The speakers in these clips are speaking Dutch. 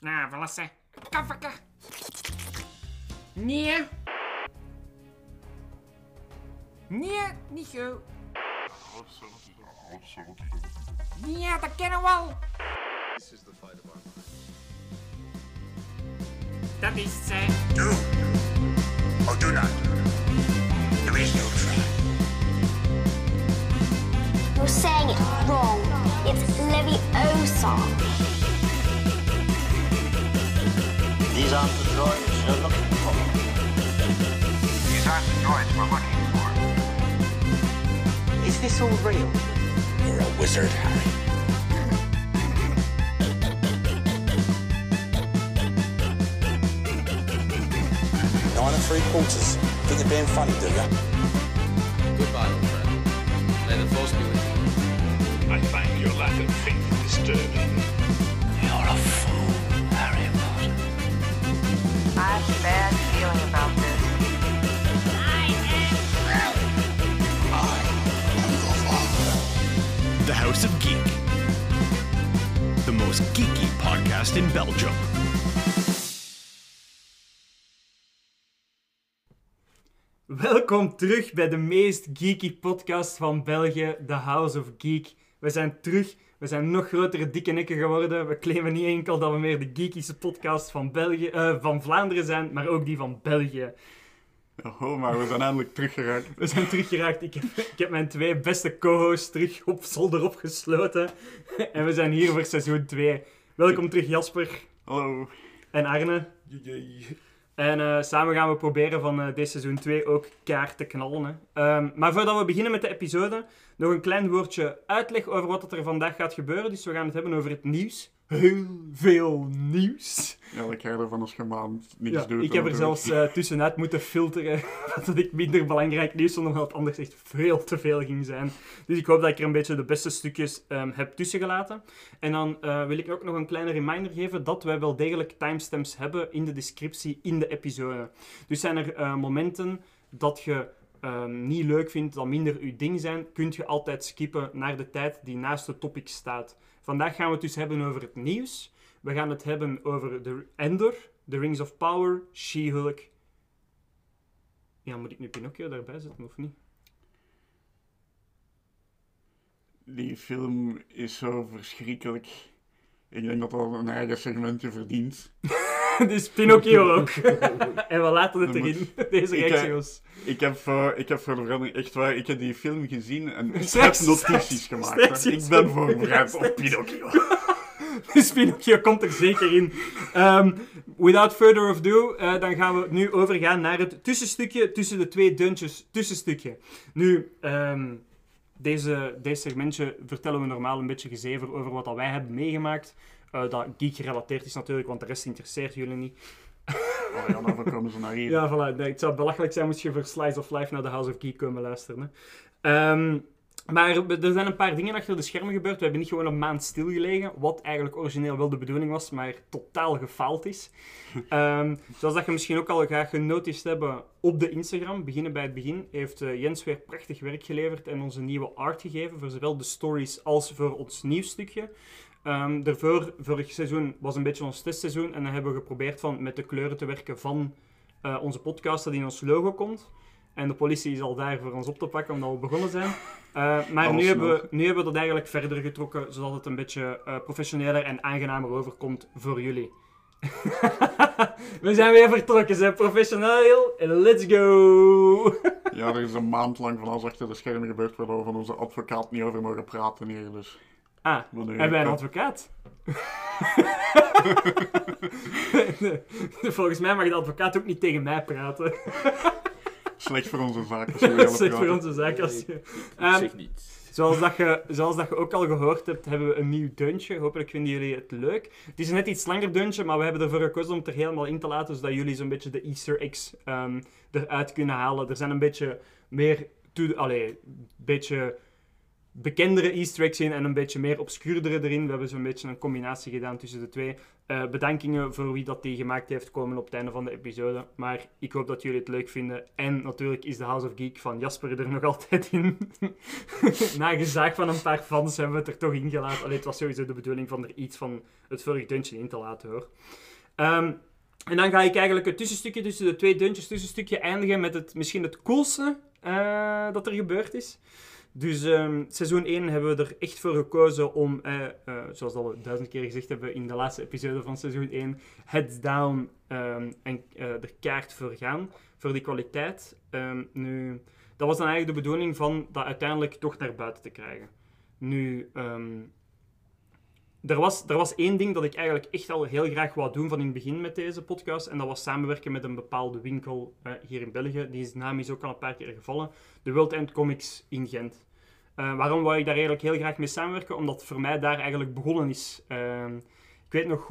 Nou, verlassen. Kafferke. Nee. Nee, niet zo. Nee, dat kennen we al. This is the fight of our lives. Dat is het, hè. Do or do not. There is no try. You're saying it wrong. It's Leviosa. These aren't the droids you're looking for. These aren't the droids we're looking for. Is this all real? You're a wizard, Harry. Nine and 3/4. Think you're being funny, do ya? Goodbye, old friend. May the force be with you. I find your lack of faith disturbing. You're a fool, Harry Potter. I have a bad feeling about this. I am your father. The House of Geek. The most geeky podcast in Belgium. Welkom terug bij de meest geeky podcast van België, The House of Geek. We zijn terug, we zijn nog grotere dikke nekken geworden. We claimen niet enkel dat we meer de geekiste podcast van, van Vlaanderen zijn, maar ook die van België. Oh, maar we zijn eindelijk teruggeraakt. We zijn teruggeraakt. Ik heb mijn twee beste co-hosts terug op zolder opgesloten. En we zijn hier voor seizoen 2. Welkom terug Jasper. Hallo. En Arne. En samen gaan we proberen van deze seizoen 2 ook kaart te knallen. Hè. Maar voordat we beginnen met de episode, nog een klein woordje uitleg over wat er vandaag gaat gebeuren. Dus we gaan het hebben over het nieuws. Heel veel nieuws. Ja, ik ga ervan als je maand niks doet. Ik heb er zelfs tussenuit moeten filteren dat ik minder belangrijk nieuws vond, omdat het anders echt veel te veel ging zijn. Dus ik hoop dat ik er een beetje de beste stukjes heb tussengelaten. En dan wil ik ook nog een kleine reminder geven dat wij wel degelijk timestamps hebben in de descriptie in de episode. Dus zijn er momenten dat je niet leuk vindt, dat minder uw ding zijn, kunt je altijd skippen naar de tijd die naast de topic staat. Vandaag gaan we het dus hebben over het nieuws. We gaan het hebben over de Endor, The Rings of Power, She-Hulk. Ja, moet ik nu Pinocchio daarbij zetten of niet? Die film is zo verschrikkelijk. Ik denk dat dat een eigen segmentje verdient. Dus Pinocchio ook. En we laten het erin, deze reacties. Ik heb voor de verandering echt waar, ik heb die film gezien en ik heb Straks notities gemaakt. Hè. Ik ben voorbereid op Pinocchio. Dus Pinocchio komt er zeker in. Without further ado, dan gaan we nu overgaan naar het tussenstukje tussen de twee deuntjes. Tussenstukje. Nu, deze segmentje vertellen we normaal een beetje gezever over wat dat wij hebben meegemaakt. Dat geek gerelateerd is natuurlijk, want de rest interesseert jullie niet. Oh ja, dan komen ze naar hier. Ja, voilà. Het zou belachelijk zijn moest je voor Slice of Life naar de House of Geek komen luisteren. Hè. Maar er zijn een paar dingen achter de schermen gebeurd. We hebben niet gewoon een maand stilgelegen, wat eigenlijk origineel wel de bedoeling was, maar totaal gefaald is. Zoals dat je misschien ook al graag genoticed hebben op de Instagram, beginnen bij het begin, heeft Jens weer prachtig werk geleverd en ons een nieuwe art gegeven, voor zowel de stories als voor ons nieuwsstukje. Vorig seizoen was een beetje ons testseizoen en dan hebben we geprobeerd met de kleuren te werken van onze podcast dat in ons logo komt. En de politie is al daar voor ons op te pakken, omdat we begonnen zijn. Maar nu hebben we dat eigenlijk verder getrokken, zodat het een beetje professioneler en aangenamer overkomt voor jullie. We zijn weer vertrokken, zijn professioneel. Let's go! Ja, er is een maand lang van alles achter de schermen gebeurd, waar we van onze advocaat niet over mogen praten hier, dus... Ah, hebben wij een advocaat? Volgens mij mag de advocaat ook niet tegen mij praten. Slecht voor onze zaak. Slecht voor onze zaak. Als je... Ik zeg niets. Zoals dat je ook al gehoord hebt, hebben we een nieuw deuntje. Hopelijk vinden jullie het leuk. Het is een net iets langer deuntje, maar we hebben ervoor gekozen om het er helemaal in te laten, zodat jullie zo'n beetje de Easter eggs eruit kunnen halen. Er zijn een beetje meer... beetje bekendere easter eggs in en een beetje meer obscuurdere erin. We hebben zo'n beetje een combinatie gedaan tussen de twee. Bedankingen voor wie dat die gemaakt heeft komen op het einde van de episode. Maar ik hoop dat jullie het leuk vinden. En natuurlijk is de House of Geek van Jasper er nog altijd in. Na gezaag van een paar fans hebben we het er toch in gelaten. Allee, het was sowieso de bedoeling van er iets van het vorige deuntje in te laten, hoor. En dan ga ik eigenlijk het tussenstukje tussen de twee deuntjes tussenstukje eindigen met misschien het coolste dat er gebeurd is. Dus seizoen 1 hebben we er echt voor gekozen om, zoals dat we 1000 keer gezegd hebben in de laatste episode van seizoen 1, heads down en er kaart voor gaan, voor die kwaliteit. Nu, dat was dan eigenlijk de bedoeling van dat uiteindelijk toch naar buiten te krijgen. Nu, er was één ding dat ik eigenlijk echt al heel graag wou doen van in het begin met deze podcast. En dat was samenwerken met een bepaalde winkel hier in België. Die naam is ook al een paar keer gevallen. De World End Comics in Gent. Waarom wou ik daar eigenlijk heel graag mee samenwerken? Omdat het voor mij daar eigenlijk begonnen is. Ik weet nog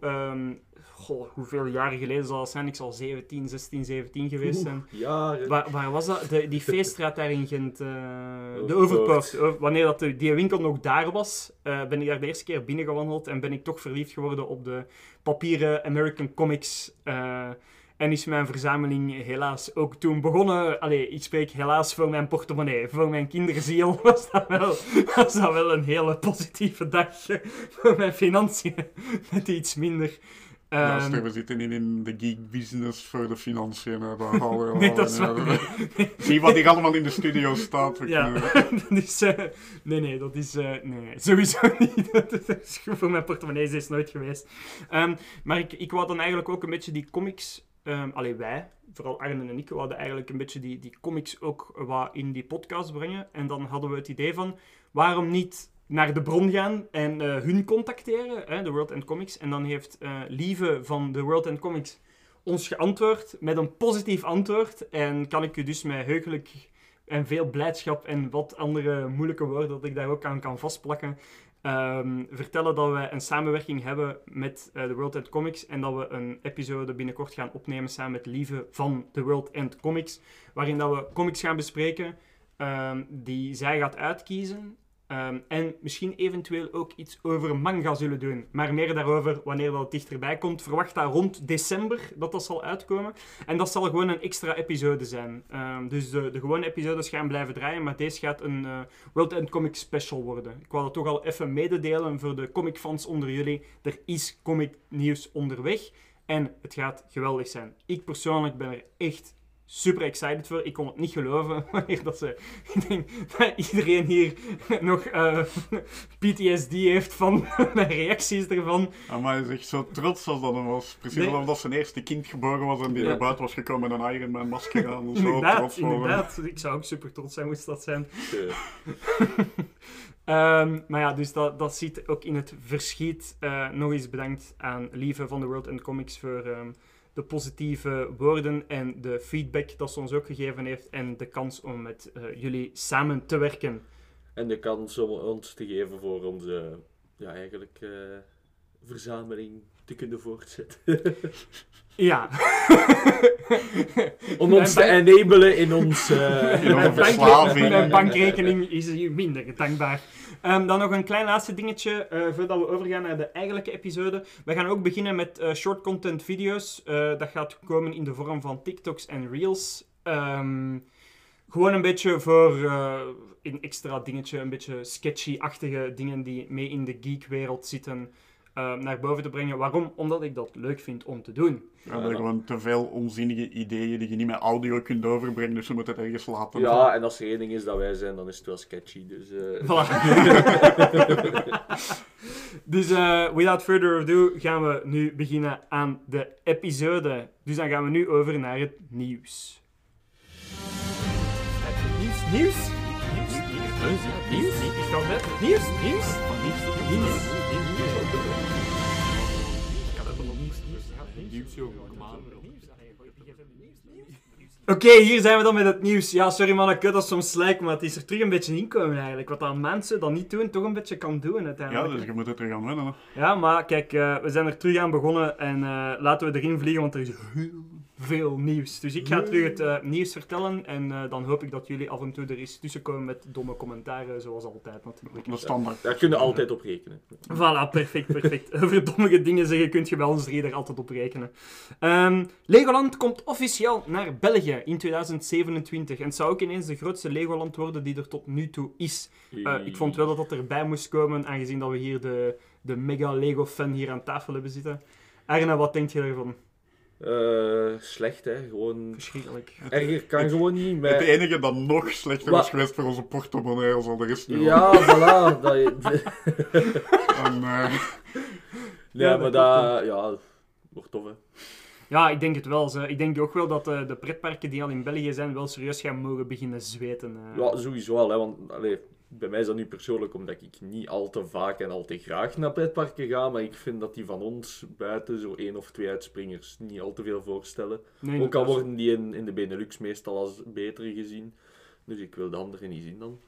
hoeveel jaren geleden zal dat zijn. Ik zal 16, 17 geweest zijn. Jaren. Waar was dat? Die feeststraat daar in Gent. De Overpoort. Wanneer dat die winkel nog daar was, ben ik daar de eerste keer binnengewandeld en ben ik toch verliefd geworden op de papieren American Comics. En is mijn verzameling helaas ook toen begonnen. Allee, ik spreek helaas voor mijn portemonnee. Voor mijn kinderziel was dat wel een hele positieve dag. Voor mijn financiën net iets minder. We zitten niet in de geek business voor de financiën. Nee, dat is wel... Zie wat hier allemaal in de studio staat. Ja, dus, nee, dat is... nee, sowieso niet. Dat is goed voor mijn portemonnee, is het nooit geweest. Maar ik wou dan eigenlijk ook een beetje die comics... wij, vooral Arne en ik, wouden eigenlijk een beetje die comics ook wat in die podcast brengen. En dan hadden we het idee van, waarom niet naar de bron gaan en hun contacteren, de World End Comics. En dan heeft Lieve van de World End Comics ons geantwoord met een positief antwoord. En kan ik u dus met heugelijk en veel blijdschap en wat andere moeilijke woorden dat ik daar ook aan kan vastplakken, vertellen dat wij een samenwerking hebben met de World End Comics en dat we een episode binnenkort gaan opnemen samen met Lieve van de World End Comics, waarin dat we comics gaan bespreken die zij gaat uitkiezen. En misschien eventueel ook iets over manga zullen doen. Maar meer daarover wanneer dat dichterbij komt. Verwacht dat rond december dat zal uitkomen. En dat zal gewoon een extra episode zijn. Dus de gewone episodes gaan blijven draaien. Maar deze gaat een World End Comics special worden. Ik wou dat toch al even mededelen voor de comicfans onder jullie. Er is comic nieuws onderweg. En het gaat geweldig zijn. Ik persoonlijk ben er echt super excited voor. Ik kon het niet geloven wanneer dat ze... Ik denk dat iedereen hier nog PTSD heeft van mijn reacties ervan. Maar hij is echt zo trots als dat hem was. Precies omdat zijn eerste kind geboren was en die naar buiten was gekomen met een Iron Man masker aan. Inderdaad. Ik zou ook super trots zijn, moest dat zijn. Maar ja, dus dat zit ook in het verschiet. Nog eens bedankt aan Lieve van de World End Comics voor... de positieve woorden en de feedback dat ze ons ook gegeven heeft en de kans om met jullie samen te werken. En de kans om ons te geven voor onze verzameling te kunnen voortzetten. Ja. Om ons te enablen in ons verslaving. Mijn bankrekening is hier minder dankbaar. Dan nog een klein laatste dingetje voordat we overgaan naar de eigenlijke episode. We gaan ook beginnen met short content video's. Dat gaat komen in de vorm van TikToks en Reels. Gewoon een beetje voor een extra dingetje, een beetje sketchy-achtige dingen die mee in de geekwereld zitten, naar boven te brengen. Waarom? Omdat ik dat leuk vind om te doen. We hebben gewoon te veel onzinnige ideeën die je niet met audio kunt overbrengen, dus we moeten het ergens laten. Ja, en als er één ding is dat wij zijn, dan is het wel sketchy. Dus, voilà. Dus without further ado gaan we nu beginnen aan de episode. Dus dan gaan we nu over naar het nieuws. Nieuws? Ik kan net. Nieuws? Oké, hier zijn we dan met het nieuws. Ja, sorry man, ik weet dat soms lijkt, maar het is er terug een beetje inkomen eigenlijk. Wat aan mensen dat niet doen, toch een beetje kan doen uiteindelijk. Ja, dus je moet het terug aan wennen. Ja, maar kijk, we zijn er terug aan begonnen en laten we erin vliegen, want er is veel nieuws. Dus ik ga terug het nieuws vertellen en dan hoop ik dat jullie af en toe er eens tussenkomen met domme commentaren, zoals altijd natuurlijk. Dat is standaard. Daar kun je altijd op rekenen. Voilà, perfect. Over dommige dingen zeggen kun je bij ons 3 er altijd op rekenen. Legoland komt officieel naar België in 2027 en het zou ook ineens de grootste Legoland worden die er tot nu toe is. Ik vond wel dat dat erbij moest komen, aangezien dat we hier de mega Lego-fan hier aan tafel hebben zitten. Arne, wat denk je ervan? Slecht, hè. Gewoon... Verschrikkelijk. Erger kan gewoon niet. Het enige dat nog slechter was geweest voor onze portemonnee als al de rest nu. Ja, voilà. Ja, maar dat... Ja, wordt tof, hè. Ja, ik denk het wel. Ik denk ook wel dat de pretparken die al in België zijn wel serieus gaan mogen beginnen zweten. Ja, sowieso wel, hè. Want bij mij is dat nu persoonlijk omdat ik niet al te vaak en al te graag naar pretparken ga, maar ik vind dat die van ons buiten zo 1 of 2 uitspringers niet al te veel voorstellen. Nee, ook al worden die in de Benelux meestal als betere gezien. Dus ik wil de andere niet zien dan.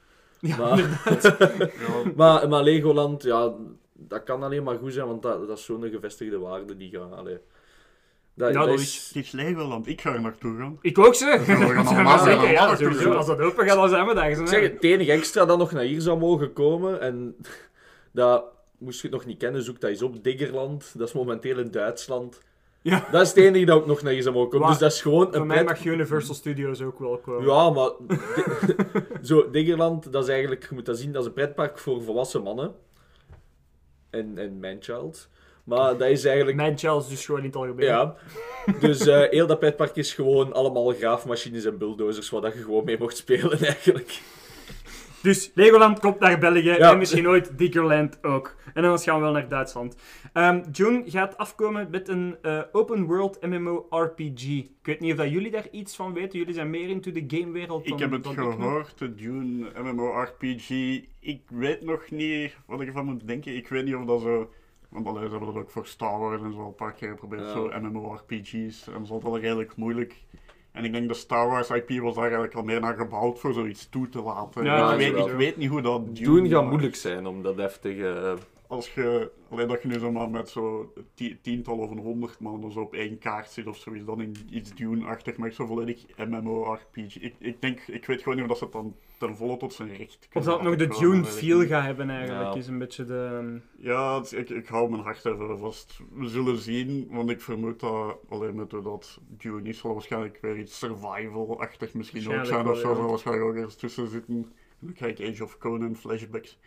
Ja, maar Legoland, ja, dat kan alleen maar goed zijn, want dat is zo'n gevestigde waarde die gaan... Dat is Legoland. Ik ga er naartoe gaan. Ik ook, ze. Als dat open gaat, dan zijn we daar. Ik zeg, het enige extra dat nog naar hier zou mogen komen, en dat moest je het nog niet kennen, zoek dat eens op. Diggerland, dat is momenteel in Duitsland. Ja. Dat is het enige dat ook nog naar hier zou mogen komen. Dus dat is gewoon voor mij mag Universal Studios ook wel komen. Ja, maar zo, Diggerland, dat is eigenlijk, je moet dat zien, dat is een pretpark voor volwassen mannen. En manchild. Maar dat is eigenlijk... Manchild is dus gewoon niet algemeen. Ja. Dus heel dat pretpark is gewoon allemaal graafmachines en bulldozers waar dat je gewoon mee mocht spelen, eigenlijk. Dus Legoland komt naar België en misschien ooit Diggerland ook. En dan gaan we wel naar Duitsland. June gaat afkomen met een open world MMORPG. Ik weet niet of dat jullie daar iets van weten. Jullie zijn meer into de gamewereld dan ik heb het gehoord, de Dune MMORPG. Ik weet nog niet wat ik ervan moet denken. Ik weet niet of dat zo... Want ze hebben dat ook voor Star Wars en zo een paar keer geprobeerd, zo MMORPG's. En dat is altijd wel redelijk moeilijk. En ik denk de Star Wars IP was daar eigenlijk al meer naar gebouwd voor zoiets toe te laten. Ja, ik weet niet hoe dat... Dune gaat moeilijk zijn om dat heftige... Als je... Alleen dat je nu zomaar met zo 10 of 100 man zo op 1 kaart zit of zoiets, dan in iets Dune-achtig, maar zo volledig MMORPG. Ik weet gewoon niet of dat ze het dan ten volle tot zijn recht kunnen. Of dat nog de Dune-feel gaat hebben eigenlijk, is een beetje de... Ja, ik hou mijn hart even vast. We zullen zien, want ik vermoed dat alleen met dat Dune is, zal waarschijnlijk weer iets survival-achtig misschien ook zijn of zo. Zal waarschijnlijk ook ergens tussen zitten. Dan krijg ik Age of Conan flashbacks.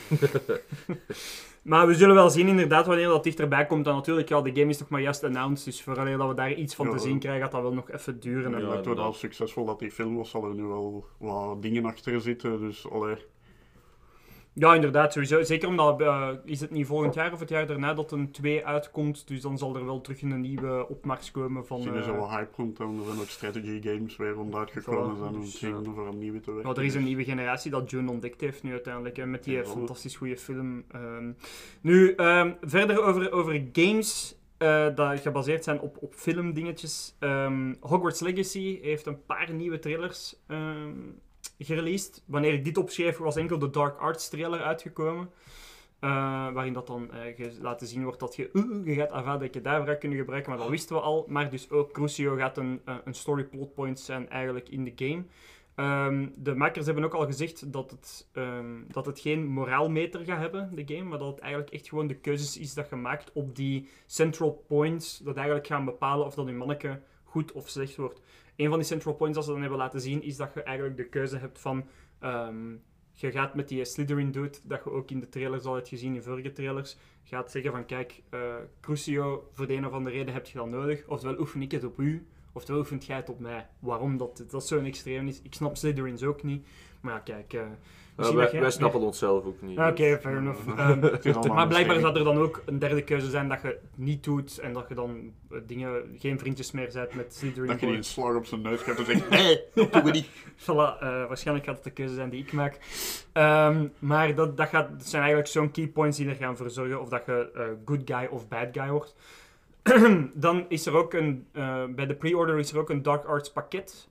Maar we zullen wel zien inderdaad wanneer dat dichterbij komt. Dan natuurlijk, de game is nog maar juist announced. Dus vooral dat we daar iets van te zien krijgen, gaat dat wel nog even duren. Ja, doordat het succesvol dat die film was, zal er nu wel wat dingen achter zitten. Dus Ja, inderdaad, sowieso. Zeker omdat, is het niet volgend jaar of het jaar daarna dat een 2 uitkomt. Dus dan zal er wel terug een nieuwe opmars komen van... Misschien is er wel hype rond en er zijn ook strategy games weer rond uitgekomen zijn. Om voor een nieuwe te werken. Ja, er is een nieuwe generatie dat Dune ontdekt heeft nu uiteindelijk. Met die fantastisch goede film. Verder over games... dat gebaseerd zijn op filmdingetjes. Hogwarts Legacy heeft een paar nieuwe trailers gereleased. Wanneer ik dit opschreef, was enkel de Dark Arts trailer uitgekomen. Waarin dat dan laten zien wordt dat je gaat Avada Kedavra kunnen gebruiken, maar dat wisten we al. Maar dus ook Crucio gaat een story plot point zijn eigenlijk in de game. De makers hebben ook al gezegd dat het geen moraalmeter gaat hebben, de game, maar dat het eigenlijk echt gewoon de keuzes is dat je maakt op die central points, dat eigenlijk gaan bepalen of dat je manneke goed of slecht wordt. Een van die central points dat ze dan hebben laten zien, is dat je eigenlijk de keuze hebt van... je gaat met die Slytherin dude, dat je ook in de trailers al hebt gezien, in vorige trailers, gaat zeggen van, kijk, Crucio, voor de een of andere reden heb je dat nodig. Oftewel oefen ik het op u, oftewel oefent jij het op mij. Waarom dat zo'n extreem is. Ik snap Slytherins ook niet. Maar ja, kijk... wij snappen onszelf ook niet. Oké, fair enough. Maar blijkbaar zou er dan ook een derde keuze zijn dat je het niet doet en dat je dan geen vriendjes meer bent met Slytherin. Dat je die een slag op zijn neus gaat en zegt, nee, dat doen we niet. Voilà, waarschijnlijk gaat het de keuze zijn die ik maak. Maar dat zijn eigenlijk zo'n key points die er gaan voor zorgen of dat je good guy of bad guy wordt. Dan is er ook bij de pre-order is er ook een Dark Arts pakket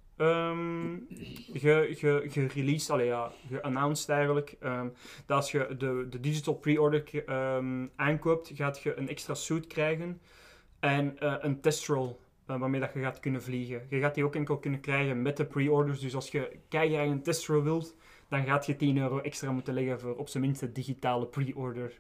gereleased, geannounced eigenlijk. Dat als je de digital pre-order aankoopt, gaat je een extra suit krijgen en een testrol waarmee dat je gaat kunnen vliegen. Je gaat die ook enkel kunnen krijgen met de pre-orders. Dus als je keigraag een testrol wilt, dan gaat je €10 extra moeten leggen voor op zijn minst de digitale pre-order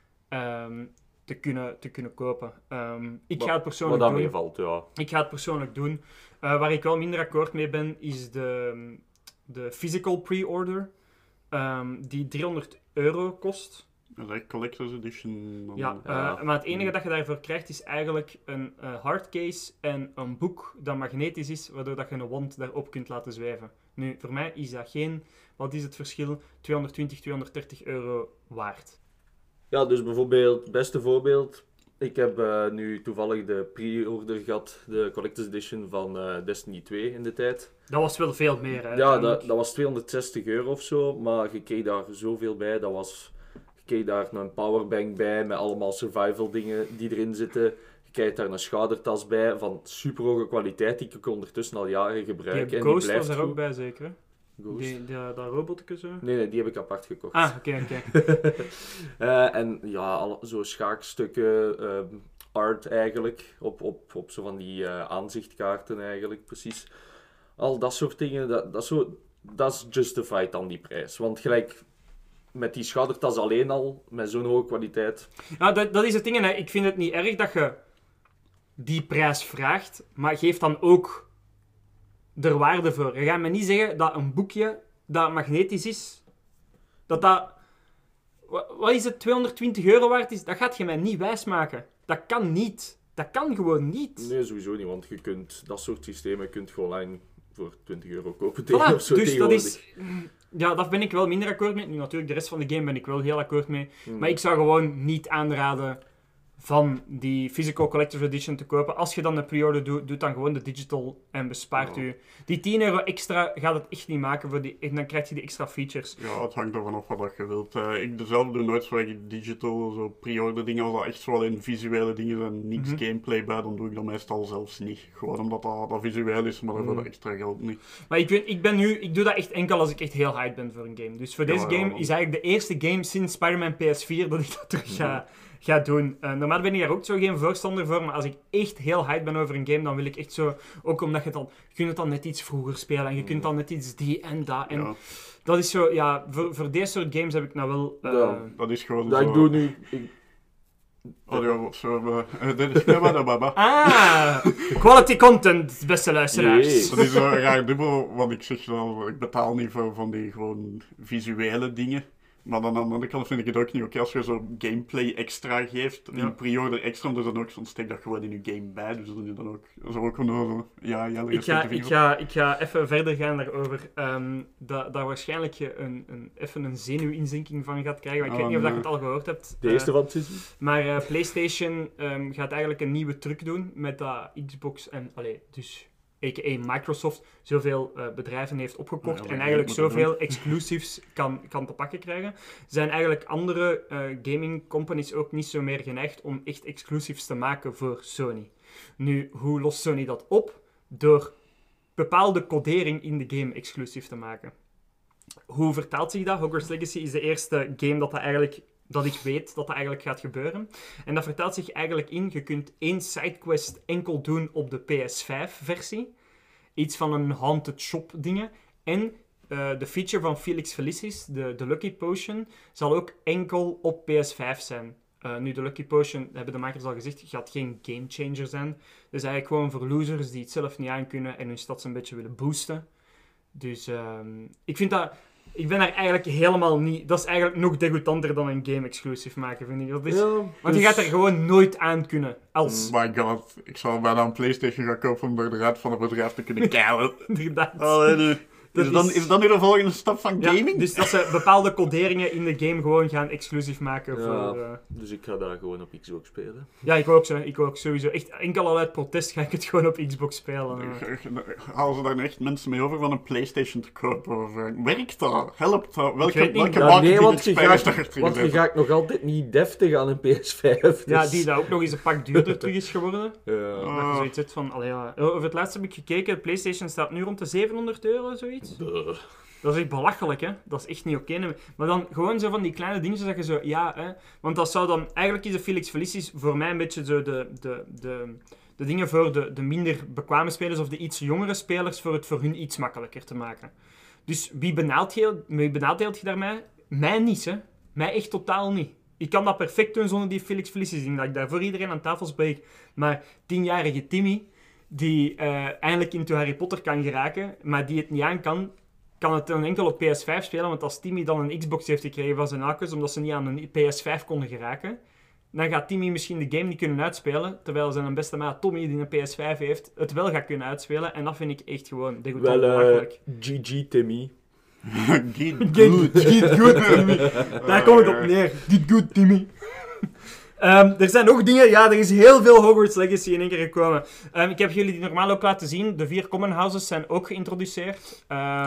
te kunnen kopen. Ik ga het persoonlijk doen. Wat dat meevalt, ja. Ik ga het persoonlijk doen. Waar ik wel minder akkoord mee ben, is de physical pre-order. Die €300 kost. Dat is echt Collector's Edition. Ja, maar het enige dat je daarvoor krijgt is eigenlijk een hardcase en een boek dat magnetisch is, waardoor dat je een wand daarop kunt laten zwijven. Nu, voor mij is dat geen, wat is het verschil, €220, €230 waard. Ja, dus bijvoorbeeld, beste voorbeeld. Ik heb nu toevallig de pre-order gehad, de Collector's Edition van Destiny 2 in de tijd. Dat was wel veel meer, hè? Ja, dat was €260 of zo, maar je kreeg daar zoveel bij. Je kreeg daar een powerbank bij met allemaal survival dingen die erin zitten. Je krijgt daar een schoudertas bij van super hoge kwaliteit, die ik ondertussen al jaren gebruik. Die en Ghost die blijft was er ook goed. bij, zeker, hè? Ghost. Dat robotje zo? Nee, die heb ik apart gekocht. Ah, oké. En ja, zo schaakstukken, art eigenlijk, op zo van die aanzichtkaarten eigenlijk, precies. Al dat soort dingen, dat is justified dan die prijs. Want gelijk met die schoudertas alleen al, met zo'n hoge kwaliteit. Ja, dat is het ding. Hè. Ik vind het niet erg dat je die prijs vraagt, maar geef dan ook er waarde voor. Je gaat me niet zeggen dat een boekje dat magnetisch is, dat wat is het, €220 waard is? Dat gaat je mij niet wijsmaken. Dat kan niet. Dat kan gewoon niet. Nee, sowieso niet, want je kunt dat soort systemen online voor €20 kopen tegen Voilà, of zo dus tegenwoordig. dat is... Ja, daar ben ik wel minder akkoord mee. Nu natuurlijk, de rest van de game ben ik wel heel akkoord mee. Maar ik zou gewoon niet aanraden van die Physical Collector's Edition te kopen. Als je dan een pre-order doet dan gewoon de digital en bespaart u. Die €10 extra gaat het echt niet maken voor en dan krijg je die extra features. Ja, het hangt ervan af wat je wilt. Ik zelf doe nooit zo digital, zo pre-order dingen. Als dat echt zo alleen visuele dingen zijn, niks gameplay bij, dan doe ik dat meestal zelfs niet. Gewoon omdat dat visueel is, maar voor dat extra geld niet. Maar ik doe dat echt enkel als ik echt heel hyped ben voor een game. Dus voor deze game is eigenlijk de eerste game sinds Spider-Man PS4 dat ik dat terug ga doen. Normaal ben ik daar ook zo geen voorstander voor, maar als ik echt heel hyped ben over een game, dan wil ik echt zo... Ook omdat je kunt het dan net iets vroeger spelen en je kunt dan net iets die en dat. En dat is zo... Ja, voor deze soort games heb ik nou wel... dat is gewoon zo... Ik doe nu... Dit is baba. Quality content, beste luisteraars. Nee. Dat is zo raar dubbel, want ik zeg wel, ik betaal niet voor van die gewoon visuele dingen. Maar dan aan de andere kant vind ik het ook niet oké als je zo gameplay extra geeft, een pre-order extra, dus dan ook zo'n steek dat gewoon in je game bij, dus dat is dan ook zo ik ga even verder gaan daarover. Dat waarschijnlijk je even een zenuwinzinking van gaat krijgen, ik weet niet of je het al gehoord hebt. De eerste van het seizoen. Maar PlayStation gaat eigenlijk een nieuwe truc doen met dat Xbox en, dus... a.k.a. Microsoft, zoveel bedrijven heeft opgekocht en eigenlijk zoveel exclusives kan te pakken krijgen, zijn eigenlijk andere gaming companies ook niet zo meer geneigd om echt exclusives te maken voor Sony. Nu, hoe lost Sony dat op? Door bepaalde codering in de game exclusief te maken. Hoe vertaalt zich dat? Hogwarts Legacy is de eerste game dat ik weet dat eigenlijk gaat gebeuren. En dat vertaalt zich eigenlijk in, je kunt 1 sidequest enkel doen op de PS5-versie. Iets van een haunted shop dingen. En de feature van Felix Felicis, de Lucky Potion, zal ook enkel op PS5 zijn. Nu, de Lucky Potion, hebben de makers al gezegd, gaat geen gamechanger zijn. Dus eigenlijk gewoon voor losers die het zelf niet aankunnen en hun stats een beetje willen boosten. Dus ik vind dat... Ik ben daar eigenlijk helemaal niet... Dat is eigenlijk nog degoutanter dan een game-exclusive maken, vind ik. Dat is, want je gaat er gewoon nooit aan kunnen. Als... Oh my god, ik zal bijna een PlayStation gaan kopen om door de raad van het bedrijf te kunnen keilen. Inderdaad. Is dat nu de volgende stap van gaming? Ja, dus dat ze bepaalde coderingen in de game gewoon gaan exclusief maken voor... Dus ik ga daar gewoon op Xbox spelen. Ja, ik ook sowieso. Echt enkel al uit protest ga ik het gewoon op Xbox spelen. Halen ze daar echt mensen mee over van een PlayStation te kopen? Werkt dat? Helpt dat? Welke want je gaat nog altijd niet deftig aan een PS5. Dus... Ja, die dat ook nog eens een pak duurder terug is geworden. Dat je zoiets hebt van... Over het laatste heb ik gekeken, de PlayStation staat nu rond de €700, zoiets. Dat is echt belachelijk, hè. Dat is echt niet oké. Maar dan gewoon zo van die kleine dingetjes dat je zo... Ja, hè. Want dat zou dan... Eigenlijk is de Felix Felicis voor mij een beetje zo de dingen voor de minder bekwame spelers of de iets jongere spelers voor het voor hun iets makkelijker te maken. Dus wie benadeelt je daarmee? Mij niet, hè. Mij echt totaal niet. Ik kan dat perfect doen zonder die Felix Felicis, dat ik daar voor iedereen aan tafel spreek. Maar 10-jarige Timmy, die eindelijk into Harry Potter kan geraken, maar die het niet aan kan het dan enkel op PS5 spelen, want als Timmy dan een Xbox heeft gekregen van zijn ouders, omdat ze niet aan een PS5 konden geraken, dan gaat Timmy misschien de game niet kunnen uitspelen, terwijl zijn beste maat Tommy, die een PS5 heeft, het wel gaat kunnen uitspelen. En dat vind ik echt gewoon degoutant belachelijk. GG Timmy. Get good, Timmy. Daar komt het op neer. Get good, Timmy. Er zijn nog dingen. Ja, er is heel veel Hogwarts Legacy in één keer gekomen. Ik heb jullie die normaal ook laten zien. De 4 Common Houses zijn ook geïntroduceerd.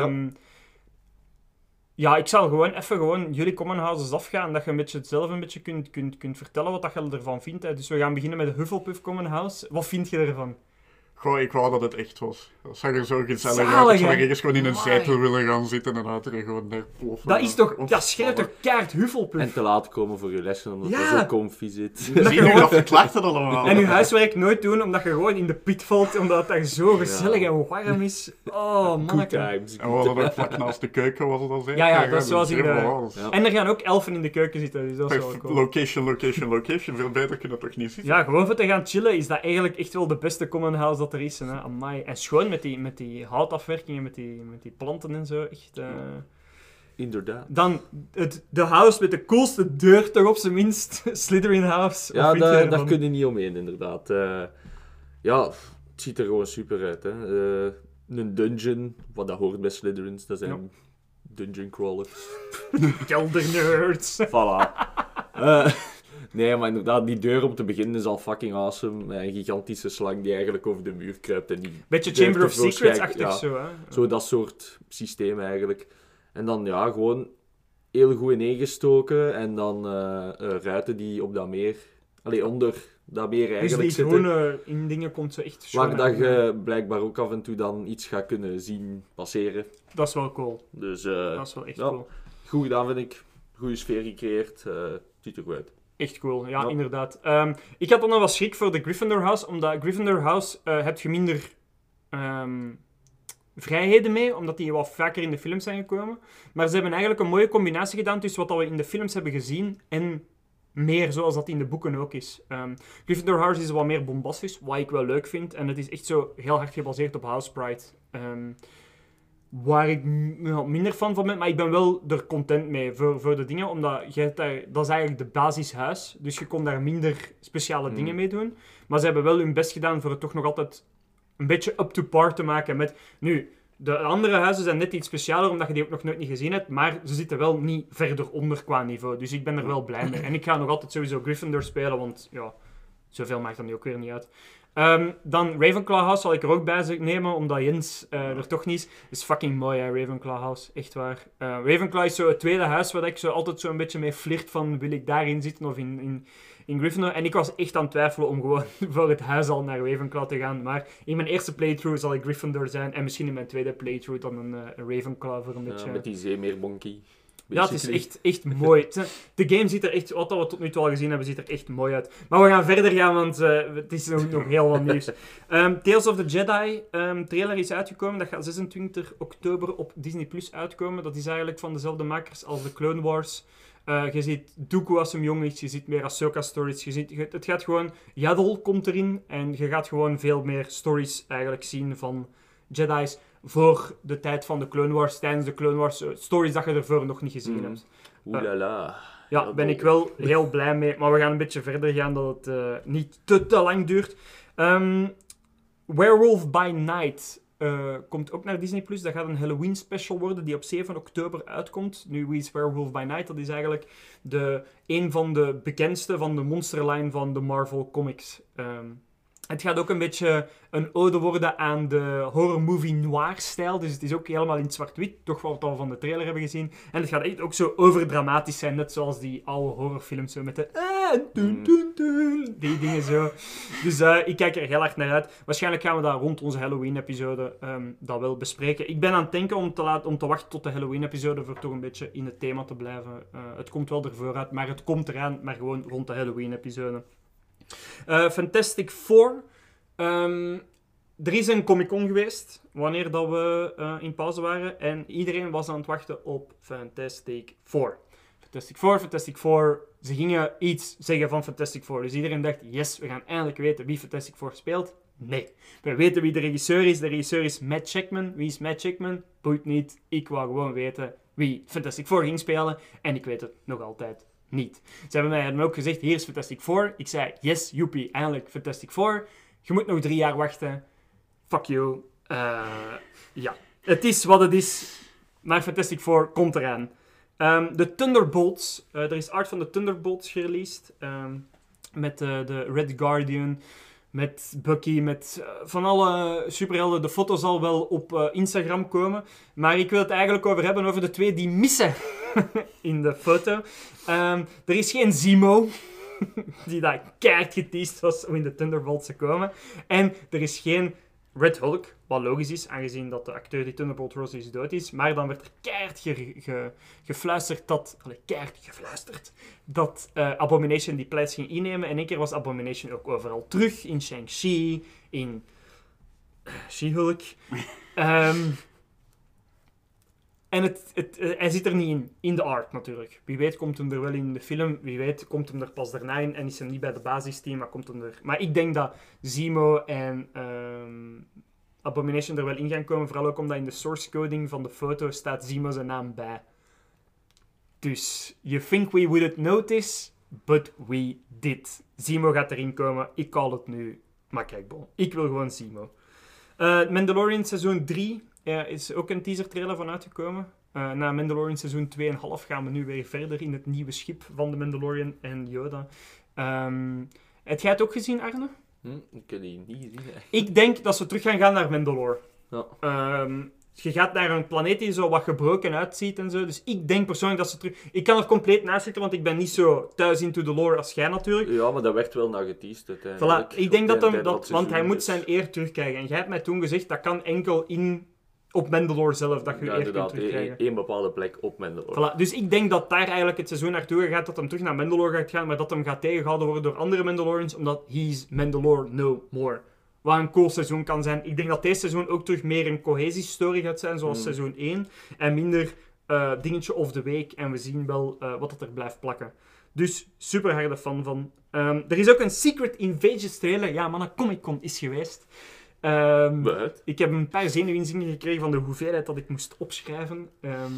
Ja, ik zal gewoon jullie Common Houses afgaan. Dat je zelf een beetje kunt vertellen wat je ervan vindt. Hè. Dus we gaan beginnen met de Hufflepuff Common House. Wat vind je ervan? Goh, ik wou dat het echt was. Dat zag er zo gezellig uit. Ik zou ergens gewoon in een zetel willen gaan zitten en uit er gewoon daar ploffen. Dat is toch... Dat schrijft toch kaart Hufflepuff? En te laat komen voor je lessen, omdat het zo comfy zit. Zie je dat verklaart het allemaal. En je huiswerk nooit doen, omdat je gewoon in de pit valt, omdat het daar zo gezellig en warm is. Oh, manneke. En we hadden ook vlak naast de keuken, was het al zeker? Ja, dat is zoals in de... Ja. En er gaan ook elfen in de keuken zitten, dus dat is wel cool. Location. Veel beter kun je dat toch niet zitten? Ja, gewoon voor te gaan chillen is dat eigenlijk echt wel de beste common house dat er is. Hè. Amai. En schoon met die houtafwerkingen, met die planten en zo. Echt... Inderdaad. Dan de house met de coolste deur, toch op zijn minst. Slytherin House. Ja, daar kun je niet omheen, inderdaad. Ja, het ziet er gewoon super uit. Hè. Een dungeon, wat dat hoort bij Slytherins, dat zijn dungeon crawlers. Keldernerds. Voilà. Nee, maar inderdaad, die deur om te beginnen is al fucking awesome. Een gigantische slang die eigenlijk over de muur kruipt. En die beetje Chamber of Secrets-achtig zo, hè? Zo dat soort systeem eigenlijk. En dan ja, gewoon heel goed ineengestoken. En dan ruiten die op dat meer... onder dat meer eigenlijk dus die groene in dingen komt zo echt schoon. Waar dat je blijkbaar ook af en toe dan iets gaat kunnen zien passeren. Dat is wel cool. Dus, dat is wel echt cool. Goed gedaan, vind ik. Goede sfeer gecreëerd. Ziet er goed uit. Echt cool, ja, inderdaad. Ik had dan nog wel schrik voor de Gryffindor House, omdat Gryffindor House heb je minder vrijheden mee, omdat die wat vaker in de films zijn gekomen. Maar ze hebben eigenlijk een mooie combinatie gedaan tussen wat we in de films hebben gezien en meer zoals dat in de boeken ook is. Gryffindor House is wat meer bombastisch, wat ik wel leuk vind. En het is echt zo heel hard gebaseerd op House Pride. Waar ik minder fan van ben, maar ik ben wel er content mee voor de dingen, omdat dat is eigenlijk de basishuis, dus je kon daar minder speciale dingen mee doen. Maar ze hebben wel hun best gedaan voor het toch nog altijd een beetje up to par te maken met... Nu, de andere huizen zijn net iets specialer, omdat je die ook nog nooit niet gezien hebt, maar ze zitten wel niet verder onder qua niveau, dus ik ben er wel blij mee. En ik ga nog altijd sowieso Gryffindor spelen, want ja, zoveel maakt dan ook weer niet uit. Dan Ravenclaw House zal ik er ook bij nemen, omdat Jens er toch niet is. Is fucking mooi, hè, Ravenclaw House. Echt waar. Ravenclaw is zo het tweede huis waar ik zo altijd zo een beetje mee flirt van wil ik daarin zitten of in Gryffindor. En ik was echt aan het twijfelen om gewoon voor het huis al naar Ravenclaw te gaan. Maar in mijn eerste playthrough zal ik Gryffindor zijn. En misschien in mijn tweede playthrough dan een Ravenclaw voor een beetje... Met die zeemeerbonkie. Ja, het is echt mooi. De game ziet er echt, wat we tot nu toe al gezien hebben, ziet er echt mooi uit. Maar we gaan verder gaan, want het is nog heel wat nieuws. Tales of the Jedi trailer is uitgekomen. Dat gaat 26 oktober op Disney Plus uitkomen. Dat is eigenlijk van dezelfde makers als de Clone Wars. Je ziet Dooku als hem jong is, je ziet meer Ahsoka stories. Het gaat gewoon... Yaddle komt erin en je gaat gewoon veel meer stories eigenlijk zien van Jedi's voor de tijd van de Clone Wars, tijdens de Clone Wars, stories dat je ervoor nog niet gezien hebt. Oelala. Ja, ben ik wel heel blij mee. Maar we gaan een beetje verder gaan, dat het niet te lang duurt. Werewolf by Night komt ook naar Disney+. Dat gaat een Halloween special worden die op 7 oktober uitkomt. Nu, wie is Werewolf by Night? Dat is eigenlijk een van de bekendste van de monsterline van de Marvel Comics. Het gaat ook een beetje een ode worden aan de horror movie noir-stijl. Dus het is ook helemaal in zwart-wit, toch wat we al van de trailer hebben gezien. En het gaat echt ook zo overdramatisch zijn, net zoals die oude horrorfilms zo met de... die dingen zo. Dus ik kijk er heel hard naar uit. Waarschijnlijk gaan we dat rond onze Halloween-episode dat wel bespreken. Ik ben aan het denken om te wachten tot de Halloween-episode voor toch een beetje in het thema te blijven. Het komt wel ervoor uit, maar het komt eraan, maar gewoon rond de Halloween-episode. Fantastic Four Er is een Comic-Con geweest, wanneer dat we in pauze waren. En iedereen was aan het wachten op Fantastic Four. Fantastic Four. Ze gingen iets zeggen van Fantastic Four. Dus iedereen dacht, yes, we gaan eindelijk weten wie Fantastic Four speelt. Nee. We weten wie de regisseur is. De regisseur is Matt Shakman. Wie is Matt Shakman? Boeit niet. Ik wou gewoon weten wie Fantastic Four ging spelen. En ik weet het nog altijd niet. Ze hebben mij ook gezegd, hier is Fantastic Four. Ik zei, yes, joepie, eindelijk Fantastic Four. Je moet nog 3 jaar wachten. Fuck you. Ja. Het is wat het is. Maar Fantastic Four komt eraan. De Thunderbolts. Er is art van de Thunderbolts gereleased. Met de Red Guardian. Met Bucky. Met van alle superhelden. De foto zal wel op Instagram komen. Maar ik wil het eigenlijk over de 2 die missen in de foto. Er is geen Zemo. Die daar keihard geteased was om in de Thunderbolts te komen. En er is geen Red Hulk, wat logisch is, aangezien dat de acteur die Thunderbolt Ross is dood is. Maar dan werd er keihard gefluisterd dat Abomination die plaats ging innemen. En één keer was Abomination ook overal terug. In Shang-Chi, in She-Hulk. En hij zit er niet in de art natuurlijk. Wie weet komt hem er wel in de film, wie weet komt hem er pas daarna in en is hem niet bij de basisteam, maar komt hem er... Maar ik denk dat Zemo en Abomination er wel in gaan komen, vooral ook omdat in de source coding van de foto staat Zemo zijn naam bij. Dus, you think we wouldn't notice, but we did. Zemo gaat erin komen, ik call het nu, maar kijk, bon. Ik wil gewoon Zemo. Mandalorian seizoen 3... is ook een teaser trailer van uitgekomen. Na Mandalorian seizoen 2,5 gaan we nu weer verder in het nieuwe schip van de Mandalorian en Yoda. Heb jij het ook gezien, Arne? Ik heb die niet gezien. Ik denk dat ze terug gaan naar Mandalore. Ja. Je gaat naar een planeet die zo wat gebroken uitziet en zo. Dus ik denk persoonlijk dat ze terug... Ik kan er compleet naast zitten, want ik ben niet zo thuis into the lore als jij natuurlijk. Ja, maar dat werd wel naar geteased uiteindelijk. Voilà. Ik denk want hij moet zijn eer terugkrijgen. En jij hebt mij toen gezegd, dat kan enkel op Mandalore zelf, dat je eer kunt terugkrijgen. Eén bepaalde plek op Mandalore. Voilà. Dus ik denk dat daar eigenlijk het seizoen naartoe gaat, dat hem terug naar Mandalore gaat gaan, maar dat hem gaat tegengehouden worden door andere Mandalorians, omdat he's Mandalore no more. Wat een cool seizoen kan zijn. Ik denk dat deze seizoen ook terug meer een cohesiestory gaat zijn, zoals seizoen 1. En minder dingetje of the week. En we zien wel wat het er blijft plakken. Dus super harde fan van. Er is ook een Secret Invasion trailer. Ja, man, een Comic-Con is geweest. Ik heb een paar zenuwinzichten gekregen van de hoeveelheid dat ik moest opschrijven.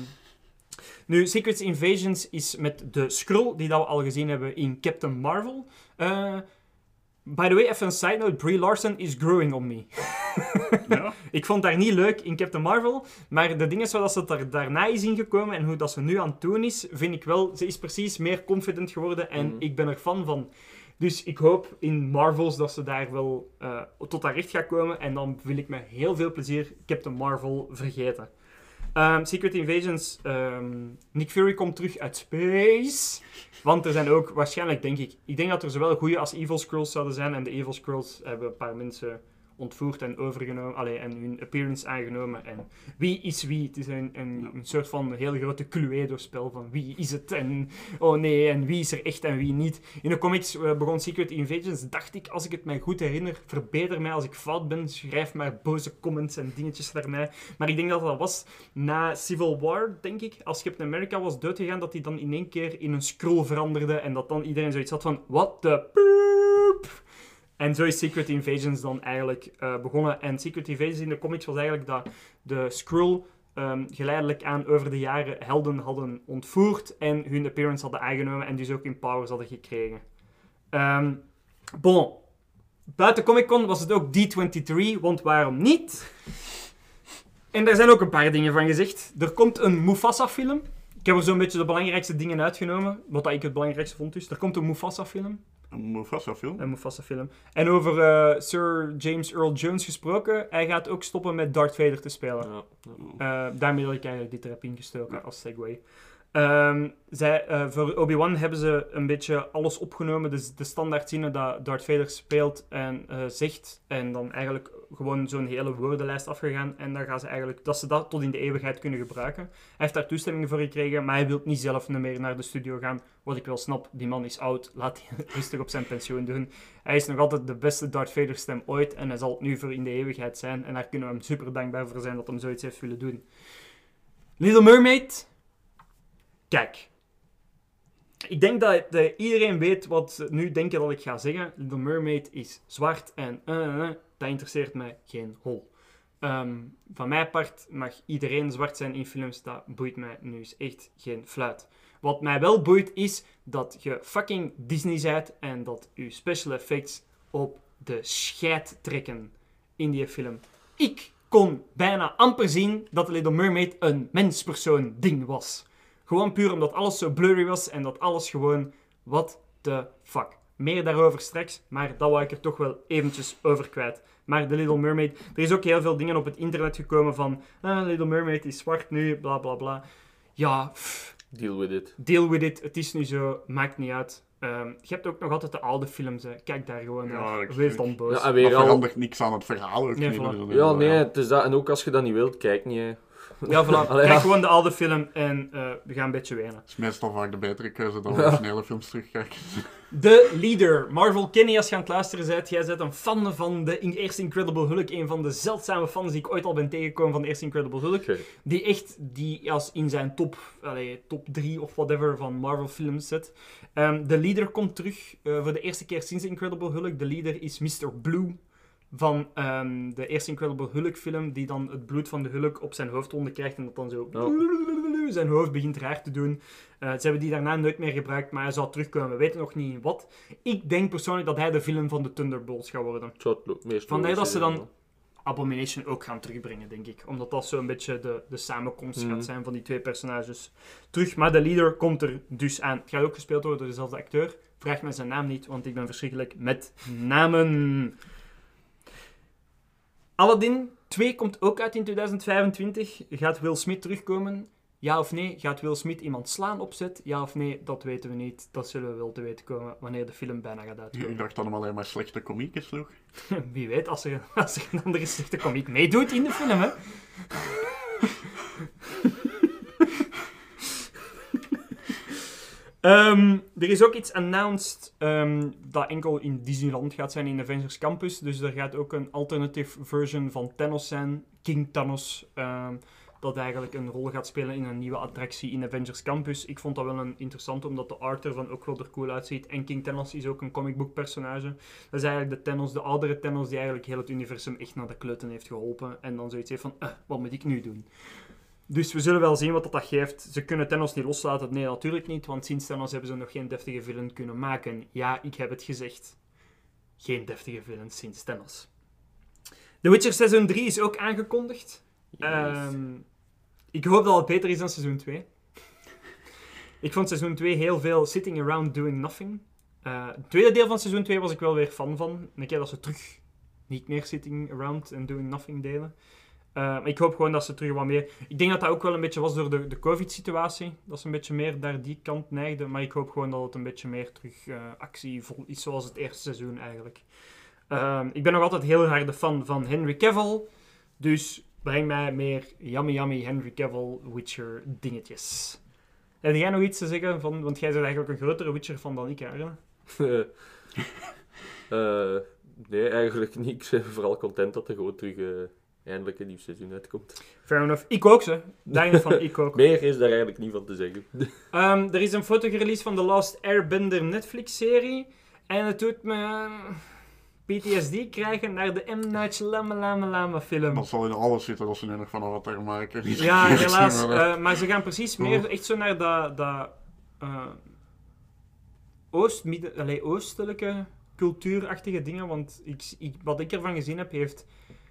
Nu, Secret Invasions is met de Skrull, die dat we al gezien hebben in Captain Marvel. By the way, even een side note, Brie Larson is growing on me. Ja. Ik vond haar niet leuk in Captain Marvel, maar de dingen zoals ze er daarna is ingekomen en hoe dat ze nu aan het doen is, vind ik wel, ze is precies meer confident geworden en ik ben er fan van. Dus ik hoop in Marvels dat ze daar wel tot haar recht gaat komen en dan wil ik met heel veel plezier Captain Marvel vergeten. Secret Invasions, Nick Fury komt terug uit space. Want er zijn ook waarschijnlijk, ik denk dat er zowel goede als evil Skrulls zouden zijn. En de evil Skrulls hebben een paar mensen ontvoerd en overgenomen. En hun appearance aangenomen. En wie is wie? Het is een soort van heel grote Cluedo-spel van wie is het en oh nee, en wie is er echt en wie niet. In de comics begon Secret Invasions, dacht ik, als ik het mij goed herinner, verbeter mij als ik fout ben, schrijf maar boze comments en dingetjes naar mij. Maar ik denk dat dat was na Civil War, denk ik, als Captain America was doodgegaan, dat hij dan in één keer in een Skrull veranderde en dat dan iedereen zoiets had van, what the poop? En zo is Secret Invasions dan eigenlijk begonnen. En Secret Invasions in de comics was eigenlijk dat de Skrull geleidelijk aan over de jaren helden hadden ontvoerd en hun appearance hadden aangenomen en dus ook hun powers hadden gekregen. Bon. Buiten Comic-Con was het ook D23, want waarom niet? En daar zijn ook een paar dingen van gezegd. Er komt een Mufasa-film. Ik heb er zo'n beetje de belangrijkste dingen uitgenomen, wat ik het belangrijkste vond dus. Er komt een Mufasa-film. Een Mufasa-film? Een Mufasa-film. En over Sir James Earl Jones gesproken, hij gaat ook stoppen met Darth Vader te spelen. Ja. Daarmee dat ik eigenlijk dit er heb ingestoken als segue. Voor Obi-Wan hebben ze een beetje alles opgenomen, dus de standaard zinnen dat Darth Vader speelt en zegt, en dan eigenlijk gewoon zo'n hele woordenlijst afgegaan, en dan gaan ze eigenlijk, dat ze dat tot in de eeuwigheid kunnen gebruiken. Hij heeft daar toestemming voor gekregen, maar hij wil niet zelf meer naar de studio gaan, wat ik wel snap. Die man is oud, laat hij rustig op zijn pensioen doen. Hij is nog altijd de beste Darth Vader stem ooit, en hij zal het nu voor in de eeuwigheid zijn, en daar kunnen we hem super dankbaar voor zijn dat hij zoiets heeft willen doen. Little Mermaid... Kijk, ik denk dat iedereen weet wat ze nu denken dat ik ga zeggen. Little Mermaid is zwart en dat interesseert mij geen hol. Van mijn part mag iedereen zwart zijn in films, dat boeit mij nu eens echt geen fluit. Wat mij wel boeit is dat je fucking Disney bent en dat je special effects op de scheid trekken in die film. Ik kon bijna amper zien dat The Little Mermaid een menspersoon ding was. Gewoon puur omdat alles zo blurry was en dat alles gewoon... What the fuck. Meer daarover straks, maar dat wou ik er toch wel eventjes over kwijt. Maar The Little Mermaid... Er is ook heel veel dingen op het internet gekomen van... Little Mermaid is zwart nu, bla bla bla. Ja, deal with it. Deal with it. Het is nu zo, maakt niet uit. Je hebt ook nog altijd de oude films, hè. Kijk daar gewoon naar. Wees dan boos. Ja, dat verandert niks aan het verhaal ook nee, niet. Voilà. Ja, nee, het is dat. En ook als je dat niet wilt, kijk niet, hè. Ja, voilà. Kijk gewoon de oude film en we gaan een beetje wenen. Het is meestal vaak de betere keuze dan originele films terugkijken. The Leader. Marvel Kenny, als je aan het luisteren bent. Jij bent een fan van de eerste Incredible Hulk. Een van de zeldzame fans die ik ooit al ben tegengekomen van de eerste Incredible Hulk. Okay. Die als in zijn top 3 of whatever van Marvel films zit. The Leader komt terug voor de eerste keer sinds Incredible Hulk. The Leader is Mr. Blue van de eerste Incredible Hulk film, die dan het bloed van de Hulk op zijn hoofdwonden krijgt en dat dan zo zijn hoofd begint raar te doen. Ze hebben die daarna nooit meer gebruikt, maar hij zal terugkomen. We weten nog niet wat. Ik denk persoonlijk dat hij de villain van de Thunderbolts gaat worden. Vandaar dat ze dan Abomination ook gaan terugbrengen, denk ik. Omdat dat zo een beetje de samenkomst gaat zijn van die twee personages terug. Maar de Leader komt er dus aan. Het gaat ook gespeeld worden door dezelfde acteur. Vraag me zijn naam niet, want ik ben verschrikkelijk met namen. Aladdin 2 komt ook uit in 2025. Gaat Will Smith terugkomen? Ja of nee? Gaat Will Smith iemand slaan op set? Ja of nee? Dat weten we niet. Dat zullen we wel te weten komen wanneer de film bijna gaat uitkomen. Ik dacht dat hem alleen maar slechte komieken sloeg. Wie weet, als er een andere slechte komiek meedoet in de film, hè? Er is ook iets announced dat enkel in Disneyland gaat zijn in Avengers Campus. Dus er gaat ook een alternative version van Thanos zijn. King Thanos. Dat eigenlijk een rol gaat spelen in een nieuwe attractie in Avengers Campus. Ik vond dat wel een interessant, omdat de art ervan ook wel er cool uitziet. En King Thanos is ook een comicbook personage. Dat is eigenlijk de oudere Thanos die eigenlijk heel het universum echt naar de kloten heeft geholpen. En dan zoiets heeft van, wat moet ik nu doen? Dus we zullen wel zien wat dat geeft. Ze kunnen Thanos niet loslaten. Nee, natuurlijk niet, want sinds Thanos hebben ze nog geen deftige villain kunnen maken. Ja, ik heb het gezegd. Geen deftige villain sinds Thanos. The Witcher seizoen 3 is ook aangekondigd. Yes. Ik hoop dat het beter is dan seizoen 2. Ik vond seizoen 2 heel veel sitting around doing nothing. Het tweede deel van seizoen 2 was ik wel weer fan van. Een keer dat ze terug niet meer sitting around en doing nothing delen. Ik hoop gewoon dat ze terug wat meer... Ik denk dat dat ook wel een beetje was door de COVID-situatie. Dat ze een beetje meer naar die kant neigden. Maar ik hoop gewoon dat het een beetje meer terug actievol is, zoals het eerste seizoen eigenlijk. Ik ben nog altijd heel harde fan van Henry Cavill. Dus breng mij meer yummy Henry Cavill Witcher dingetjes. Heb jij nog iets te zeggen? Want jij bent eigenlijk een grotere Witcher fan dan ik, Arne. Nee, eigenlijk niet. Ik ben vooral content dat er gewoon terug eindelijk een nieuw seizoen uitkomt. Fair enough. Ik ook, ze. Daarvan ik ook. Meer is daar eigenlijk niet van te zeggen. Er is een foto gereleased van de Last Airbender Netflix-serie. En het doet me PTSD krijgen naar de M. Night Shyamalan film. Dat zal in alles zitten als ze nu nog van Avatar maken. Ja, helaas. Maar ze gaan precies meer echt zo naar dat oostelijke cultuurachtige dingen. Want wat ik ervan gezien heb, heeft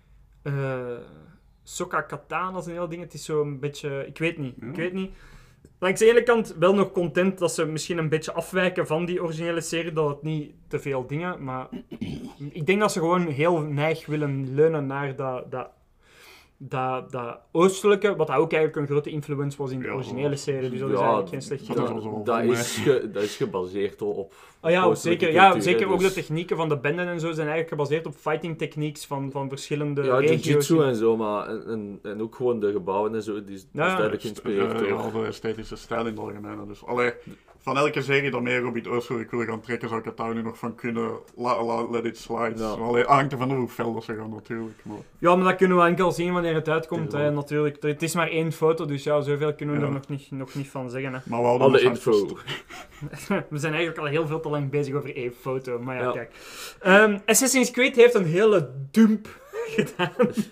Sokka Katanas en heel dingen. Het is zo'n beetje... Ik weet niet. Langs de ene kant wel nog content dat ze misschien een beetje afwijken van die originele serie, dat het niet te veel dingen, maar ik denk dat ze gewoon heel neig willen leunen naar dat oostelijke, wat ook eigenlijk een grote influence was in de originele serie. Dus dat is eigenlijk geen slecht gedaan. Dat is gebaseerd op... Zeker ook de technieken van de benden en zo zijn eigenlijk gebaseerd op fighting techniques van verschillende regio's. Jiu-jitsu en zo, maar en ook gewoon de gebouwen en zo, die is duidelijk geïnspireerd door... de esthetische stijl in het algemeen. Dus van elke serie dat meer op het oostelijk wil gaan trekken, zou ik het daar nu nog van kunnen let it slide. Ja. Hangt er van hoe fel dat ze gaan natuurlijk. Maar... Ja, maar dat kunnen we enkel zien wanneer het uitkomt, natuurlijk. Het is maar 1 foto, dus zoveel kunnen we er nog niet van zeggen. Hè. Maar wel alle info. We zijn eigenlijk al heel veel te lang bezig over 1 foto, maar ja. Kijk. Assassin's Creed heeft een hele dump gedaan.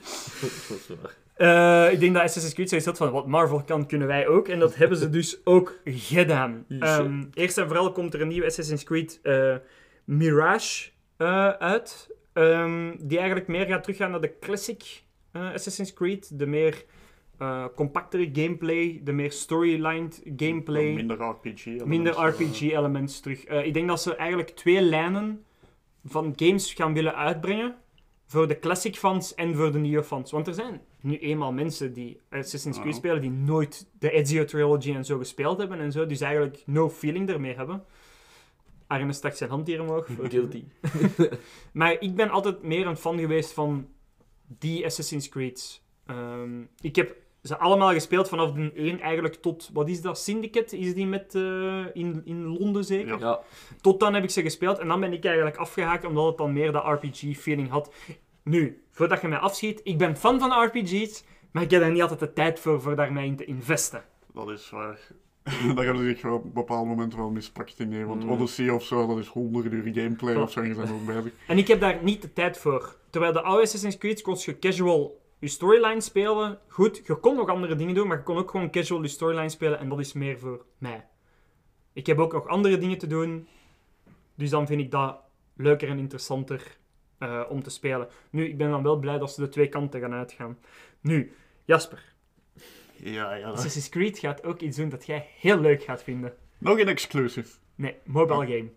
Ik denk dat Assassin's Creed zoiets had van wat Marvel kan, kunnen wij ook. En dat hebben ze dus ook gedaan. Eerst en vooral komt er een nieuwe Assassin's Creed Mirage uit. Die eigenlijk meer gaat teruggaan naar de classic Assassin's Creed. De meer compactere gameplay, de meer storylined gameplay. Minder RPG-elements terug. Ik denk dat ze eigenlijk 2 lijnen van games gaan willen uitbrengen. Voor de classic fans en voor de nieuwe fans. Want er zijn nu eenmaal mensen die Assassin's Creed spelen die nooit de Ezio Trilogy en zo gespeeld hebben en zo. Dus eigenlijk no feeling ermee hebben. Arne stak zijn hand hier omhoog. Guilty. Maar ik ben altijd meer een fan geweest van die Assassin's Creeds. Ik heb ze allemaal gespeeld vanaf de 1 eigenlijk tot... Wat is dat? Syndicate? Is die met... in Londen zeker? Ja. Tot dan heb ik ze gespeeld. En dan ben ik eigenlijk afgehaakt, omdat het dan meer dat RPG-feeling had. Nu, voordat je mij afschiet, ik ben fan van RPG's, maar ik heb er niet altijd de tijd voor daarmee in te investen. Dat is waar. Daar hebben ze zich wel op bepaalde momenten wel mispakt in nemen. Want Odyssey of zo, dat is 100 uur gameplay of zo, en je bent ook bezig. En ik heb daar niet de tijd voor. Terwijl de oude Assassin's Creed kon je casual je storyline spelen. Goed, je kon nog andere dingen doen, maar je kon ook gewoon casual je storyline spelen en dat is meer voor mij. Ik heb ook nog andere dingen te doen, dus dan vind ik dat leuker en interessanter om te spelen. Nu, ik ben dan wel blij dat ze de 2 kanten gaan uitgaan. Nu, Jasper. Ja. Assassin's Creed gaat ook iets doen dat jij heel leuk gaat vinden. Nog een exclusive. Nee, mobile game.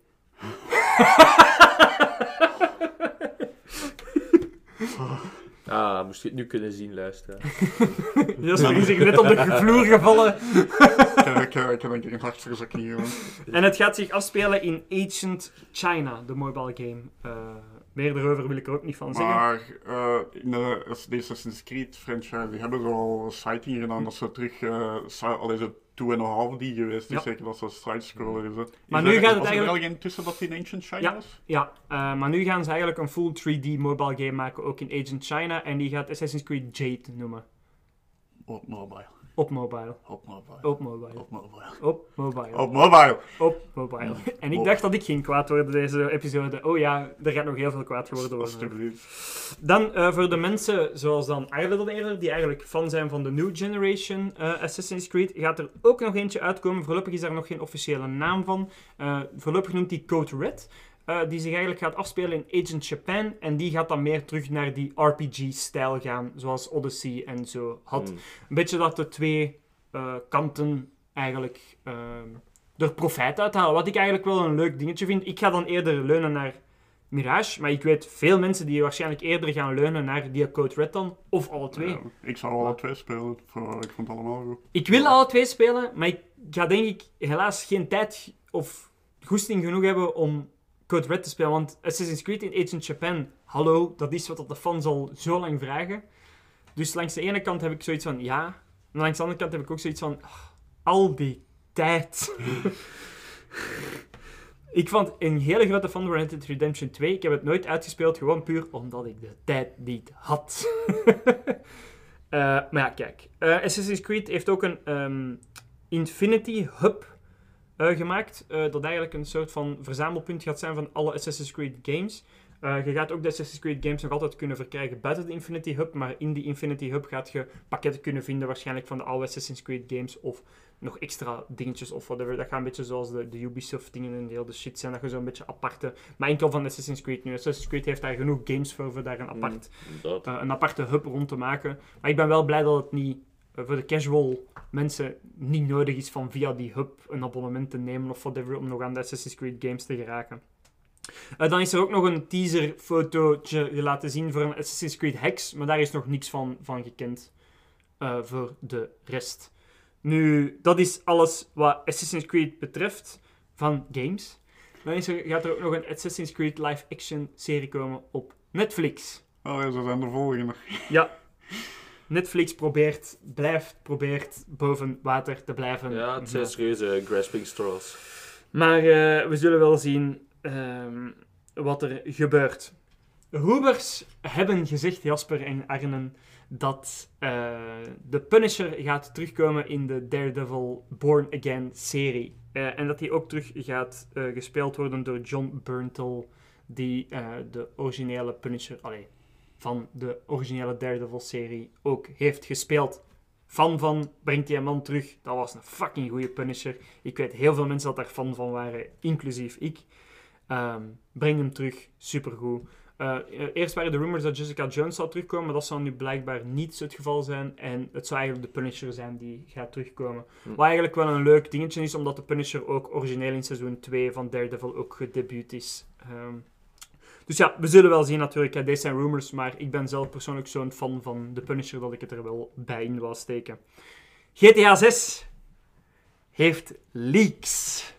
Moest je het nu kunnen zien, luisteren. Jasper is zich net op de vloer gevallen. Ik heb een keer een hartverzakking gedaan. En het gaat zich afspelen in Ancient China, de mobile game. Meer daarover wil ik er ook niet van zeggen. Maar in de Assassin's Creed franchise, die hebben zo al een sighting gedaan dat ze terug... Alleen zo 2,5D geweest, dus zeker dat ze side-scroller is. Maar nu gaat het eigenlijk... Was er wel geen tussen dat die in Ancient China is? Ja, maar nu gaan ze eigenlijk een full 3D mobile game maken, ook in Ancient China. En die gaat Assassin's Creed Jade noemen. Op mobile. Op mobile. Op mobile. Op mobile. Op mobile. Op mobile. Op mobile. Op mobile. En ik dacht dat ik ging kwaad worden deze episode. Oh ja, er gaat nog heel veel kwaad geworden worden. Alsjeblieft. Dan voor de mensen zoals dan Arle dan eerder, die eigenlijk fan zijn van de New Generation Assassin's Creed, gaat er ook nog eentje uitkomen. Voorlopig is daar nog geen officiële naam van. Voorlopig noemt die Code Red. Die zich eigenlijk gaat afspelen in Agent Japan. En die gaat dan meer terug naar die RPG-stijl gaan, zoals Odyssey en zo had. Een beetje dat de 2 kanten eigenlijk er profijt uithalen. Wat ik eigenlijk wel een leuk dingetje vind. Ik ga dan eerder leunen naar Mirage, maar ik weet veel mensen die waarschijnlijk eerder gaan leunen naar die Code Red dan, of alle 2. Ja, ik zou alle 2 spelen. Ik vond het allemaal goed. Ik wil alle 2 spelen, maar ik ga denk ik helaas geen tijd of goesting genoeg hebben om Code Red te spelen, want Assassin's Creed in Agent Japan, hallo, dat is wat de fans al zo lang vragen. Dus langs de ene kant heb ik zoiets van ja, en langs de andere kant heb ik ook zoiets van al die tijd. Ik vond een hele grote fan van Red Dead Redemption 2. Ik heb het nooit uitgespeeld, gewoon puur omdat ik de tijd niet had. Maar ja, kijk. Assassin's Creed heeft ook een Infinity Hub gemaakt. Dat eigenlijk een soort van verzamelpunt gaat zijn van alle Assassin's Creed games. Je gaat ook de Assassin's Creed games nog altijd kunnen verkrijgen buiten de Infinity Hub, maar in die Infinity Hub gaat je pakketten kunnen vinden waarschijnlijk van de oude Assassin's Creed games of nog extra dingetjes of whatever. Dat gaat een beetje zoals de Ubisoft dingen en heel de shit zijn, dat je zo'n beetje aparte... Maar enkel van Assassin's Creed nu. Assassin's Creed heeft daar genoeg games voor daar een aparte hub rond te maken. Maar ik ben wel blij dat het niet... voor de casual mensen niet nodig is van via die hub een abonnement te nemen of whatever om nog aan de Assassin's Creed games te geraken. Dan is er ook nog een teaserfotootje laten zien voor een Assassin's Creed Hex, maar daar is nog niks van gekend voor de rest. Nu, dat is alles wat Assassin's Creed betreft van games. Dan gaat er ook nog een Assassin's Creed live-action serie komen op Netflix. Oh ja, ze zijn de volgende. Ja. Netflix probeert boven water te blijven. Ja, het zijn serieuze grasping straws. Maar we zullen wel zien wat er gebeurt. Hoebers hebben gezegd, Jasper en Arnen, dat de Punisher gaat terugkomen in de Daredevil Born Again serie. En dat die ook terug gaat gespeeld worden door John Bernthal, die de originele Punisher van de originele Daredevil-serie ook heeft gespeeld. Fan van, brengt die man terug. Dat was een fucking goede Punisher. Ik weet heel veel mensen dat daar fan van waren, inclusief ik. Breng hem terug, supergoed. Eerst waren de rumors dat Jessica Jones zou terugkomen, maar dat zou nu blijkbaar niet het geval zijn. En het zou eigenlijk de Punisher zijn die gaat terugkomen. Wat eigenlijk wel een leuk dingetje is, omdat de Punisher ook origineel in seizoen 2 van Daredevil ook gedebuut is. Dus ja, we zullen wel zien natuurlijk. Deze zijn rumors, maar ik ben zelf persoonlijk zo'n fan van de Punisher dat ik het er wel bij in wou steken. GTA 6 heeft leaks.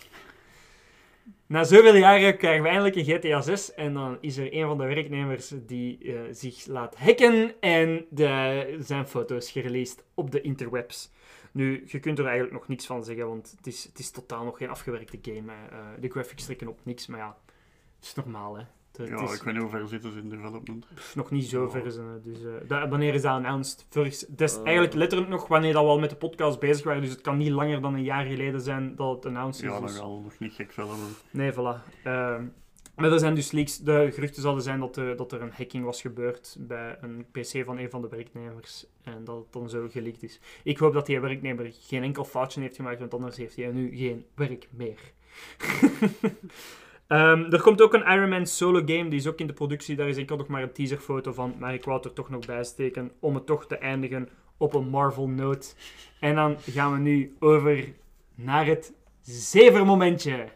Na zoveel jaren krijgen we eindelijk een GTA 6 en dan is er een van de werknemers die zich laat hacken en zijn foto's gereleased op de interwebs. Nu, je kunt er eigenlijk nog niks van zeggen, want het is totaal nog geen afgewerkte game. De graphics trekken op niks, maar ja, het is normaal, hè. Ik weet niet hoe ver zitten ze in development. Nog niet zo ver. Dus, wanneer is dat announced? Het is eigenlijk letterlijk nog wanneer dat we al met de podcast bezig waren. Dus het kan niet langer dan een jaar geleden zijn dat het announced is. Ja, dat zal nog niet gek verder. Nee, voilà. Maar er zijn dus leaks. De geruchten zouden zijn dat er een hacking was gebeurd bij een PC van een van de werknemers. En dat het dan zo geleakt is. Ik hoop dat die werknemer geen enkel foutje heeft gemaakt, want anders heeft hij nu geen werk meer. Er komt ook een Iron Man solo game, die is ook in de productie. Daar is enkel nog maar een teaserfoto van, maar ik wou het er toch nog bij steken om het toch te eindigen op een Marvel note. En dan gaan we nu over naar het zevermomentje.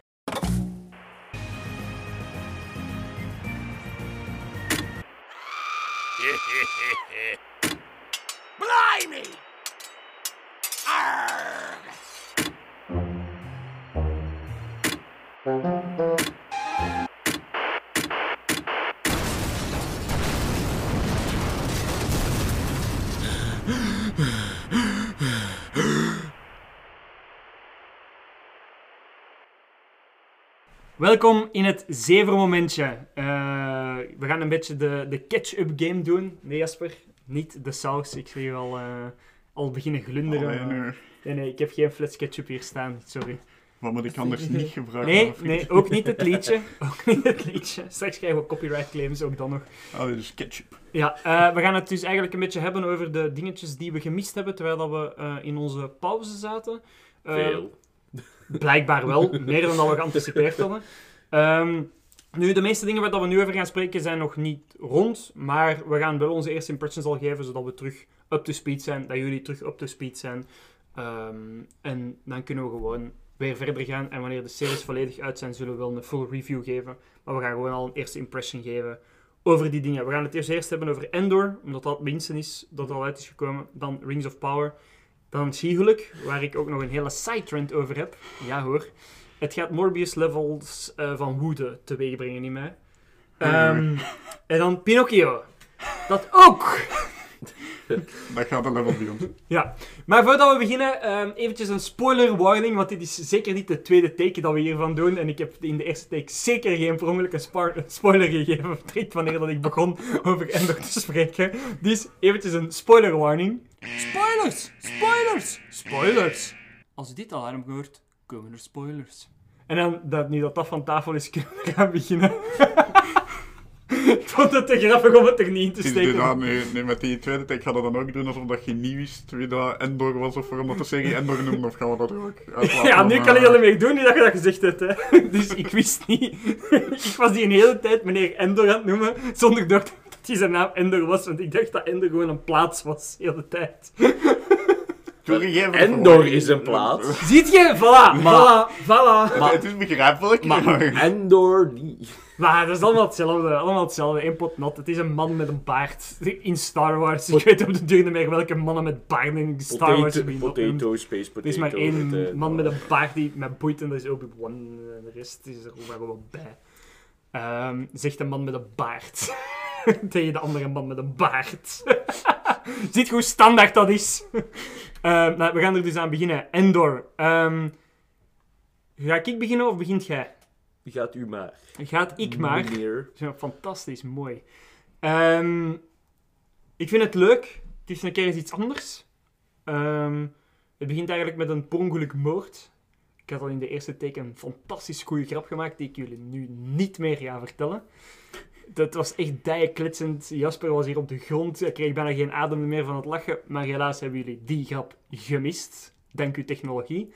Blimey! Arrgh! Welkom in het zevermomentje. We gaan een beetje de catch-up game doen. Nee, Jasper, niet de saus. Ik zie je al beginnen glunderen. Nee, ik heb geen fles ketchup hier staan. Sorry. Wat moet ik anders niet gebruiken? Nee, ook niet het liedje. Straks krijgen we copyright claims, ook dan nog. Oh, dit is ketchup. Ja, we gaan het dus eigenlijk een beetje hebben over de dingetjes die we gemist hebben terwijl dat we in onze pauze zaten. Veel. Blijkbaar wel, meer dan dat we geanticipeerd hadden. Nu, de meeste dingen waar we nu over gaan spreken zijn nog niet rond, maar we gaan wel onze eerste impressions al geven, zodat we terug up-to-speed zijn, dat jullie terug up-to-speed zijn. En dan kunnen we gewoon weer verder gaan. En wanneer de series volledig uit zijn, zullen we wel een full review geven. Maar we gaan gewoon al een eerste impression geven over die dingen. We gaan het eerst hebben over Endor, omdat dat het minste is dat al uit is gekomen. Dan Rings of Power. Dan She-Hulk, waar ik ook nog een hele sidetrend over heb. Ja hoor. Het gaat Morbius levels van woede teweeg brengen in mij. En dan Pinocchio. Dat ook! Dat gaat een level beyond. Ja, maar voordat we beginnen, eventjes een spoiler warning, want dit is zeker niet de tweede take dat we hiervan doen. En ik heb in de eerste take zeker geen per ongeluk een spoiler gegeven, direct wanneer dat ik begon over Endor te spreken. Dus eventjes een spoiler warning. Spoilers! Spoilers! Spoilers! Als je dit alarm hoort, komen er spoilers. En dan, nu dat van tafel is, kunnen we gaan beginnen. Ik vond het te grappig om het er niet in te steken. Nee, met die tweede take gaan we dan ook doen alsof dat je niet wist wie dat Endor was of waarom dat de serie Endor noemde, of gaan we dat er ook uitlaten? Ja, nu kan ik er mee doen, nu dat je dat gezegd hebt. Hè. Dus ik wist niet. Ik was die een hele tijd meneer Endor aan het noemen, zonder dat hij zijn naam Endor was, want ik dacht dat Endor gewoon een plaats was, de hele tijd. Toegegeven. Endor is een plaat. Ziet je? Voilà. Het is begrijpelijk. Maar Endor niet. Maar dat is allemaal hetzelfde. Eén pot nat. Het is een man met een baard in Star Wars. Ik weet op de duur niet meer welke mannen met baarden in Star Wars hebben. Potato, space potato. Er is maar één man met een baard die mij boeit en dat is Obi-Wan. De rest is er ook wel bij. Zegt een man met een baard. Tegen de andere man met een baard. Ziet hoe standaard dat is. Nou, we gaan er dus aan beginnen. Endor. Ga ik beginnen of begint jij? Gaat u maar. Gaat ik maar. Meneer. Zo, fantastisch, mooi. Ik vind het leuk. Het is een keer eens iets anders. Het begint eigenlijk met een per ongeluk moord. Ik had al in de eerste teken een fantastisch goede grap gemaakt die ik jullie nu niet meer ga vertellen. Dat was echt dijenklitsend. Jasper was hier op de grond. Hij kreeg bijna geen adem meer van het lachen. Maar helaas hebben jullie die grap gemist. Dank uw technologie.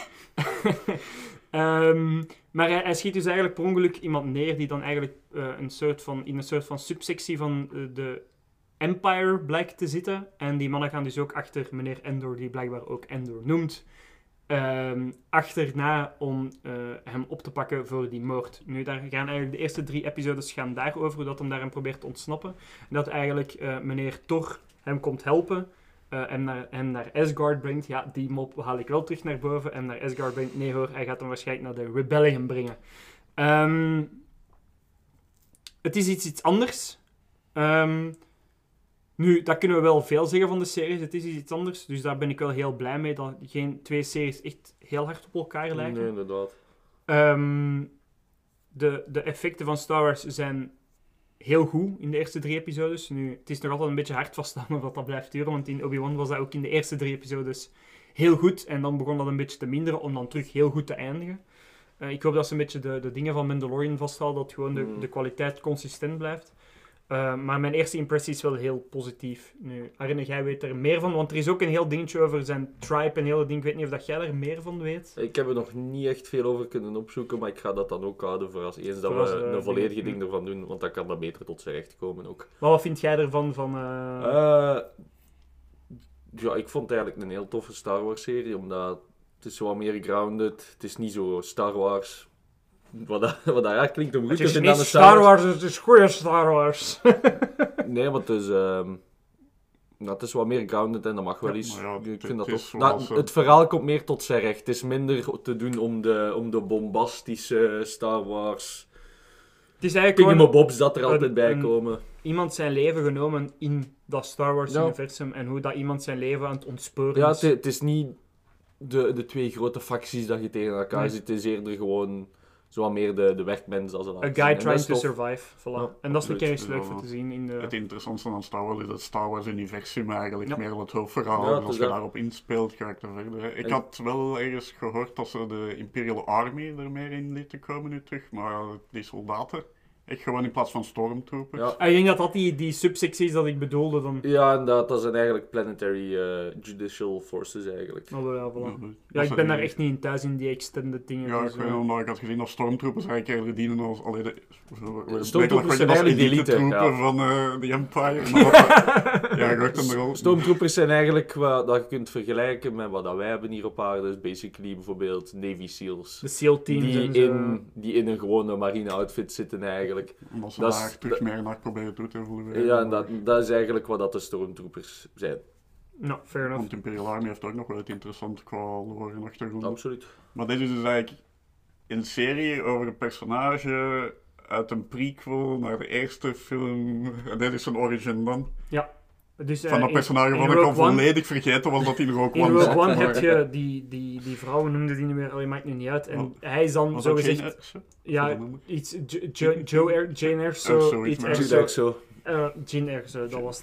Maar hij schiet dus eigenlijk per ongeluk iemand neer die dan eigenlijk in een soort van subsectie van de Empire blijkt te zitten. En die mannen gaan dus ook achter meneer Endor, die blijkbaar ook Endor noemt, achterna om hem op te pakken voor die moord. Nu, daar gaan eigenlijk de eerste 3 episodes gaan daarover, hoe dat hem daarin probeert te ontsnappen. En dat eigenlijk meneer Thor hem komt helpen. En naar Asgard brengt. Ja, die mop haal ik wel terug naar boven. En naar Asgard brengt. Nee hoor, hij gaat hem waarschijnlijk naar de Rebellion brengen. Het is iets anders. Nu, dat kunnen we wel veel zeggen van de series. Het is iets anders. Dus daar ben ik wel heel blij mee. Dat geen 2 series echt heel hard op elkaar lijken. Nee, inderdaad. De effecten van Star Wars zijn heel goed in de eerste 3 episodes. Nu, het is nog altijd een beetje hard vasthouden of dat blijft duren, want in Obi-Wan was dat ook in de eerste 3 episodes heel goed. En dan begon dat een beetje te minderen om dan terug heel goed te eindigen. Ik hoop dat ze een beetje de dingen van Mandalorian vasthouden, dat gewoon de kwaliteit consistent blijft. Maar mijn eerste impressie is wel heel positief. Nu, Arne, jij weet er meer van, want er is ook een heel dingetje over zijn tribe en hele ding. Ik weet niet of dat jij er meer van weet. Ik heb er nog niet echt veel over kunnen opzoeken, maar ik ga dat dan ook houden voor als eens dat we een volledige ding ervan doen, want dan kan dat beter tot zijn recht komen ook. Maar wat vind jij ervan? Ja, ik vond het eigenlijk een heel toffe Star Wars serie, omdat het is zo wat meer grounded. Het is niet zo Star Wars. Wat dat klinkt om goed te vinden aan de Star Wars. Het is goede Star Wars. Nee, want het is wat meer grounded en dat mag wel eens. Ja, ik vind dat tof. Het verhaal komt meer tot zijn recht. Het is minder te doen om de bombastische Star Wars. Het is eigenlijk gewoon bobs dat er altijd bij komen. Iemand zijn leven genomen in dat Star Wars universum en hoe dat iemand zijn leven aan het ontsporen is. Ja, het is niet de 2 grote facties dat je tegen elkaar zit. Het is eerder gewoon zo wat meer de werkmensen als het A guy trying to survive. Voilà. Ja, en dat is een keer eens leuk voor te zien. In de... Het interessantste aan Star Wars is het Star Wars universum eigenlijk meer dan het hoofdverhaal. Ja, als je daarop inspeelt, ga ik er verder. Ik had wel ergens gehoord dat ze de Imperial Army er meer in lieten komen nu terug, maar die soldaten echt gewoon in plaats van stormtroopers. Ja. Ik denk dat die subsecties dat ik bedoelde dan... Ja, inderdaad, dat zijn eigenlijk planetary judicial forces eigenlijk. Oh, ja, voilà. Ja, ik ben daar echt niet in thuis in die extended dingen. Ja, dus, ik weet nog, omdat ik had gezien dat stormtroopers eigenlijk eerder dienen als... Stormtroopers zijn eigenlijk de elite. Van de Empire. Ja, ik hoorde hem er al. Stormtroopers zijn eigenlijk wat dat je kunt vergelijken met wat dat wij hebben hier op aarde. Dus basically bijvoorbeeld Navy SEALs. De SEAL teams die in een gewone marine outfit zitten eigenlijk. Omdat ze daar terug meer naar proberen toe te evolueren. Ja, en dat is eigenlijk wat dat de stormtroopers zijn. No, fair enough. Want Imperial Army heeft ook nog wel het interessant qua lore en achtergrond. Absoluut. Maar dit is dus eigenlijk een serie over een personage uit een prequel naar de eerste film. En dit is zijn origin dan. Ja. Dus, van dat personage wat ik al volledig vergeten was dat hij er ook was. In Rogue One heb je die vrouw, noemde die niet meer, die maakt nu niet uit. En hij is dan zogezegd... Ja, iets... Jane Erso. Jane Erso, dat was het.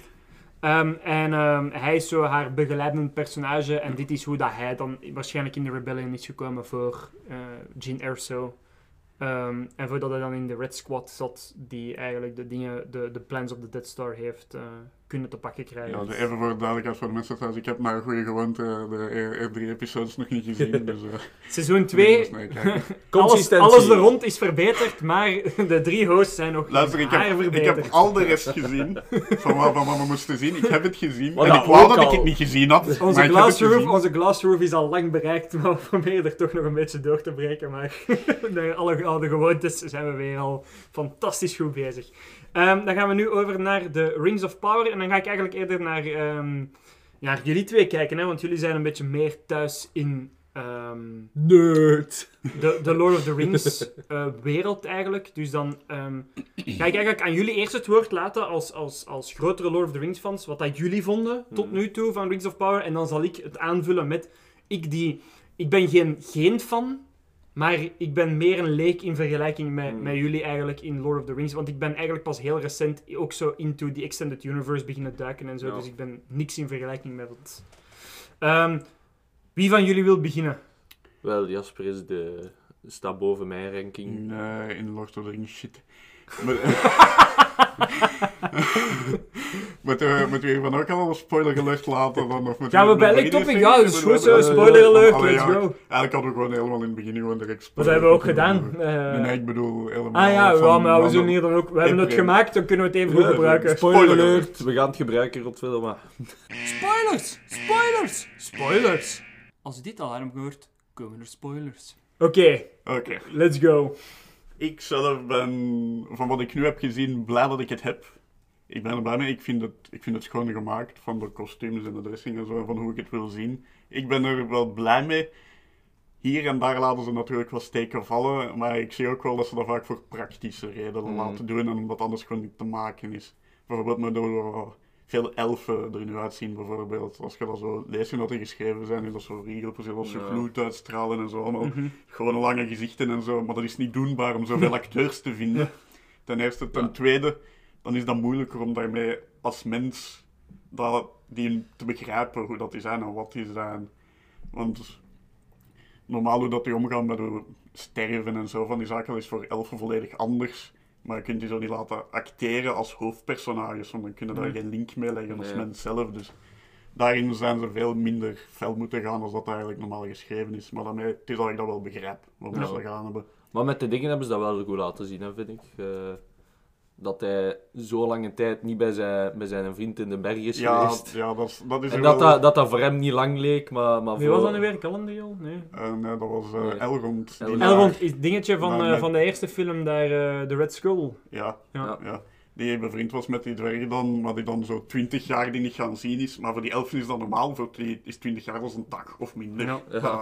Hij is zo haar begeleidend personage en dit is hoe dat hij dan waarschijnlijk in de Rebellion is gekomen voor Jane Erso. En voordat hij dan in de Red Squad zat, die eigenlijk de plans op de Death Star heeft kunnen te pakken krijgen. Ja, even voor de duidelijkheid voor de mensen thuis. Ik heb naar goede gewoonte de 3 episodes nog niet gezien. Dus, Seizoen 2, alles er rond is verbeterd, maar de 3 hosts zijn nog verbeterd. Ik heb al de rest gezien van wat we moesten zien. Ik heb het gezien. En ik wou dat ik het niet gezien had. Onze glass roof is al lang bereikt, maar we proberen er toch nog een beetje door te breken. Maar naar alle oude gewoontes zijn we weer al fantastisch goed bezig. Dan gaan we nu over naar de Rings of Power. En dan ga ik eigenlijk eerder naar jullie twee kijken, hè, want jullie zijn een beetje meer thuis in nerd. De Lord of the Rings wereld eigenlijk. Dus dan ga ik eigenlijk aan jullie eerst het woord laten als grotere Lord of the Rings fans, wat dat jullie vonden tot nu toe van Rings of Power. En dan zal ik het aanvullen met ik ben geen fan, maar ik ben meer een leek in vergelijking met jullie eigenlijk in Lord of the Rings. Want ik ben eigenlijk pas heel recent ook zo into the Extended Universe beginnen duiken en zo. Ja. Dus ik ben niks in vergelijking met het. Wie van jullie wil beginnen? Wel, Jasper staat boven mijn ranking. Nee, in Lord of the Rings shit. Moeten we hiervan ook al een spoiler alert laten? Gaan we bij Elk Topic? Ja, dat is goed zo. Spoiler alert, let's go. Eigenlijk hadden we gewoon helemaal in het begin gewoon direct spoiler. Dat hebben we ook gedaan. Nee, ik bedoel helemaal... maar we zullen hier dan ook... We hebben het gemaakt, dan kunnen we het even goed gebruiken. Spoiler alert. We gaan het gebruiken, rotwillen, maar... Spoilers! Als je dit alarm hoort, komen er spoilers. Oké, let's go. Ik zelf ben, van wat ik nu heb gezien, blij dat ik het heb. Ik ben er blij mee. Ik vind het schoon gemaakt, van de kostuums en de dressing en zo, van hoe ik het wil zien. Ik ben er wel blij mee. Hier en daar laten ze natuurlijk wel steken vallen, maar ik zie ook wel dat ze dat vaak voor praktische redenen laten doen en omdat anders gewoon niet te maken is. Bijvoorbeeld met veel elfen er nu uitzien, bijvoorbeeld. Als je dat zo leest hoe dat die geschreven zijn, is dat zo regal, precies als ze gloed uitstralen en zo. Allemaal gewone lange gezichten en zo. Maar dat is niet doenbaar om zoveel acteurs te vinden. Ten eerste. Ten tweede, dan is dat moeilijker om daarmee als mens die te begrijpen hoe dat die zijn en wat die zijn. Want normaal hoe dat die omgaan met sterven en zo van die zaken is voor elfen volledig anders. Maar je kunt die zo niet laten acteren als hoofdpersonages, want dan kunnen daar geen link mee leggen als mens zelf. Dus daarin zijn ze veel minder fel moeten gaan als dat eigenlijk normaal geschreven is. Maar daarmee, het is dat ik dat wel begrijp, waarom ze dat gedaan hebben. Maar met de dingen hebben ze dat wel goed laten zien, hè, vind ik. Dat hij zo lange tijd niet bij zijn vriend in de berg is geweest. Ja, dat is en wel... dat voor hem niet lang leek, maar wie was dat nu weer? Galadriel? Nee. Nee, dat was Elrond. Elrond is het dingetje van de eerste film, daar, de Red Skull. Ja. Die bevriend was met die dwerg dan, maar die dan zo 20 jaar die niet gaan zien is. Maar voor die elfen is dat normaal, voor die is 20 jaar als een dag of minder.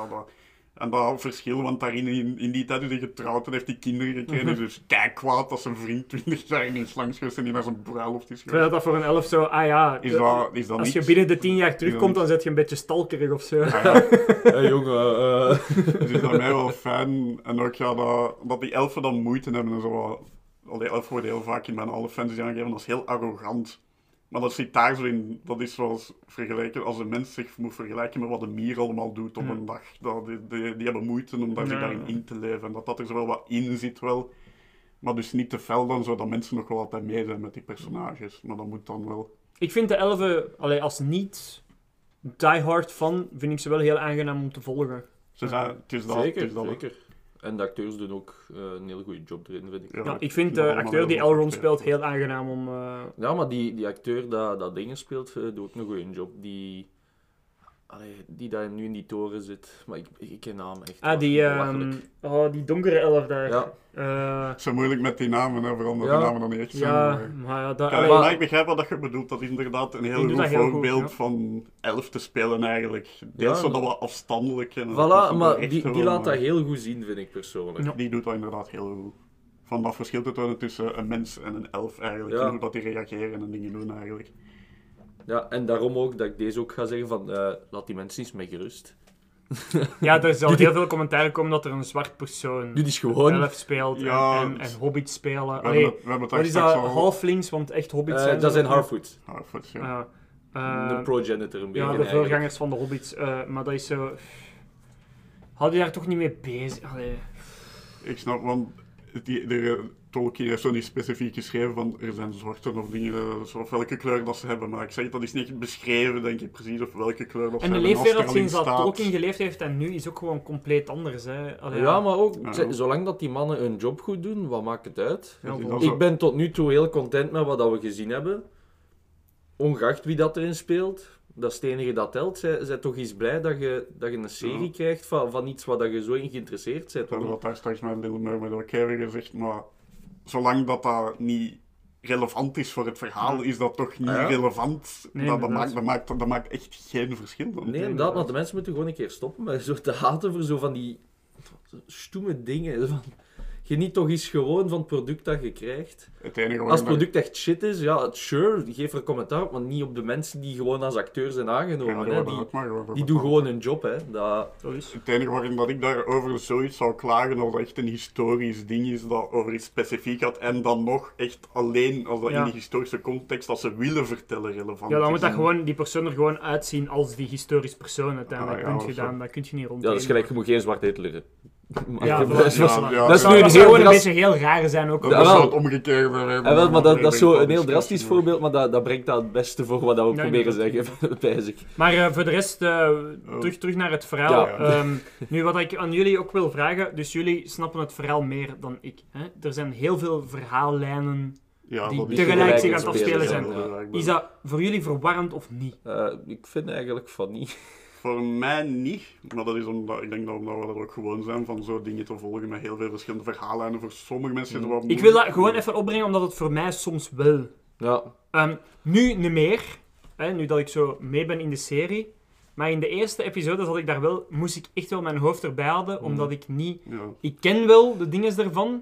En dat verschil, want daarin in die tijd is hij getrouwd en heeft hij kinderen gekregen. Dus kijk kwaad als zijn vriend 20 jaar niet is langs geweest en niet naar zijn bruiloft is geweest. Terwijl dat voor een elf zo, is dat als je binnen de 10 jaar terugkomt, dan zet je een beetje stalkerig of zo. Hey, jongen. Dus het is voor mij wel fijn. En ook dat die elfen dan moeite hebben en zo. Al die elfen worden heel vaak in mijn alle fantasy aangegeven als heel arrogant. Maar dat zit daar zo in, dat is zoals vergelijken, als een mens zich moet vergelijken met wat een mier allemaal doet op een dag. Die hebben moeite om daar zich daarin in te leven. En dat er zo wel wat in zit wel. Maar dus niet te fel dan, zodat mensen nog wel altijd mee zijn met die personages. Maar dat moet dan wel. Ik vind de elfen, als niet diehard fan, vind ik ze wel heel aangenaam om te volgen. Zeker. En de acteurs doen ook een heel goede job erin, vind ik. Ja, ik vind de acteur die Elrond speelt heel aangenaam om... Ja, maar die acteur dat dingen speelt, doet ook een goede job. Die daar nu in die toren zit. Maar ik ken naam echt. Die donkere elf daar. Ja. Het is zo moeilijk met die namen, hè, vooral omdat die namen dan niet echt zijn. Maar ik begrijp wel dat je bedoelt. Dat is inderdaad een heel goed voorbeeld van elf te spelen eigenlijk. Deels zo dat wat afstandelijk. En voilà, maar die laat dat heel goed zien, vind ik persoonlijk. Ja. Die doet dat inderdaad heel goed. Van dat verschil te tonen tussen een mens en een elf eigenlijk. En hoe dat die reageren en dingen doen eigenlijk. Ja, en daarom ook dat ik deze ook ga zeggen van, laat die mensen eens mee gerust. Ja, er zal heel veel commentaar komen dat er een zwart persoon dit is gewoon elf speelt en hobbits spelen. We hebben wat is dat? Halflings, want echt hobbits zijn dat zijn Harfoots. Harfoots, ja. De progenitor een beetje. Ja, de voorgangers van de hobbits. Maar dat is zo... Had je daar toch niet mee bezig? Ik snap, want Tolkien heeft zo niet specifiek geschreven van er zijn zwarten of dingen, of welke kleur dat ze hebben. Maar ik zeg dat is niet beschreven, denk ik precies, of welke kleur dat ze hebben. En de leefwereld sinds dat Tolkien geleefd heeft en nu is ook gewoon compleet anders. Hè. Allee, ja, maar ook, zolang dat die mannen hun job goed doen, wat maakt het uit? Ja, ik ben tot nu toe heel content met wat we gezien hebben. Ongeacht wie dat erin speelt. Dat is het enige dat telt. Zij toch eens blij dat je een serie krijgt van iets waar je zo in geïnteresseerd bent. Ik had daar straks met Little Mermaid ook even gezegd, maar zolang dat niet relevant is voor het verhaal, is dat toch niet relevant. Nee, dat maakt echt geen verschil. Nee, inderdaad, want de mensen moeten gewoon een keer stoppen met zo te haten voor zo van die stoeme dingen. Geniet toch eens gewoon van het product dat je krijgt. Als het product echt shit is, ja, sure, geef er commentaar op, maar niet op de mensen die gewoon als acteur zijn aangenomen. Ja, die doen gewoon hun job. Hè. Het enige waarin dat ik daarover zoiets zou klagen, als dat echt een historisch ding is dat over iets specifiek gaat, en dan nog echt alleen als dat in die historische context, als ze willen vertellen, relevant is. Ja, dan moet dat gewoon, die persoon er gewoon uitzien als die historisch persoon uiteindelijk. Dat kun je niet rond. Ja, dat is gelijk, je moet geen zwart Hitler. Ja, dat is nu een beetje heel raar zijn ook. Dat zou het omgekeerde. Maar dat is zo een heel drastisch voorbeeld, maar dat brengt dat het beste voor wat we proberen zeggen, pijs ik. Maar voor de rest, terug naar het verhaal. Ja. Nu, wat ik aan jullie ook wil vragen, dus jullie snappen het verhaal meer dan ik. Hè? Er zijn heel veel verhaallijnen die tegelijk zich aan het afspelen zijn. Is dat voor jullie verwarrend of niet? Ik vind eigenlijk van niet. Voor mij niet, maar dat is omdat ik denk dat we er ook gewoon zijn van zo dingen te volgen met heel veel verschillende verhaallijnen. Voor sommige mensen is het wat Ik wil dat gewoon even opbrengen, omdat het voor mij soms wel. Ja. Nu niet meer, nu dat ik zo mee ben in de serie. Maar in de eerste episode moest ik echt wel mijn hoofd erbij houden, omdat ik niet... Ja. Ik ken wel de dingen ervan,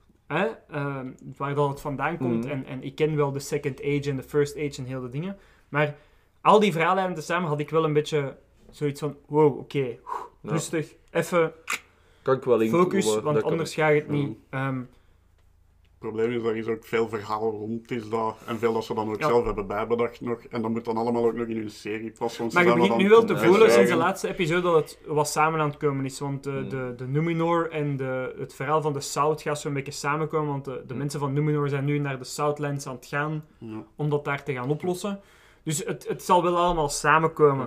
waar dat het vandaan komt, en ik ken wel de Second Age en de First Age en heel de dingen. Maar al die verhaallijnen tezamen had ik wel een beetje... Zoiets van, wow, oké, rustig, even focus, want anders ga je het niet. Het probleem is dat er ook veel verhaal rond is, en veel dat ze dan ook zelf hebben bijbedacht nog. En dat moet dan allemaal ook nog in hun serie passen. Maar je begint nu wel te voelen sinds de laatste episode dat het wat samen aan het komen is. Want de Numenor en het verhaal van de South gaat zo'n beetje samenkomen. Want de mensen van Numenor zijn nu naar de Southlands aan het gaan, om dat daar te gaan oplossen. Dus het zal wel allemaal samenkomen.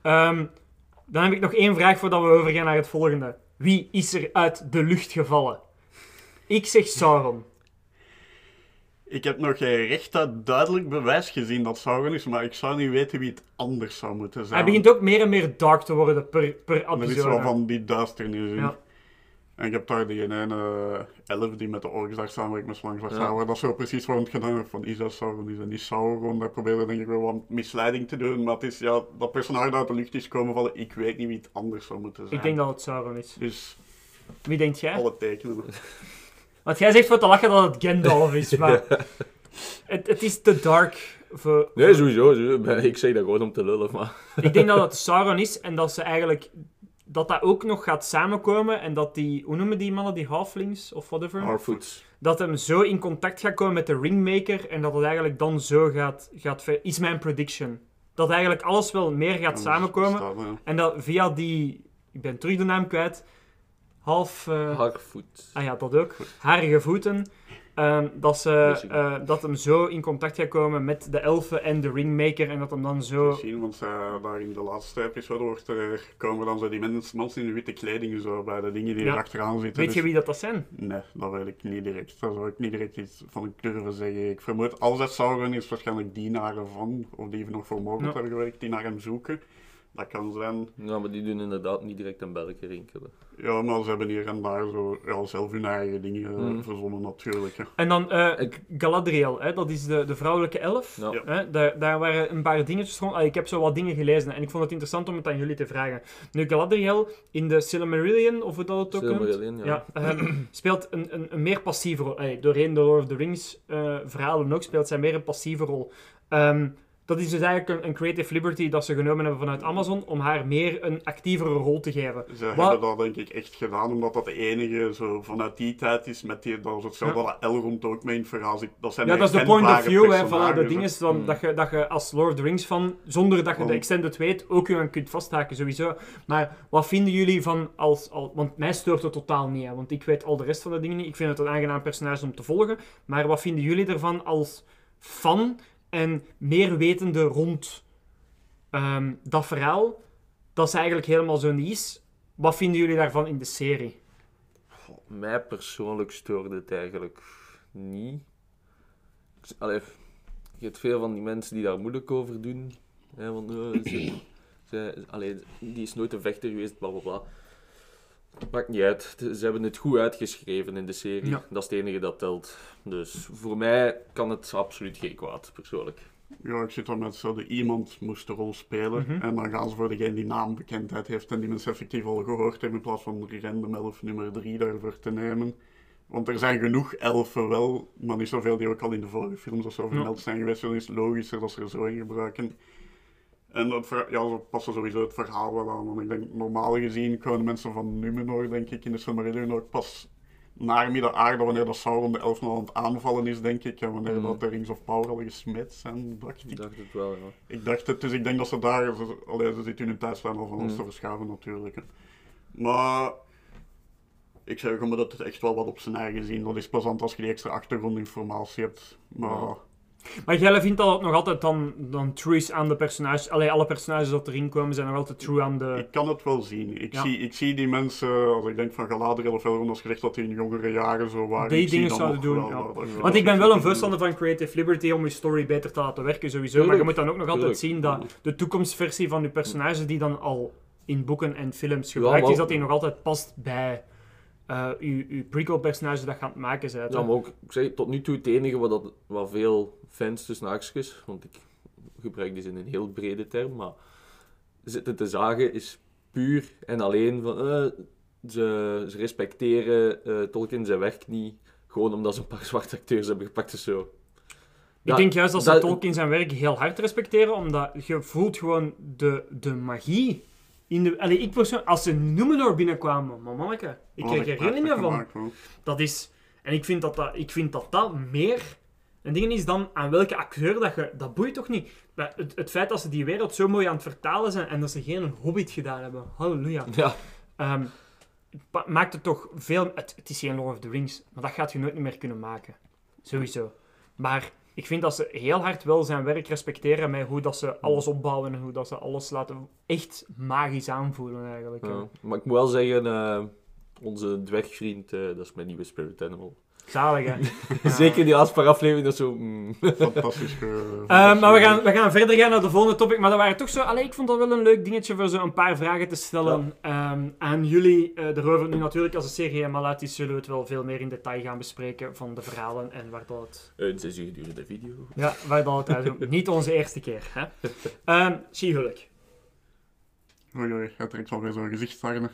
Dan heb ik nog één vraag voordat we overgaan naar het volgende. Wie is er uit de lucht gevallen? Ik zeg Sauron. Ik heb nog geen rechtuit duidelijk bewijs gezien dat Sauron is, maar ik zou niet weten wie het anders zou moeten zijn. Hij begint ook meer en meer dark te worden per episode. Er is wel van die duisternis in. Ja. En ik heb daar die ene elf die met de orks daar samenwerkt met Slangzwaard. Waar dat zo precies wordt gedaan van is dat Sauron, is dat niet Sauron. Daar probeerde denk ik wel wat misleiding te doen. Maar het is dat personage dat uit de lucht is komen vallen. Ik weet niet wie het anders zou moeten zijn. Ik denk dat het Sauron is. Dus wie denkt jij? Alle tekenen. Want jij zegt voor te lachen dat het Gandalf is, maar het is te dark. Nee, sowieso. Ik zeg dat gewoon om te lullen. Maar. Ik denk dat het Sauron is en dat ze eigenlijk... Dat ook nog gaat samenkomen en dat die... Hoe noemen die mannen? Die halflings of whatever? Harfoots. Dat hem zo in contact gaat komen met de Ringmaker en dat het eigenlijk dan zo gaat is mijn prediction. Dat eigenlijk alles wel meer gaat samenkomen. En dat via die... Ik ben terug de naam kwijt. Harfoot. Ah ja, dat ook. Harige voeten. Dat hem zo in contact gaat komen met de elfen en de Ringmaker en dat hem dan zo... Misschien, want daar in de laatste episode komen dan zo die mensen in witte kleding zo bij de dingen die er achteraan zitten. Weet je wie dat zijn? Nee, dat weet ik niet direct. Daar zou ik niet direct iets van durven zeggen. Ik vermoed, als het Sauron is, waarschijnlijk dienaren van, of die nog voor mogelijk hebben gewerkt, die naar hem zoeken. Dat kan zijn. Ja, maar die doen inderdaad niet direct een belletje rinkelen. Ja, maar ze hebben hier en daar zo zelf hun eigen dingen verzonnen natuurlijk. Hè. En dan Galadriel, dat is de vrouwelijke elf. Ja. Daar waren een paar dingetjes rond. Ik heb zo wat dingen gelezen en ik vond het interessant om het aan jullie te vragen. Nu, Galadriel in de Silmarillion, of hoe dat het ook Silmarillion, speelt een meer passieve rol. Doorheen de Lord of the Rings verhalen ook speelt zij meer een passieve rol. Dat is dus eigenlijk een creative liberty dat ze genomen hebben vanuit Amazon om haar meer een actievere rol te geven. Ze hebben dat denk ik echt gedaan, omdat dat de enige zo vanuit die tijd is met die, dat is hetzelfde dat Elrond ook mee in het verhaal zit. Dat zijn dat is de point of view, hè, van de dingen is dat je als Lord of the Rings fan, zonder dat je de extended weet, ook je aan kunt vasthaken, sowieso. Maar wat vinden jullie van want mij stoort het totaal niet, hè, want ik weet al de rest van de dingen niet. Ik vind het een aangenaam personage om te volgen, maar wat vinden jullie ervan als fan en meer wetende rond dat verhaal, dat ze eigenlijk helemaal zo niet is? Wat vinden jullie daarvan in de serie? Mij persoonlijk stoorde het eigenlijk niet. Allee, je hebt veel van die mensen die daar moeilijk over doen. Hè, want, die is nooit een vechter geweest, bla bla bla. Maakt niet uit. Ze hebben het goed uitgeschreven in de serie. Ja. Dat is het enige dat telt. Dus voor mij kan het absoluut geen kwaad, persoonlijk. Ja, ik zit er met zo, iemand moest de rol spelen. En dan gaan ze voor degene die naambekendheid heeft en die mensen effectief al gehoord hebben, in plaats van random elf nummer 3 daarvoor te nemen. Want er zijn genoeg elfen wel, maar niet zoveel die ook al in de vorige films of zo vermeld zijn geweest. Dan is het logischer dat ze er zo in gebruiken. En zo passen sowieso het verhaal wel aan. Want ik denk, normaal gezien komen mensen van Numenor, denk ik, in de Silmarillion ook pas naar Midden-Aarde, wanneer dat Sauron de elfen al aan het aanvallen is, denk ik. En wanneer dat de Rings of Power al gesmeed zijn, dacht ik. Ik dacht het wel, ja. Ik dacht het, dus ik denk dat ze daar... ze zitten in hun tijdslijn al van ons te verschuiven, natuurlijk. Hè. Maar... ik zeg gewoon dat het echt wel wat op zijn eigen zien. Dat is plezant als je die extra achtergrondinformatie hebt. Maar jij vindt dat het nog altijd dan true is aan de personages? Alle personages dat erin komen zijn nog altijd true aan de... Ik kan het wel zien. Ik zie die mensen, als ik denk van Galadriel of Elrond, als gezegd dat die in jongere jaren zo waren. Die dingen zouden doen, Want ik ben wel een voorstander van creative liberty om je story beter te laten werken, sowieso. Tuurlijk. Maar je moet dan ook nog altijd zien dat de toekomstversie van je personage, die dan al in boeken en films gebruikt is, dat die nog altijd past bij... uw prequel-personage dat gaat maken zijn. Ja, maar ook, ik zeg, tot nu toe het enige wat veel fans tussen haakjes, want ik gebruik die in een heel brede term, maar zitten te zagen is puur en alleen van ze respecteren Tolkien zijn werk niet, gewoon omdat ze een paar zwarte acteurs hebben gepakt of zo. Ik denk juist dat ze Tolkien zijn werk heel hard respecteren, omdat je voelt gewoon de magie. Ik persoonlijk, als ze Numenor binnenkwamen, maar manneke, ik kreeg er geen meer van. Dat is... En ik vind dat meer een ding is dan aan welke acteur dat boeit toch niet. Het feit dat ze die wereld zo mooi aan het vertalen zijn en dat ze geen Hobbit gedaan hebben. Halleluja. Ja. Maakt het toch veel... Het is geen Lord of the Rings, maar dat gaat je nooit meer kunnen maken. Sowieso. Maar... ik vind dat ze heel hard wel zijn werk respecteren met hoe dat ze alles opbouwen en hoe dat ze alles laten echt magisch aanvoelen eigenlijk. Ja, maar ik moet wel zeggen, onze dwergvriend, dat is mijn nieuwe spirit animal. Zalig, hè? Zeker die laatste paar afleveringen, dat is zo... Fantastisch. Maar we gaan verder gaan naar de volgende topic. Maar dat waren toch zo... ik vond dat wel een leuk dingetje voor zo een paar vragen te stellen aan jullie. Daarover nu natuurlijk, als de serie helemaal uit is, zullen we het wel veel meer in detail gaan bespreken van de verhalen en waar dat het... Een 6 uur gedurende video. Ja, waar dat het uit niet onze eerste keer, hè? She-Hulk. Oei, gaat er iets alweer zo'n gezicht starten.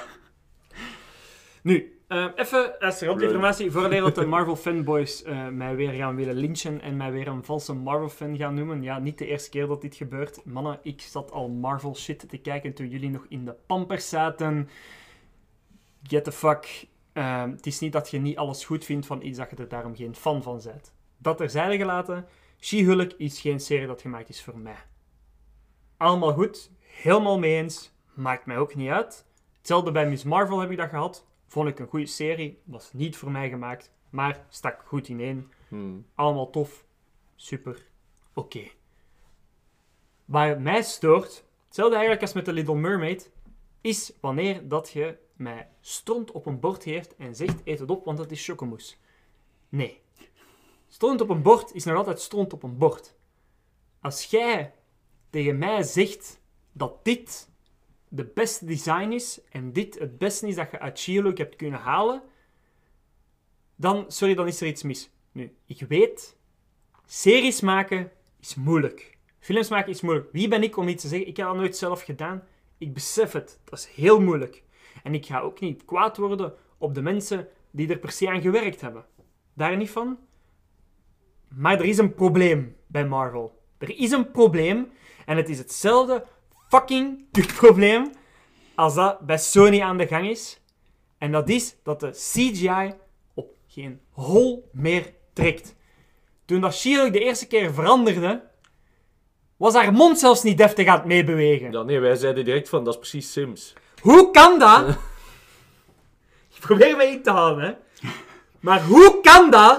Nu... even als informatie, voordat de Marvel fanboys mij weer gaan willen lynchen en mij weer een valse Marvel fan gaan noemen. Ja, niet de eerste keer dat dit gebeurt. Mannen, ik zat al Marvel shit te kijken toen jullie nog in de pampers zaten. Get the fuck. Het is niet dat je niet alles goed vindt van iets, dat je er daarom geen fan van bent. Dat terzijde gelaten, She-Hulk is geen serie dat gemaakt is voor mij. Allemaal goed, helemaal mee eens, maakt mij ook niet uit. Hetzelfde bij Miss Marvel heb ik dat gehad. Vond ik een goede serie. Was niet voor mij gemaakt. Maar stak goed ineen. Allemaal tof. Super. Oké. Waar mij stoort, hetzelfde eigenlijk als met The Little Mermaid, is wanneer dat je mij stront op een bord geeft en zegt, eet het op, want dat is chocomousse. Nee. Stront op een bord is nog altijd stront op een bord. Als jij tegen mij zegt dat dit de beste design is en dit het beste is dat je uit She-Hulk hebt kunnen halen, dan is er iets mis. Nu, ik weet, series maken is moeilijk. Films maken is moeilijk. Wie ben ik om iets te zeggen? Ik heb dat nooit zelf gedaan. Ik besef het. Dat is heel moeilijk. En ik ga ook niet kwaad worden op de mensen die er per se aan gewerkt hebben. Daar niet van. Maar er is een probleem bij Marvel. Er is een probleem en het is hetzelfde fucking kutprobleem als dat bij Sony aan de gang is. En dat is dat de CGI op geen hol meer trekt. Toen dat She-Hulk de eerste keer veranderde, was haar mond zelfs niet deftig aan het meebewegen. Ja, nee, wij zeiden direct van, dat is precies Sims. Hoe kan dat? Ik probeer me in te houden, hè. Maar hoe kan dat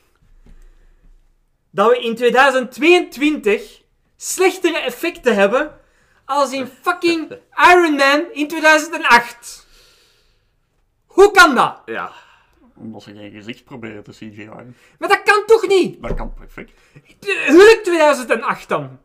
we in 2022 slechtere effecten hebben als in fucking Iron Man in 2008? Hoe kan dat? Ja. Omdat ze geen gezicht proberen te CGI'en. Maar dat kan toch niet? Dat kan perfect. Hulk 2008 dan.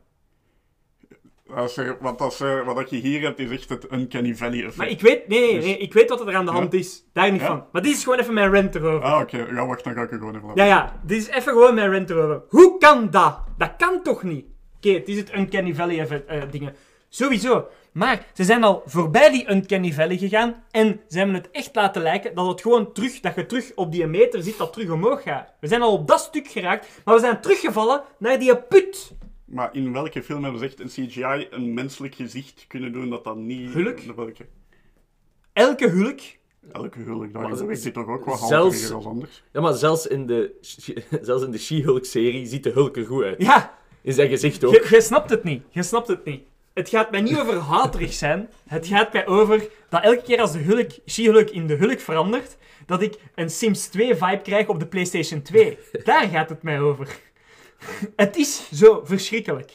Wat je hier hebt, is echt het Uncanny Valley effect. Maar ik weet, nee, ik weet wat er aan de hand is. Daar niet Ja? van. Maar dit is gewoon even mijn rant erover. Ah, oké. Ja, wacht, dan ga ik er gewoon even laten. Ja, dit is even gewoon mijn rant erover. Hoe kan dat? Dat kan toch niet? Oké, het is het Uncanny Valley dingen. Sowieso. Maar ze zijn al voorbij die Uncanny Valley gegaan en ze hebben het echt laten lijken dat je terug op die meter ziet dat terug omhoog gaat. We zijn al op dat stuk geraakt, maar we zijn teruggevallen naar die put. Maar in welke film hebben ze echt een CGI een menselijk gezicht kunnen doen dat niet... Hulk? Welke? Elke Hulk. Elke Hulk, daar is dit toch ook wat zelfs- halteriger als anders. Ja, maar zelfs in de She-Hulk-serie ziet de Hulk er goed uit. Ja. In zijn gezicht ook. Je snapt het niet. Je snapt het niet. Het gaat mij niet over haterig zijn. Het gaat mij over dat elke keer als de She-Hulk in de Hulk verandert, dat ik een Sims 2 vibe krijg op de PlayStation 2. Daar gaat het mij over. Het is zo verschrikkelijk.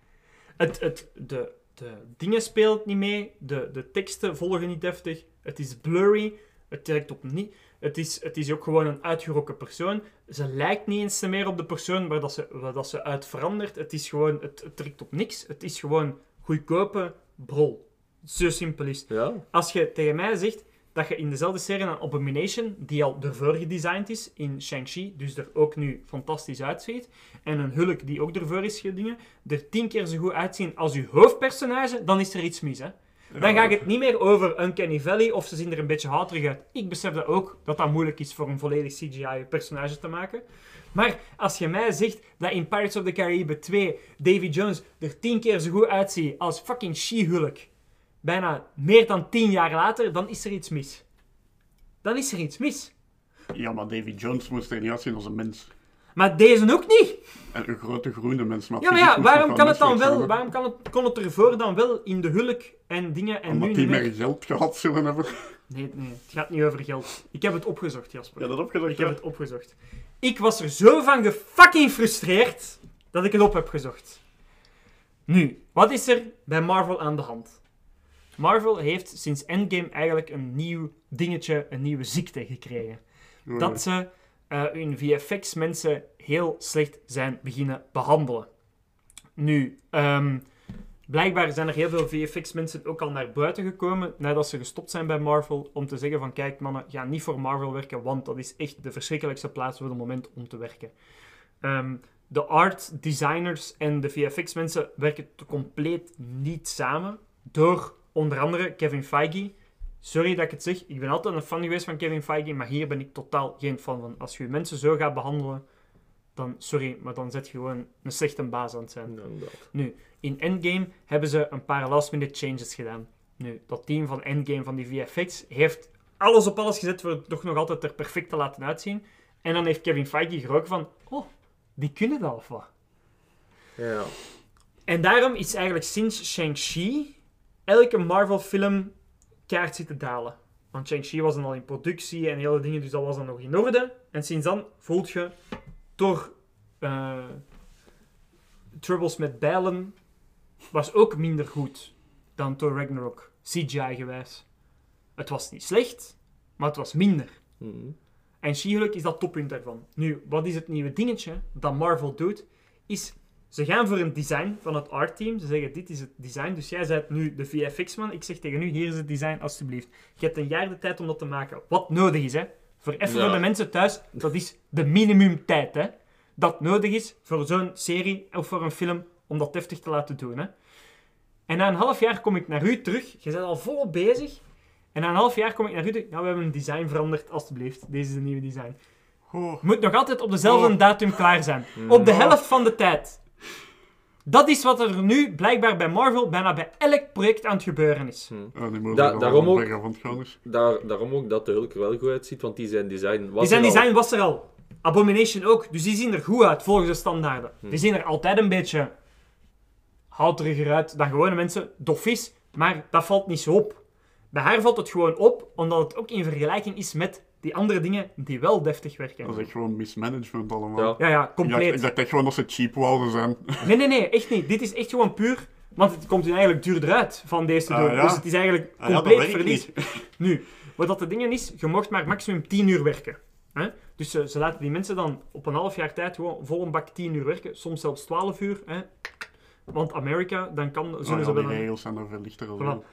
De dingen speelt niet mee. De teksten volgen niet deftig. Het is blurry. Het trekt op niet. Het is ook gewoon een uitgerokken persoon. Ze lijkt niet eens meer op de persoon waar dat ze uit verandert. Het is gewoon... Het trekt op niks. Het is gewoon goedkope brol. Zo simpel is het. Ja. Als je tegen mij zegt dat je in dezelfde serie een Abomination, die al ervoor gedesigned is in Shang-Chi, dus er ook nu fantastisch uitziet, en een Hulk die ook ervoor is gedingen, er 10 keer zo goed uitzien als uw hoofdpersonage, dan is er iets mis, hè. Dan ga ik het niet meer over Uncanny Valley of ze zien er een beetje haterig uit. Ik besef dat ook, dat dat moeilijk is voor een volledig CGI-personage te maken. Maar als je mij zegt dat in Pirates of the Caribbean 2 Davy Jones er 10 keer zo goed uitziet als fucking She-Hulk, bijna meer dan 10 jaar later, dan is er iets mis. Dan is er iets mis. Ja, maar Davy Jones moest er niet uitzien als een mens. Maar deze ook niet. En een grote groene mens. Maar Ja, maar ja, waarom kan het dan wel? Waarom kon het ervoor dan wel in de Hulk en dingen en omdat nu die niet meer? meer geld gehad zullen hebben. Nee, het gaat niet over geld. Ik heb het opgezocht, Jasper. Ja, dat opgezocht. Ik heb het opgezocht. Ik was er zo van gefucking frustreerd dat ik het op heb gezocht. Nu, wat is er bij Marvel aan de hand? Marvel heeft sinds Endgame eigenlijk een nieuw dingetje, een nieuwe ziekte gekregen. Oei. Dat ze hun VFX-mensen heel slecht zijn beginnen behandelen. Nu, blijkbaar zijn er heel veel VFX-mensen ook al naar buiten gekomen nadat ze gestopt zijn bij Marvel om te zeggen van kijk mannen, ga niet voor Marvel werken, want dat is echt de verschrikkelijkste plaats voor het moment om te werken. De art designers en de VFX-mensen werken compleet niet samen door onder andere Kevin Feige. Sorry dat ik het zeg, ik ben altijd een fan geweest van Kevin Feige, maar hier ben ik totaal geen fan van. Als je mensen zo gaat behandelen, dan, sorry, maar dan zet je gewoon een slechte baas aan het zijn. Nu, in Endgame hebben ze een paar last-minute changes gedaan. Nu, dat team van Endgame, van die VFX, heeft alles op alles gezet voor het toch nog altijd er perfect te laten uitzien. En dan heeft Kevin Feige geroken van, oh, die kunnen dat of wat? Ja. En daarom is eigenlijk sinds Shang-Chi elke Marvel-film kaart zitten dalen. Want Shang-Chi was dan al in productie en hele dingen, dus dat was dan nog in orde. En sinds dan voelt je door Troubles met bijlen was ook minder goed dan Thor Ragnarok, CGI-gewijs. Het was niet slecht, maar het was minder. Mm-hmm. En She-Hulk is dat toppunt daarvan. Nu, wat is het nieuwe dingetje dat Marvel doet, is ze gaan voor een design van het art-team. Ze zeggen, dit is het design, dus jij bent nu de VFX-man. Ik zeg tegen u, hier is het design, alstublieft. Je hebt een jaar de tijd om dat te maken. Wat nodig is, hè. Voor de mensen thuis, dat is de minimumtijd, hè. Dat nodig is voor zo'n serie of voor een film om dat deftig te laten doen, hè. En na een half jaar kom ik naar u terug. Je bent al volop bezig. En na een half jaar kom ik naar u terug. Nou, we hebben een design veranderd, alstublieft. Deze is een nieuwe design. Moet nog altijd op dezelfde datum klaar zijn. Op de helft van de tijd. Dat is wat er nu blijkbaar bij Marvel bijna bij elk project aan het gebeuren is. Daarom ook dat de Hulk er wel goed uitziet, want die zijn design was er al. Abomination ook, dus die zien er goed uit volgens de standaarden. Die zien er altijd een beetje houteriger uit dan gewone mensen. Dof is, maar dat valt niet zo op. Bij haar valt het gewoon op, omdat het ook in vergelijking is met die andere dingen die wel deftig werken. Dat is echt gewoon mismanagement allemaal. Ja, compleet. Ik dacht echt gewoon dat ze cheap wouden zijn. Nee, echt niet. Dit is echt gewoon puur... Want het komt eigenlijk duurder uit van deze te doen. Ja. Dus het is eigenlijk compleet dat verlies. Nu, wat dat de ding is, je mocht maar maximum 10 uur werken. Hè? Dus ze laten die mensen dan op een half jaar tijd gewoon vol een bak 10 uur werken. Soms zelfs 12 uur. Hè? Want Amerika, dan zullen ze wel... Die regels zijn er veel lichter als voilà.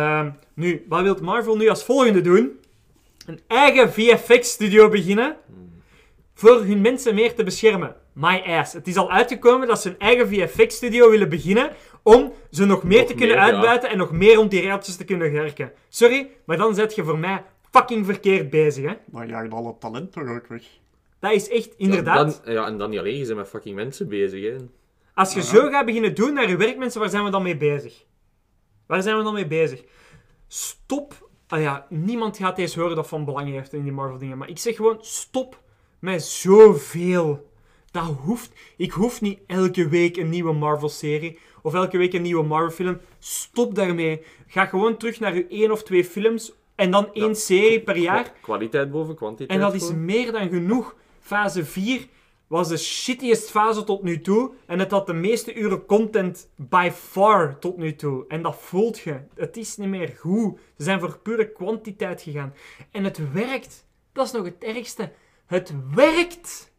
Nu, wat wil Marvel nu als volgende doen? Een eigen VFX-studio beginnen voor hun mensen meer te beschermen. My ass. Het is al uitgekomen dat ze een eigen VFX-studio willen beginnen om ze nog meer te kunnen uitbuiten en nog meer rond die raadjes te kunnen werken. Sorry, maar dan zet je voor mij fucking verkeerd bezig, hè. Maar je jaagt alle talent toch ook weg? Dat is echt, inderdaad... en dan niet alleen, je bent met fucking mensen bezig, hè. Als je zo gaat beginnen doen naar je werkmensen, waar zijn we dan mee bezig? Waar zijn we dan mee bezig? Stop... niemand gaat deze horen dat van belang heeft in die Marvel-dingen. Maar ik zeg gewoon, stop met zoveel. Ik hoef niet elke week een nieuwe Marvel-serie. Of elke week een nieuwe Marvel-film. Stop daarmee. Ga gewoon terug naar je 1 of 2 films. En dan 1 serie per jaar. Kwaliteit boven kwantiteit. En dat is meer dan genoeg. Fase 4 was de shittiest fase tot nu toe. En het had de meeste uren content by far tot nu toe. En dat voelt je. Het is niet meer goed. Ze zijn voor pure kwantiteit gegaan. En het werkt. Dat is nog het ergste. Het werkt.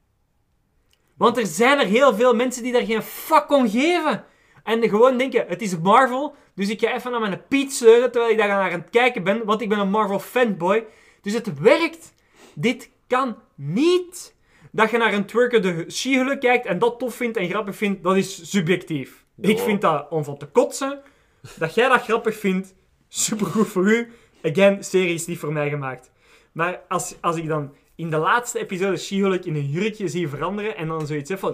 Want er zijn er heel veel mensen die daar geen fuck om geven. En gewoon denken, het is Marvel. Dus ik ga even naar mijn Piet sleuren terwijl ik daar naar aan het kijken ben. Want ik ben een Marvel fanboy. Dus het werkt. Dit kan niet. Dat je naar een twerkende She-Hulk kijkt en dat tof vindt en grappig vindt, dat is subjectief. Ja. Ik vind dat om van te kotsen. Dat jij dat grappig vindt, supergoed voor u. Again, serie is niet voor mij gemaakt. Maar als ik dan in de laatste episode She-Hulk in een jurkje zie veranderen en dan zoiets heb van...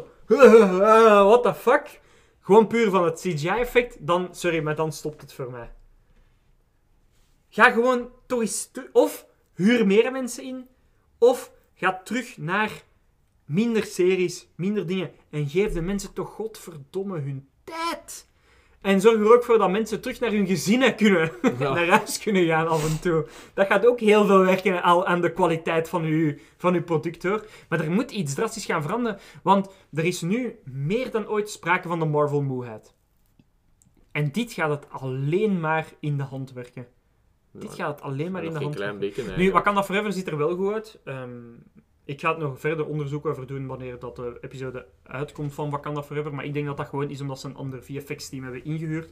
What the fuck? Gewoon puur van het CGI-effect, dan... Sorry, maar dan stopt het voor mij. Ga gewoon toch eens... Of huur meer mensen in, of ga terug naar... minder series, minder dingen. En geef de mensen toch godverdomme hun tijd. En zorg er ook voor dat mensen terug naar hun gezinnen kunnen. Ja. Naar huis kunnen gaan af en toe. Dat gaat ook heel veel werken aan de kwaliteit van uw product, hoor. Maar er moet iets drastisch gaan veranderen. Want er is nu meer dan ooit sprake van de Marvel-moeheid. En dit gaat het alleen maar in de hand werken. Dit gaat het alleen maar in de hand werken. Nu, Wakanda Forever ziet er wel goed uit. Ik ga het nog verder onderzoek over doen wanneer dat de episode uitkomt van Wakanda Forever. Maar ik denk dat dat gewoon is omdat ze een ander VFX-team hebben ingehuurd.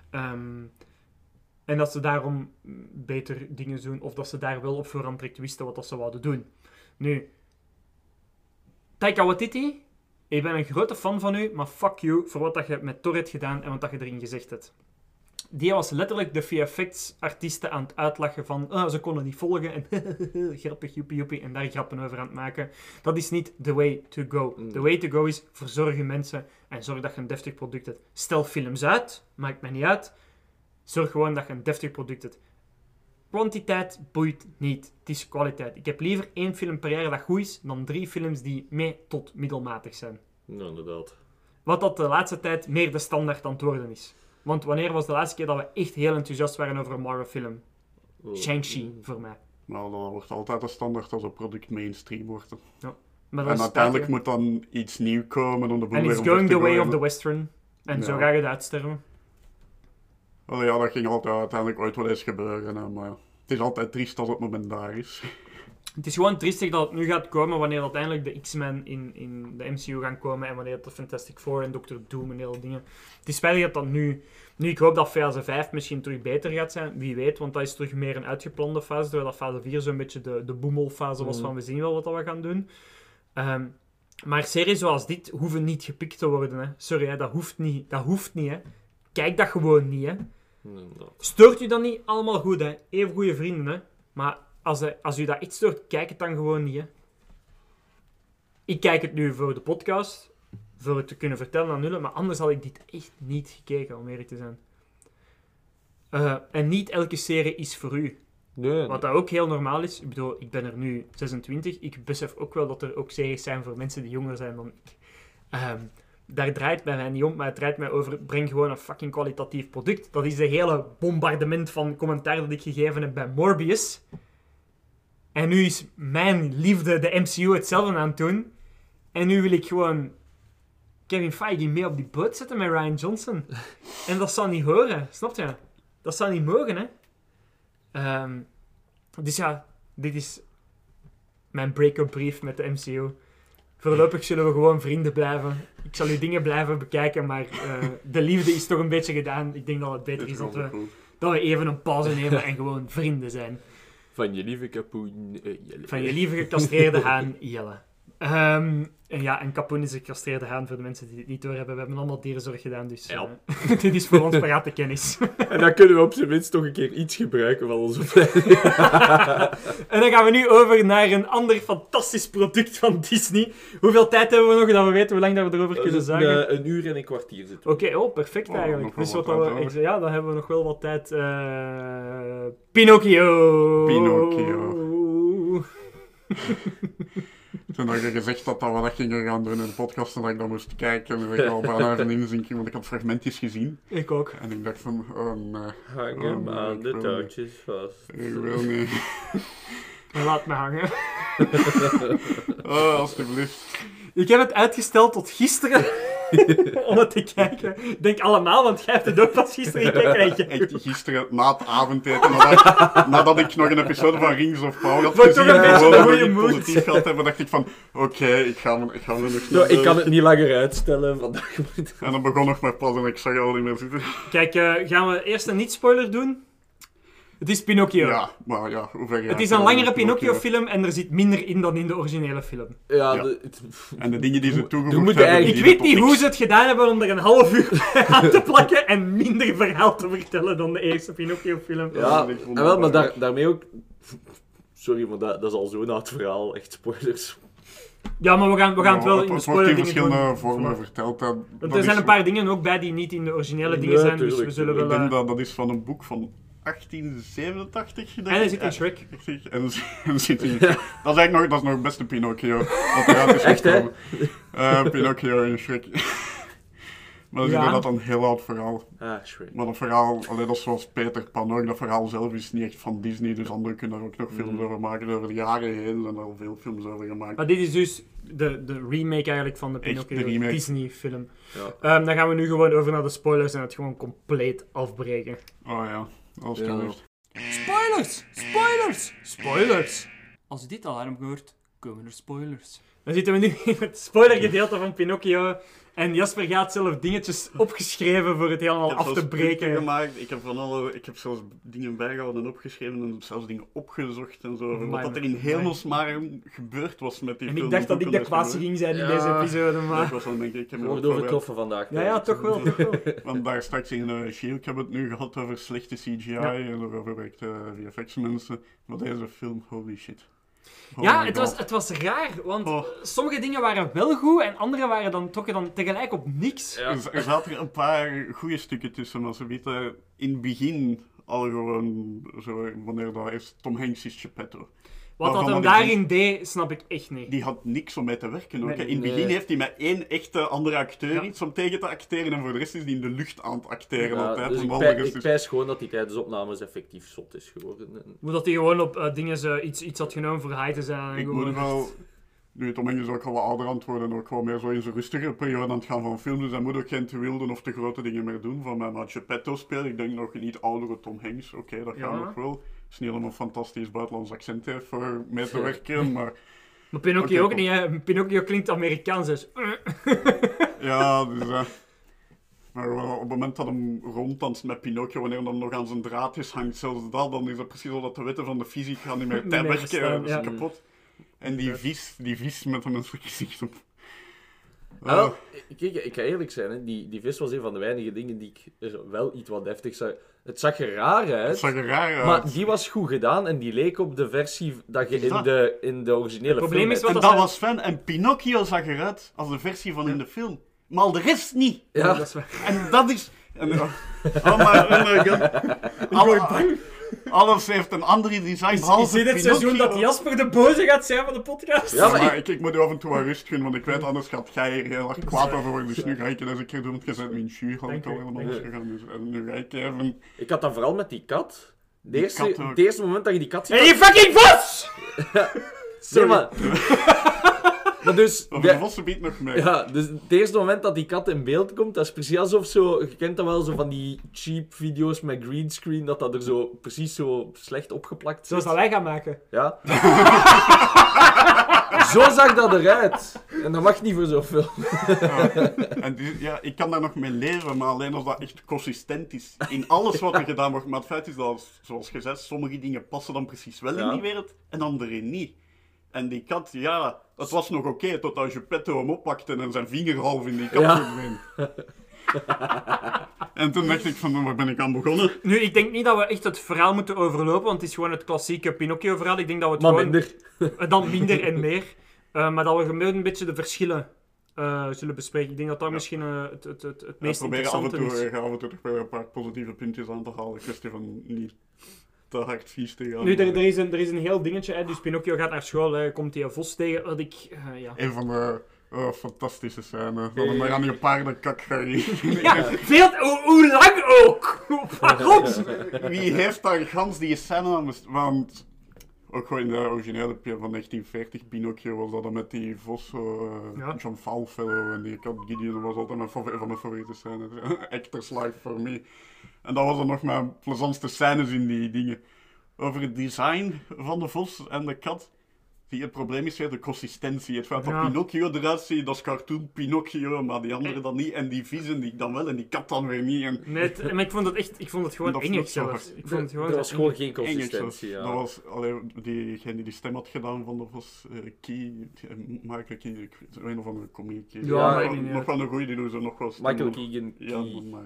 En dat ze daarom beter dingen doen. Of dat ze daar wel op voorhand direct wisten wat dat ze wouden doen. Nu, Taika Waititi, ik ben een grote fan van u. Maar fuck you voor wat dat je met Thor hebt gedaan en wat dat je erin gezegd hebt. Die was letterlijk de VFX-artiesten aan het uitlachen van ze konden niet volgen en grappig, joepie, en daar grappen over aan het maken. Dat is niet the way to go. The way to go is verzorg je mensen en zorg dat je een deftig product hebt. Stel films uit, maakt mij niet uit. Zorg gewoon dat je een deftig product hebt. Kwantiteit boeit niet, het is kwaliteit. Ik heb liever 1 film per jaar dat goed is, dan 3 films die mee tot middelmatig zijn. Ja, inderdaad. Wat dat de laatste tijd meer de standaard aan het worden is. Want wanneer was de laatste keer dat we echt heel enthousiast waren over een Marvel-film? Shang-Chi, voor mij. Nou, dat wordt altijd de standaard als een product mainstream wordt. Ja. Maar en uiteindelijk moet dan iets nieuws komen om de boel en weer it's going the way of the western. En zo ga je het uitsterven. Well, ja, dat ging altijd uiteindelijk ooit wel eens gebeuren. Hè, maar het is altijd triest als het moment daar is. Het is gewoon triestig dat het nu gaat komen wanneer uiteindelijk de X-Men in de MCU gaan komen en wanneer de Fantastic Four en Dr. Doom en hele dingen. Het is spijtig dat dat nu... Nu, ik hoop dat fase 5 misschien terug beter gaat zijn. Wie weet, want dat is terug meer een uitgeplande fase. Terwijl dat fase 4 zo'n beetje de boemelfase was van we zien wel wat we gaan doen. Maar series zoals dit hoeven niet gepikt te worden. Hè. Sorry, hè, dat hoeft niet. Dat hoeft niet, hè. Kijk dat gewoon niet, hè. Stoort u dat niet? Allemaal goed, hè. Even goede vrienden, hè. Maar als u dat iets stoort, kijk het dan gewoon niet, hè. Ik kijk het nu voor de podcast. voor het te kunnen vertellen aan nullen. Maar anders had ik dit echt niet gekeken, om eerlijk te zijn. En niet elke serie is voor u. Nee. Wat dat ook heel normaal is. Ik bedoel, ik ben er nu 26. Ik besef ook wel dat er ook series zijn voor mensen die jonger zijn dan ik. Daar draait bij mij niet om, maar het draait mij over... Breng gewoon een fucking kwalitatief product. Dat is de hele bombardement van commentaar dat ik gegeven heb bij Morbius. En nu is mijn liefde, de MCU, hetzelfde aan het doen. En nu wil ik gewoon Kevin Feige mee op die boot zetten met Rian Johnson. En dat zou niet horen, snap je? Dat zou niet mogen, hè? Dus ja, dit is mijn break-up brief met de MCU. Voorlopig zullen we gewoon vrienden blijven. Ik zal uw dingen blijven bekijken, maar de liefde is toch een beetje gedaan. Ik denk dat het beter is dat we even een pauze nemen en gewoon vrienden zijn. Van je lieve kapoen, Jelle. Van je lieve gecastreerde haan, Jelle. En Kapoen is een gecastreerde haan, voor de mensen die het niet doorhebben. We hebben allemaal dierenzorg gedaan, dus dit is voor ons parate kennis. En dan kunnen we op zijn minst toch een keer iets gebruiken van onze opleiding. En dan gaan we nu over naar een ander fantastisch product van Disney. Hoeveel tijd hebben we nog, dat we weten hoe lang dat we erover kunnen zagen? 1 uur en een kwartier zitten. Oké, perfect eigenlijk. Dus dan hebben we nog wel wat tijd. Pinocchio. Toen had je gezegd dat we dat gingen gaan doen in de podcast en dat ik dat moest kijken. En ik al bijna even inzinken, want ik had fragmentjes gezien. Ik ook. En ik dacht van, nee. Hang hem aan de touwtjes vast. Ik wil niet. Laat me hangen. Alsjeblieft. Ik heb het uitgesteld tot gisteren om het te kijken. Ik denk allemaal, want jij hebt het ook pas gisteren gekeken. Echt gisteren na het avondeten, nadat ik nog een episode van Rings of Power had maar gezien, toch een beetje een goede en mood. positief gehad hebben, dacht ik van, oké, ik ga me nog Zo, ik kan het niet langer uitstellen. Vandaag. En dan begon nog maar pas en ik zag al niet meer zitten. Kijk, gaan we eerst een niet-spoiler doen? Het is Pinocchio. Ja, maar ja, hoe ver het is een langere Pinocchio-film en er zit minder in dan in de originele film. Ja. En de dingen die ze toegevoegd hebben... Ik weet niet hoe ze het gedaan hebben om er een half uur aan te plakken en minder verhaal te vertellen dan de eerste Pinocchio-film. Ja, maar daarmee ook... Sorry, maar dat is al zo'n oud verhaal. Echt spoilers. Ja, maar we gaan het wel in de spoiler dingen doen. verschillende vormen verteld. Want er zijn een paar dingen ook bij die niet in de originele dingen zijn, dus we zullen wel... Ik denk dat is van een boek van 1887, denk ik. En hij zit in Shrek. En zit in... Dat is eigenlijk nog het beste Pinocchio. Dat eruit is echt, hè? Pinocchio in Shrek. Maar dat is inderdaad een heel oud verhaal. Shrek. Maar dat verhaal, dat is zoals Peter Pan ook, dat verhaal zelf is niet echt van Disney, dus anderen kunnen er ook nog films over maken. Over de jaren heen zijn er al veel films over gemaakt. Maar dit is dus de remake eigenlijk van de Pinocchio Disney-film. Ja. Dan gaan we nu gewoon over naar de spoilers en het gewoon compleet afbreken. Oh ja, als het kan. Spoilers! Spoilers! Spoilers! Als je dit alarm hoort, komen er spoilers. Dan zitten we nu in het spoilergedeelte van Pinocchio. En Jasper gaat zelf dingetjes opgeschreven voor het helemaal af te breken. Gemaakt. Ik heb zelfs dingen bijgehouden en opgeschreven en zelfs dingen opgezocht en zo. Wat er in hemelsmaar gebeurd was met die film. En ik dacht dat ik de kwaadste ging zijn in deze episode, maar... Ik was dan, denk ik heb wordt overtroffen vandaag. Ja, toch wel. Want daar straks in Shield, ik heb het nu gehad over slechte CGI en over werkte VFX-mensen. Maar deze film, holy shit. Het was raar, want sommige dingen waren wel goed en andere waren dan tegelijk op niks. Ja. Er zaten een paar goede stukken tussen, maar ze weten in het begin al gewoon, zo, wanneer dat is, Tom Hanks is Geppetto. Wat dat hem daarin deed, snap ik echt niet. Die had niks om mee te werken ook. In het begin heeft hij met één echte andere acteur iets om tegen te acteren en voor de rest is hij in de lucht aan het acteren altijd. Dus ik pijs gewoon dat hij tijdens opnames effectief zot is geworden. Hoe dat hij gewoon op dingen iets had genomen voor high te zijn. Ik moet wel... Nu, Tom Hanks is ook al wat ouder aan het worden en ook wel meer zo in zijn rustige periode aan het gaan van film. Dus hij moet ook geen te wilde of te grote dingen meer doen. Van mij maar Geppetto spelen. Ik denk nog een niet oudere Tom Hanks. Oké, dat gaat nog wel. Het is niet helemaal een fantastisch buitenlands accent heeft voor mee te werken, maar... Maar Pinocchio ook niet, hè. Pinocchio klinkt Amerikaans, dus... Ja, dus... Maar op het moment dat hem ronddanst met Pinocchio, wanneer hij nog aan zijn draadjes hangt, zelfs dat, dan is dat precies zo dat de wetten van de fysiek gaan niet meer werken. Dat is kapot. En die vis met een menselijk gezicht op. Kijk, ik ga eerlijk zijn, hè. Die vis was een van de weinige dingen die ik wel iets wat deftig zag. Het zag er raar uit. Maar die was goed gedaan en die leek op de versie dat je in de originele film is en dat was fijn. En Pinocchio zag eruit als de versie van in de film. maar de rest niet. Ja. Dat is waar. En dat is... Alles heeft een andere design. Je ziet het seizoen dat Jasper de boze gaat zijn van de podcast. Ja, maar ik moet je af en toe wat rust gunnen, want ik weet anders gaat jij hier heel erg kwaad over worden. Dus nu ga ik het eens een keer doen, want je bent mijn schuur al helemaal losgegaan. Dus nu ga ik even... Ik had dat vooral met die kat. Het eerste moment dat je die kat ziet... Hey, je fucking vos! Sorry. Nee, maar dus... De vossen biedt nog mee. Ja, dus het eerste moment dat die kat in beeld komt, dat is precies alsof zo... Je kent dat wel, zo van die cheap video's met greenscreen, dat er zo precies zo slecht opgeplakt zit. Zoals dat wij gaan maken. Ja. Zo zag dat eruit. En dat mag niet voor zoveel. Ik kan daar nog mee leven, maar alleen als dat echt consistent is in alles wat er gedaan wordt. Maar het feit is dat, zoals je zei, sommige dingen passen dan precies wel in die wereld en andere niet. En die kat, ja, het was nog oké totdat Geppetto hem oppakte en zijn vinger half in die kat verdween. En toen dacht ik van, waar ben ik aan begonnen? Nu, ik denk niet dat we echt het verhaal moeten overlopen, want het is gewoon het klassieke Pinocchio-verhaal. Ik denk dat we het maar gewoon... minder. Dan minder en meer. Maar dat we gemiddeld een beetje de verschillen zullen bespreken. Ik denk dat dat misschien het meest interessante is. We gaan af en toe toch weer een paar positieve puntjes aan te halen. Een kwestie van niet te hard vies te gaan. Nu, er is een heel dingetje. Hè. Dus Pinocchio gaat naar school, komt hij een vos tegen. Wat ik... Een van de... fantastische scène. Dan maar aan je paardenkak gaan Ja, hoe lang ook? Waarom? Wie heeft daar gans die scène aan? Want ook gewoon in de originele van 1940 Pinocchio was dat dan met die vos, John Fallfellow en die kat Gideon was altijd van mijn favoriete scènes. Actor's life for me. En dat was dan nog mijn plezantste scènes in die dingen. Over het design van de vos en de kat. Het probleem is weer de consistentie. Het feit dat Pinocchio eruit ziet, dat is cartoon Pinocchio, maar die andere dan niet. En die vissen die dan wel en die kat dan weer niet. En... Nee, maar ik vond het gewoon engig zelfs. Er was gewoon geen consistentie. Dat was diegene die stem had gedaan van de vos, Michael Keegan, een of andere komiek. Nog wel een goeie, die doen ze nog wel stemmen. Michael Keegan. Ja,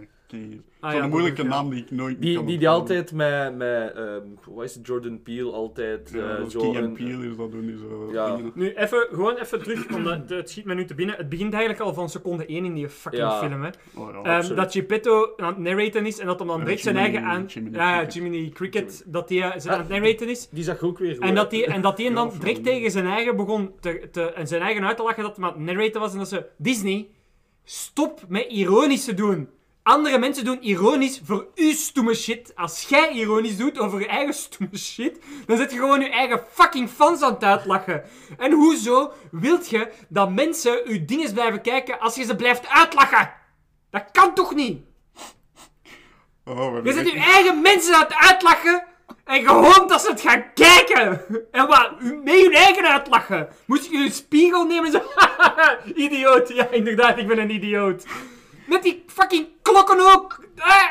Zo'n moeilijke naam die ik nooit die altijd met wat is het, Jordan Peele altijd zo... Key and Peele is dat doen. Nu, gewoon even terug, want het schiet me nu te binnen. Het begint eigenlijk al van seconde 1 in die fucking film, hè. Dat Geppetto aan het narraten is en dat hem dan direct zijn eigen aan... Jiminy Cricket, dat hij aan het narraten is. Die zag ook weer goed. En dat hij dan direct tegen zijn eigen begon en zijn eigen uit te lachen dat hij aan het narraten was en dat ze... Disney, stop met ironisch te doen. Andere mensen doen ironisch voor uw stomme shit. Als jij ironisch doet over je eigen stomme shit, dan zet je gewoon je eigen fucking fans aan het uitlachen. En hoezo wilt je dat mensen uw dingen blijven kijken als je ze blijft uitlachen? Dat kan toch niet? Je zet je eigen mensen aan het uitlachen en je hoopt dat ze het gaan kijken. En wat? Met je eigen uitlachen. Moest je een spiegel nemen en zo... Idioot. Ja, inderdaad, ik ben een idioot. Met die fucking klokken ook.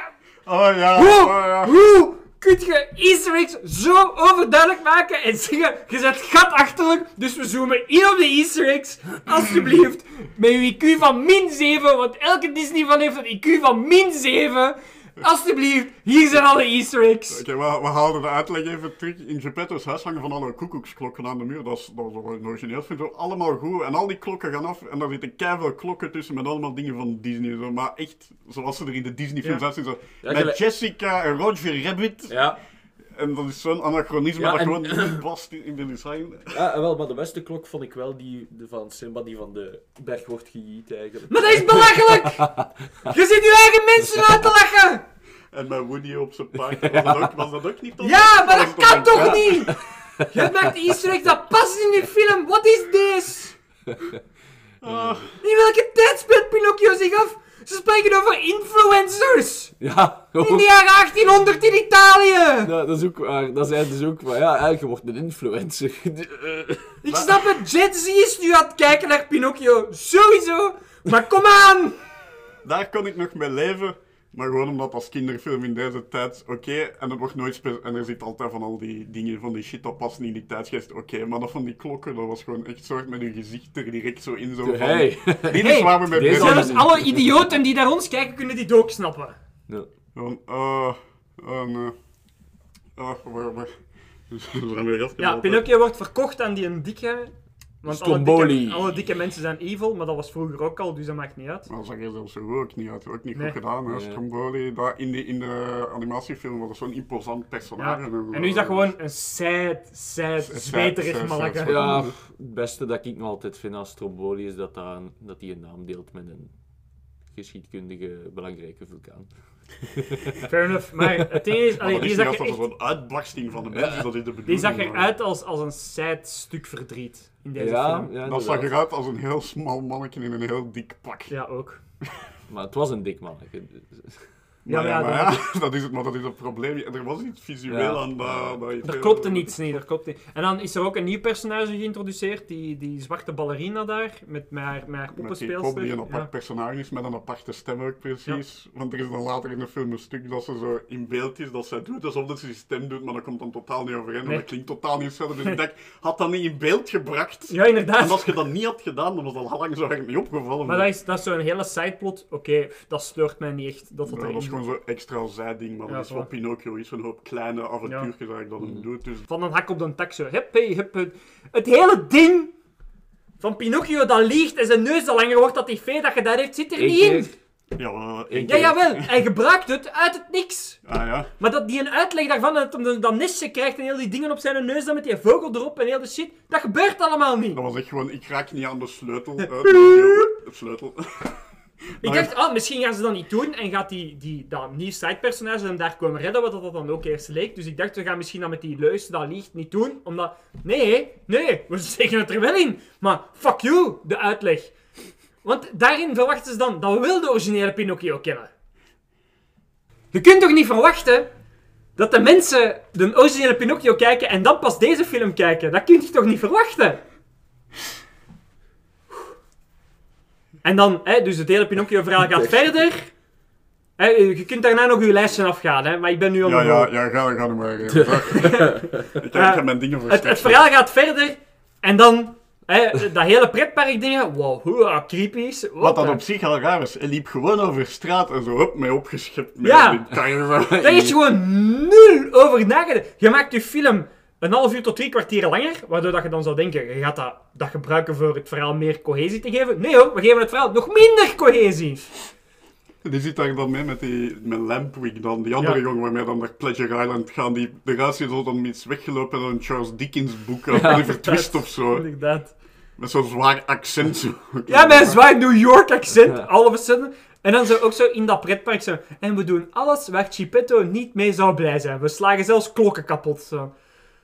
Hoe kun je Easter eggs zo overduidelijk maken en zeggen, je zet gatachterlijk, dus we zoomen in op de Easter eggs, alsjeblieft, met uw IQ van -7, want elke Disney van heeft een IQ van -7. Alsjeblieft, hier zijn alle Easter eggs. Oké, we halen de uitleg even terug. In Geppetto's huis hangen van alle koekoeksklokken aan de muur. Dat is wat ik origineel vind. Zo, allemaal goed. En al die klokken gaan af. En daar zitten keiveel klokken tussen met allemaal dingen van Disney. Zo. Maar echt, zoals ze er in de Disney-films uitzien. Zo. Met Jessica en Roger Rabbit. Ja. En dat is zo'n anachronisme dat gewoon niet past in de design. Ja, wel, maar de beste klok vond ik wel die van Simba, die van de berg wordt gejiet eigenlijk. Maar dat is belachelijk! Je zit je eigen mensen aan te lachen! En met Woody op zijn paard, was dat ook niet tof? Ja, maar dat kan toch niet? Je maakt Easter eggs, dat past in die film. What is this? In welke tijd speelt Pinocchio zich af? Ze spreken over influencers! Ja, in de jaren 1800 in Italië! Dat is ook waar. Dat zijn dus ook... Maar ja, je wordt een influencer. Ik snap het, Gen Z is nu aan het kijken naar Pinocchio. Sowieso! Maar kom aan! Daar kon ik nog mee leven. Maar gewoon omdat als kinderfilm in deze tijd, en het wordt nooit en er zit altijd van al die dingen, van die shit, dat past niet in die tijdsgeest, maar dat van die klokken, dat was gewoon echt soort met je gezicht er direct zo in, zo van... Dit is waar we mee bezig zijn. Zelfs alle idioten die naar ons kijken, kunnen dit ook snappen. Ja. Ja, Pinocchio wordt verkocht aan die dikke Want Stromboli. alle dikke mensen zijn evil, maar dat was vroeger ook al, dus dat maakt niet uit. Maar dat zag er zelfs zo ook niet uit. Ook niet goed gedaan, hè. Ja. Stromboli. In de animatiefilm was dat zo'n imposant personage. En nu is dat gewoon een sad, zweterig manneke. Ja, het beste dat ik nog altijd vind aan Stromboli is dat hij een naam deelt met een geschiedkundige belangrijke vulkaan. Fair enough, maar het ding is... Maar allee, dat die is zag niet er als echt... zo'n uitbarsting van de mensen, dat is de bedoeling. Die zag maar- eruit als een sad stuk verdriet in deze film. Ja, Dat zag eruit als een heel smal mannetje in een heel dik pak. Ja, ook. maar het was een dik manneke. Ja, Maar maar dat is het probleem. Er was iets visueel aan dat... Er klopte niets, nee, er klopte niet. En dan is er ook een nieuw personage geïntroduceerd, die zwarte ballerina daar, met haar Met die poppenspeelster. pop die een apart personage is, met een aparte stem ook precies. Want er is dan later in de film een stuk dat ze zo in beeld is, dat zij doet alsof dat ze die stem doet, maar dat komt dan totaal niet overeen. Nee. En dat klinkt totaal niet hetzelfde. Dus ik dacht, had dat niet in beeld gebracht? Ja, inderdaad. En als je dat niet had gedaan, dan was dat al lang zo erg niet opgevallen. Maar dat is zo'n hele sideplot. Oké, dat steurt mij niet echt. Dat Ja, erin dat is zit. gewoon zo'n extra zijding, maar Ja, dat is wat voilà. Pinocchio is, een hoop kleine avontuurtjes eigenlijk dat hem doet. Dus Van een hak op de tak zo. Het hele ding van Pinocchio dat liegt en zijn neus dat langer wordt dat die vee dat je daar heeft, zit er niet in. ja, Ja, jawel. Hij gebruikt het uit het niks. ja. Maar dat die een uitleg daarvan, dat hij dat nestje krijgt en heel die dingen op zijn neus dan met die vogel erop en heel de shit, dat gebeurt allemaal niet. Dat was echt gewoon, ik raak niet aan de sleutel. De sleutel. Ik dacht, misschien gaan ze dat niet doen en gaat dat nieuw sidepersonage hem daar komen redden, wat dat dan ook eerst leek. Dus ik dacht, we gaan misschien dat met die leus dat liegt niet doen, omdat... Nee, we zeggen het er wel in. Maar fuck you, de uitleg. Want daarin verwachten ze dan dat we wel de originele Pinocchio kennen. Je kunt toch niet verwachten dat de mensen de originele Pinocchio kijken en dan pas deze film kijken? Dat kun je toch niet verwachten? En dan, dus het hele Pinocchio-verhaal gaat verder. Je kunt daarna nog je lijstje afgaan, maar ik ben nu al... Ja, ga er maar. Ik heb mijn dingen versterkt. Het verhaal gaat verder en dan... dat hele pretpark dingen, wow, hoe creepy is. Wat dan op zich al raar is, hij liep gewoon over straat en zo op mij opgeschept met Ja. die karren. Daar is gewoon nul over nagedacht. Je maakt je film een half uur tot 3 kwartier langer, waardoor dat je dan zou denken, je gaat dat gebruiken voor het verhaal meer cohesie te geven. Nee hoor, we geven het verhaal nog minder cohesie. Die zit daar dan mee met Lampwick dan, die andere jongen waarmee dan naar Pleasure Island gaan, die eruit ziet alsof dan iets weggelopen en een Charles Dickens boek of Oliver Twist of zo. Inderdaad. Met zo'n zwaar accent zo. Ja, met een zwaar New York accent, all of a sudden. En dan zo ook zo in dat pretpark zo. En we doen alles waar Geppetto niet mee zou blij zijn. We slagen zelfs klokken kapot. Zo.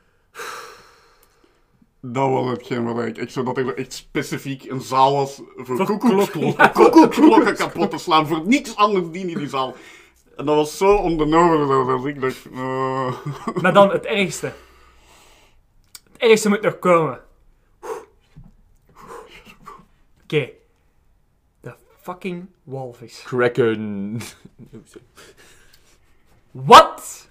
Dat was hetgeen wat ik echt zo, dat er echt specifiek een zaal was voor koekoeksklokken. koekoeksklokken kapot te slaan. Voor niets anders diende die zaal. En dat was zo ondenodig dat ik dacht... Maar dan het ergste. Het ergste moet nog komen. Oké. De fucking walvis. Kraken. Wat?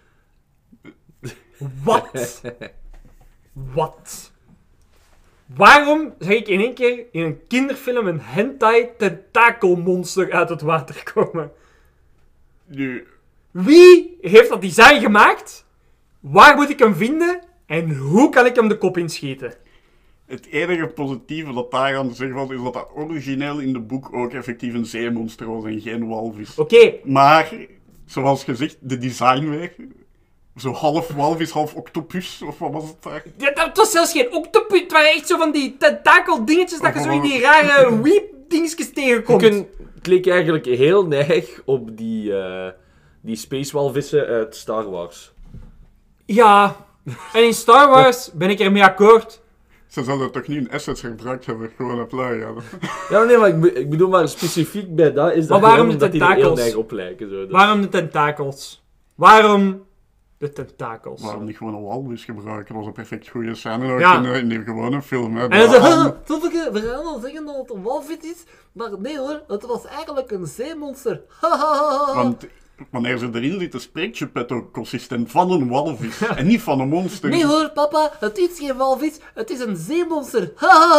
Wat? Wat? Waarom zag ik in één keer in een kinderfilm een hentai tentakelmonster uit het water komen? Nu, Wie heeft dat design gemaakt? Waar moet ik hem vinden? En hoe kan ik hem de kop inschieten? het enige positieve dat daar aan te zeggen was, is dat dat origineel in de boek ook effectief een zeemonster was en geen walvis. Oké. Maar, zoals gezegd, de design weer. Zo half walvis, half octopus, of wat was het daar? Ja, dat was zelfs geen octopus. Het waren echt zo van die tentakeldingetjes dat je zo in die rare weep-dingetjes tegenkomt. Het leek eigenlijk heel neig op die spacewalvissen uit Star Wars. Ja, en in Star Wars ben ik ermee akkoord. Ze zouden toch niet in assets gebruikt hebben, gewoon een plui hadden. Ja, nee, maar ik bedoel maar specifiek bij dat is dat maar waarom gewoon de dat die er heel tentakels? neig op lijken. Zo. Waarom de tentakels? Waarom de tentakels? Waarom niet gewoon een walvis gebruiken? Dat was een perfect goede scène ook Ja. in die gewone film. Hè. En dan zo, Sommige verhalen zeggen dat het een walvis is, maar nee hoor, het was eigenlijk een zeemonster. Want wanneer ze erin zitten, spreekt Geppetto consistent van een walvis en niet van een monster. Nee hoor, papa, het is geen walvis, het is een zeemonster.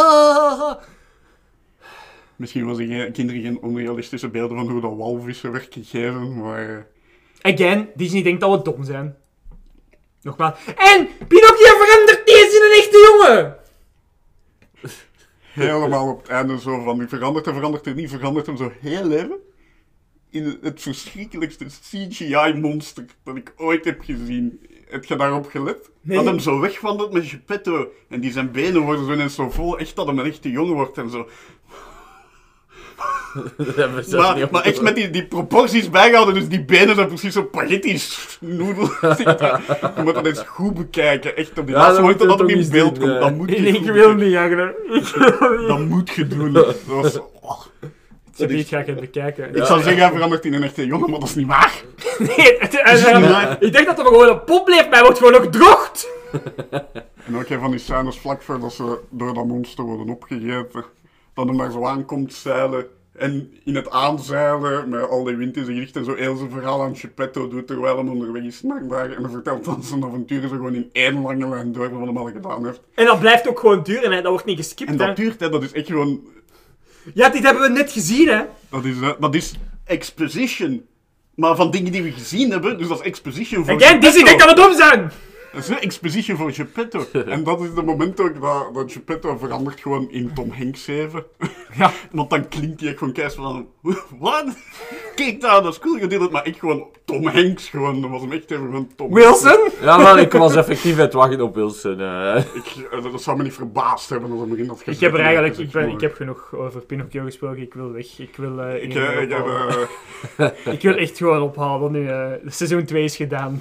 Misschien was er kinderen geen onrealistische beelden van hoe dat walvissen werd gegeven, maar... Again, Disney denkt dat we dom zijn. Nogmaals. En Pinocchio verandert niet eens in een echte jongen! helemaal op het einde zo van, die verandert er niet, verandert hem zo heel even in het verschrikkelijkste CGI-monster dat ik ooit heb gezien. Heb je daarop gelet? Nee. Dat hem zo wegwandelt met Geppetto en die zijn benen worden zo ineens zo vol, echt dat hem een echte jongen wordt en zo. Maar echt met die proporties bijgehouden, dus die benen zijn precies zo spaghetti's noedel. Je moet dat eens goed bekijken, echt op die laatste moment dat het in beeld komt. Dat moet je Ik wil niet, Jagner. Dat moet je doen. Dat was... Ik ga het bekijken. Ik zou zeggen, hij verandert in een echte jongen, maar dat is niet waar. Nee, ik denk dat er gewoon een pop leeft, maar hij wordt gewoon nog gedroogd. En ook een van die scènes vlak voordat ze door dat monster worden opgegeten, dat hem daar zo aankomt zeilen. En in het aanzeilen, met al die wind in zijn gezicht en zo heel zijn verhaal aan Geppetto doet terwijl hem onderweg is naar daar. En dan vertelt dan zijn avonturen zo gewoon in één lange lijn door wat hem al gedaan heeft. En dat blijft ook gewoon duren, hè. Dat wordt niet geskipt. En dat duurt, hè. Dat is echt gewoon... Ja, dit hebben we net gezien, hè. Dat is exposition. Maar van dingen die we gezien hebben, dus dat is exposition voor Again, Disney denkt dat we dom zijn! Dat is exposition voor Geppetto. En dat is het moment ook dat Geppetto verandert gewoon in Tom Hanks 7. Ja. Want dan klinkt hij gewoon keihard van... Wat? Kijk daar, dat is cool gedeeld. Maar echt gewoon Tom Hanks gewoon. Dat was hem echt even gewoon Tom Wilson? Hanks. Ja, maar ik was effectief aan het wachten op Wilson. Dat zou me niet verbaasd hebben als hij erin had gezet. Ik heb er eigenlijk... Ik heb genoeg over Pinocchio gesproken. Ik wil weg. Ik wil echt gewoon ophouden nu. Seizoen 2 is gedaan.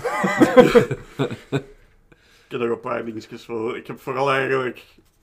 Ik heb nog een paar dingetjes wel. Ik heb vooral eigenlijk...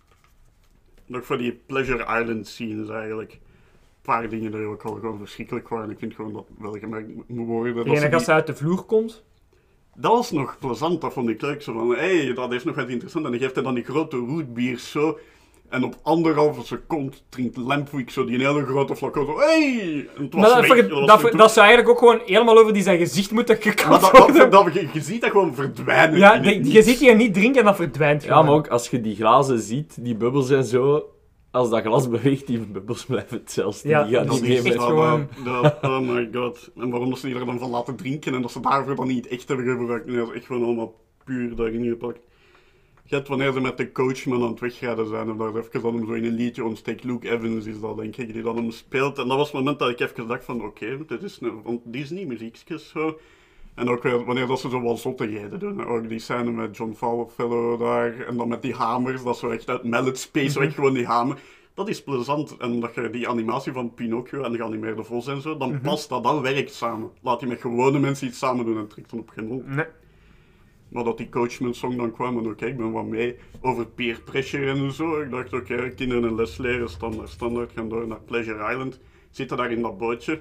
Nog voor die Pleasure Island scenes eigenlijk. Een paar dingen die ook al gewoon verschrikkelijk waren. Ik vind gewoon dat wel gemerkt moet worden. En als ze uit de vloer komt? Dat was nog plezant, dat vond ik leuk. Zo van, hey, dat is nog wat interessant. En dan geeft hij dan die grote rootbiers zo. En op 1,5 seconde drinkt Lampwick zo die hele grote flacon zo. Hey! En het was weg. Dat zou eigenlijk ook gewoon helemaal over die zijn gezicht moeten gekapt worden. Je ziet dat gewoon verdwijnen. Ja, je ziet die niet drinken en dat verdwijnt gewoon. Ja, maar ook als je die glazen ziet, die bubbels en zo... Als dat glas beweegt, die bubbels blijven hetzelfde. Ja, die gaan dat niet is mee echt met... gewoon... Oh my god. En waarom ze die er dan van laten drinken en dat ze daarvoor dan niet echt hebben gebruikt. Nee, dat is echt gewoon allemaal puur daarin gepakt. Je hebt wanneer ze met de coachman aan het wegrijden zijn, en daar even dan hem zo in een liedje ontsteekt. Luke Evans is dat, denk ik, die dan hem speelt. En dat was het moment dat ik even dacht van, oké, dit is een Disney-muziekjes zo. En ook wanneer dat ze zo wat zottigheden doen. Ook die scène met John Fallowfellow daar. En dan met die hamers, dat zo echt uit Mallet Space weg gewoon die hamer. Dat is plezant. En dat je die animatie van Pinocchio en de geanimeerde vos en zo, dan past dat, dan werkt samen. Laat je met gewone mensen iets samen doen en trekt dan op geen hol. Nee. Maar dat die Coachman song dan kwam en oké, ik ben wat mee over peer pressure en zo. Ik dacht oké, kinderen een les leren, standaard, gaan door naar Pleasure Island. Zitten daar in dat bootje.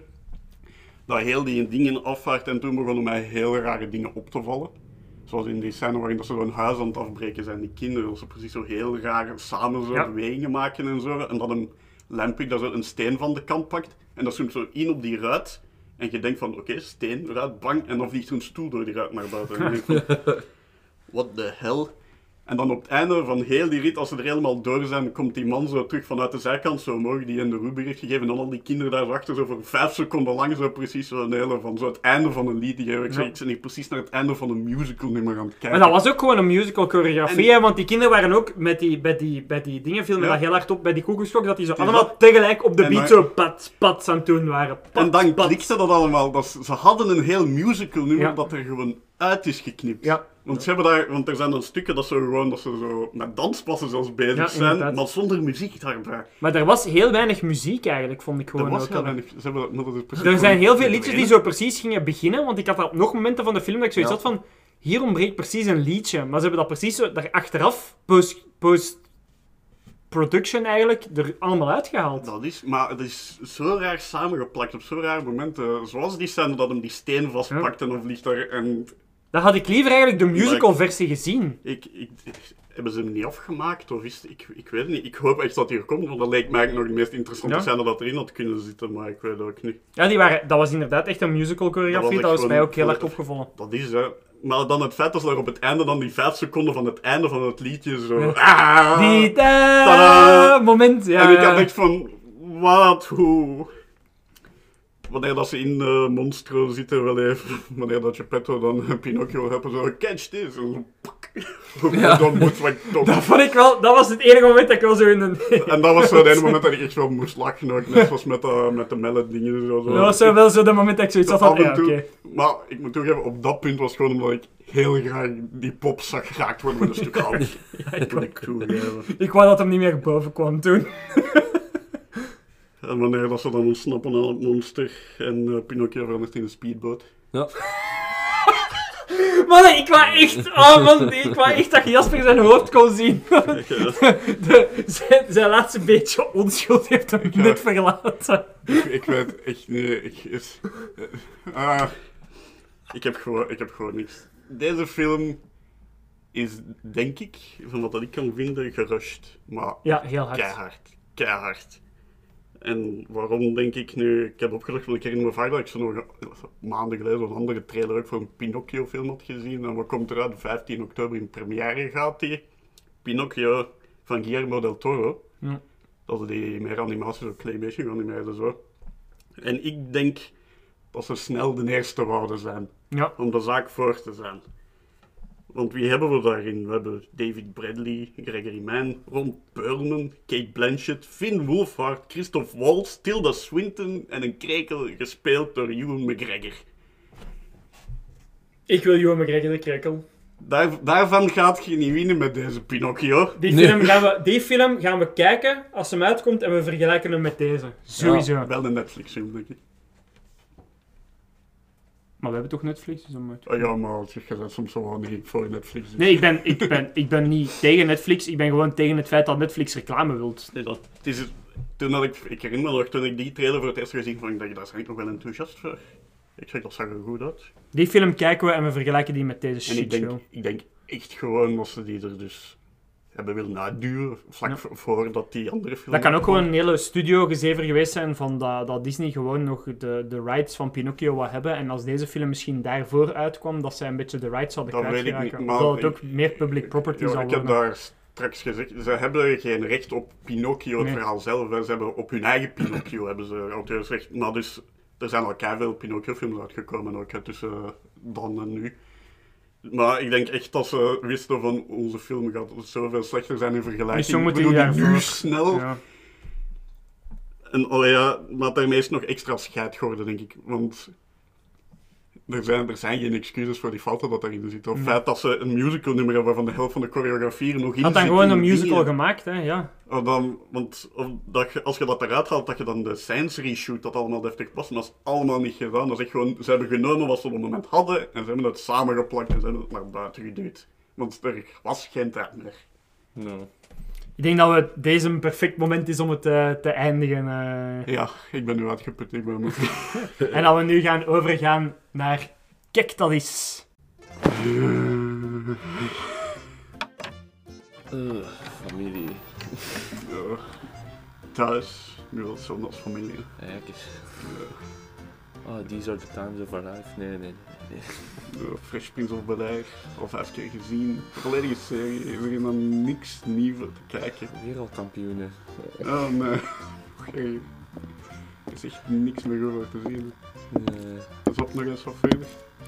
Dat heel die dingen afvaart en toen begonnen mij heel rare dingen op te vallen. Zoals in die scène waarin dat ze zo'n huis aan het afbreken zijn, die kinderen. Dat ze precies zo heel raar samen zo bewegingen maken en zo. En dat een Lampwick daar zo een steen van de kant pakt. En dat zoomt zo in op die ruit. En je denkt van, oké, steen, ruit, bang. En dan vliegt zo'n stoel door die ruit naar buiten. En je denkt van, what the hell? En dan op het einde van heel die rit, als ze er helemaal door zijn, komt die man zo terug vanuit de zijkant, zo omhoog, die in de Ruby heeft gegeven. En dan al die kinderen daar zo achter, zo voor 5 seconden lang, zo precies zo een hele van zo het einde van een lied. Ik zeg, ik ben hier precies naar het einde van een musical niet meer aan het kijken. Maar dat was ook gewoon een musical choreografie, want die kinderen waren ook bij die dingen filmen dat heel hard op, bij die koekoeksklok, dat die zo allemaal tegelijk op de beat zo pat aan het doen waren. En dan klikte dat allemaal. Ze hadden een heel musical nummer dat er gewoon uit is geknipt. Ja. Want, want er zijn dan stukken dat ze zo met danspassen zelfs bezig zijn, maar zonder muziek daarbij. Maar er was heel weinig muziek eigenlijk, vond ik gewoon. Er was heel weinig. Er zijn heel veel liedjes die zo precies gingen beginnen, want ik had op nog momenten van de film dat ik zoiets had van, hier ontbreekt precies een liedje. Maar ze hebben dat precies zo daar achteraf, post-production eigenlijk, er allemaal uitgehaald. Maar het is zo raar samengeplakt op zo'n raar momenten. Zoals die scène dat hem die steen vastpakt en dan vliegt daar en... Dan had ik liever eigenlijk de musical-versie gezien. Hebben ze hem niet afgemaakt? Of ik weet het niet. Ik hoop echt dat hij er komt, want dat lijkt mij eigenlijk nog de meest interessante scène dat erin had kunnen zitten, maar ik weet het ook niet. Ja, dat was inderdaad echt een musical-choreografie, dat was mij ook heel erg opgevallen. Dat is, hè. Maar dan het feit dat ze daar op het einde dan die 5 seconden van het einde van het liedje zo... Die moment, ja. En ik had echt van, wat, hoe... Wanneer dat ze in Monstro zitten, wel even. Wanneer dat Geppetto dan Pinocchio helpen, zo catch this. En zo, pak. Dan moet ik toch... Dat vond ik wel... Dat was het enige moment dat ik wel zo in een... En dat was zo het ene moment dat ik echt wel moest lachen ook. Net zoals met de mellet-dingen en zo. Dat was zo wel zo dat moment dat ik zoiets had van... Ja, oké. Maar ik moet toegeven, op dat punt was het gewoon omdat ik heel graag die pop zag geraakt worden met een stuk hout. Ja, ik wou dat hem niet meer boven kwam toen. En wanneer dat ze dan ontsnappen aan het monster en Pinocchio verandert in een speedboot. Ja. Man, ik wou echt dat Jasper zijn hoofd kon zien. Zijn laatste beetje onschuld heeft hem net verlaten. Ik weet echt niet... Ik heb gewoon niks. Deze film is, denk ik, van wat ik kan vinden, gerushed. Maar ja, heel hard. Keihard. En waarom denk ik nu... Ik heb opgezocht, want ik herinner me vaak dat ik zo nog maanden geleden een andere trailer ook voor een Pinocchio-film had gezien. En wat komt eruit? 15 oktober in première gaat die. Pinocchio van Guillermo del Toro. Ja. Dat is die meer animaties of claymation geanimeerd zo. En ik denk dat ze snel de eerste wouden zijn. Ja. Om de zaak voor te zijn. Want wie hebben we daarin? We hebben David Bradley, Gregory Mann, Ron Perlman, Kate Blanchett, Finn Wolfhard, Christoph Waltz, Tilda Swinton en een krekel gespeeld door Ewan McGregor. Ik wil Ewan McGregor de krekel. Daarvan gaat je niet winnen met deze Pinocchio. Die film gaan we kijken als hem uitkomt en we vergelijken hem met deze. Sowieso. Ja, wel een Netflix-film, denk ik. Maar we hebben toch Netflix? Dus dan ja, maar je bent soms wel niet voor Netflix. Dus. Nee, ik ben niet tegen Netflix. Ik ben gewoon tegen het feit dat Netflix reclame wilt. Nee, ik herinner me nog, toen ik die trailer voor het eerst gezien vond, ik dacht, daar ben ik nog wel enthousiast voor. Ik zeg, dat zag er goed uit. Die film kijken we en we vergelijken die met deze shitshow. Ik denk echt gewoon dat ze die er dus hebben willen uitduwen, vlak voordat die andere film... Dat kan ook gewoon een hele studiogezever geweest zijn van dat Disney gewoon nog de rights van Pinocchio wat hebben. En als deze film misschien daarvoor uitkwam, dat zij een beetje de rights hadden kwijtgeraken. Omdat het ook meer public property zal worden. Ik heb daar straks gezegd, ze hebben geen recht op Pinocchio, het verhaal zelf. Ze hebben op hun eigen Pinocchio hebben ze auteursrecht. Maar dus, er zijn al keiveel Pinocchio-films uitgekomen, ook tussen dan en nu. Maar ik denk echt dat ze wisten van onze film gaat zoveel slechter zijn in vergelijking. Dus zo moeten die nu snel. Ja. En maar daarmee is het nog extra scheid geworden, denk ik. Want er zijn geen excuses voor die fouten dat daarin zitten. Of het feit dat ze een musical nummer hebben waarvan de helft van de choreografie er nog in zit. Had dan gewoon een musical gemaakt, hè, ja. Als je dat eruit haalt, dat je dan de science reshoot dat allemaal deftig past. Maar dat is allemaal niet gedaan. Dat is echt gewoon, ze hebben genomen wat ze op het moment hadden en ze hebben het samengeplakt en ze hebben het naar buiten geduwd. Want er was geen tijd meer. No. Ik denk dat deze een perfect moment is om het te eindigen. Ja, ik ben nu uitgeput. En dat we nu gaan overgaan naar Kijk, dat is... Familie. Ja. Thuis. Nu wel zo als familie. Ja, kijk eens. Oh, these are the times of our life. Nee. Fresh Prince of Bel-Air. Al 5 keer gezien. Volledige serie. Er is helemaal niks nieuws te kijken. Wereldkampioenen. Oh nee. Er is echt niks meer over te zien. Nee. Is dat nog eens wat verder?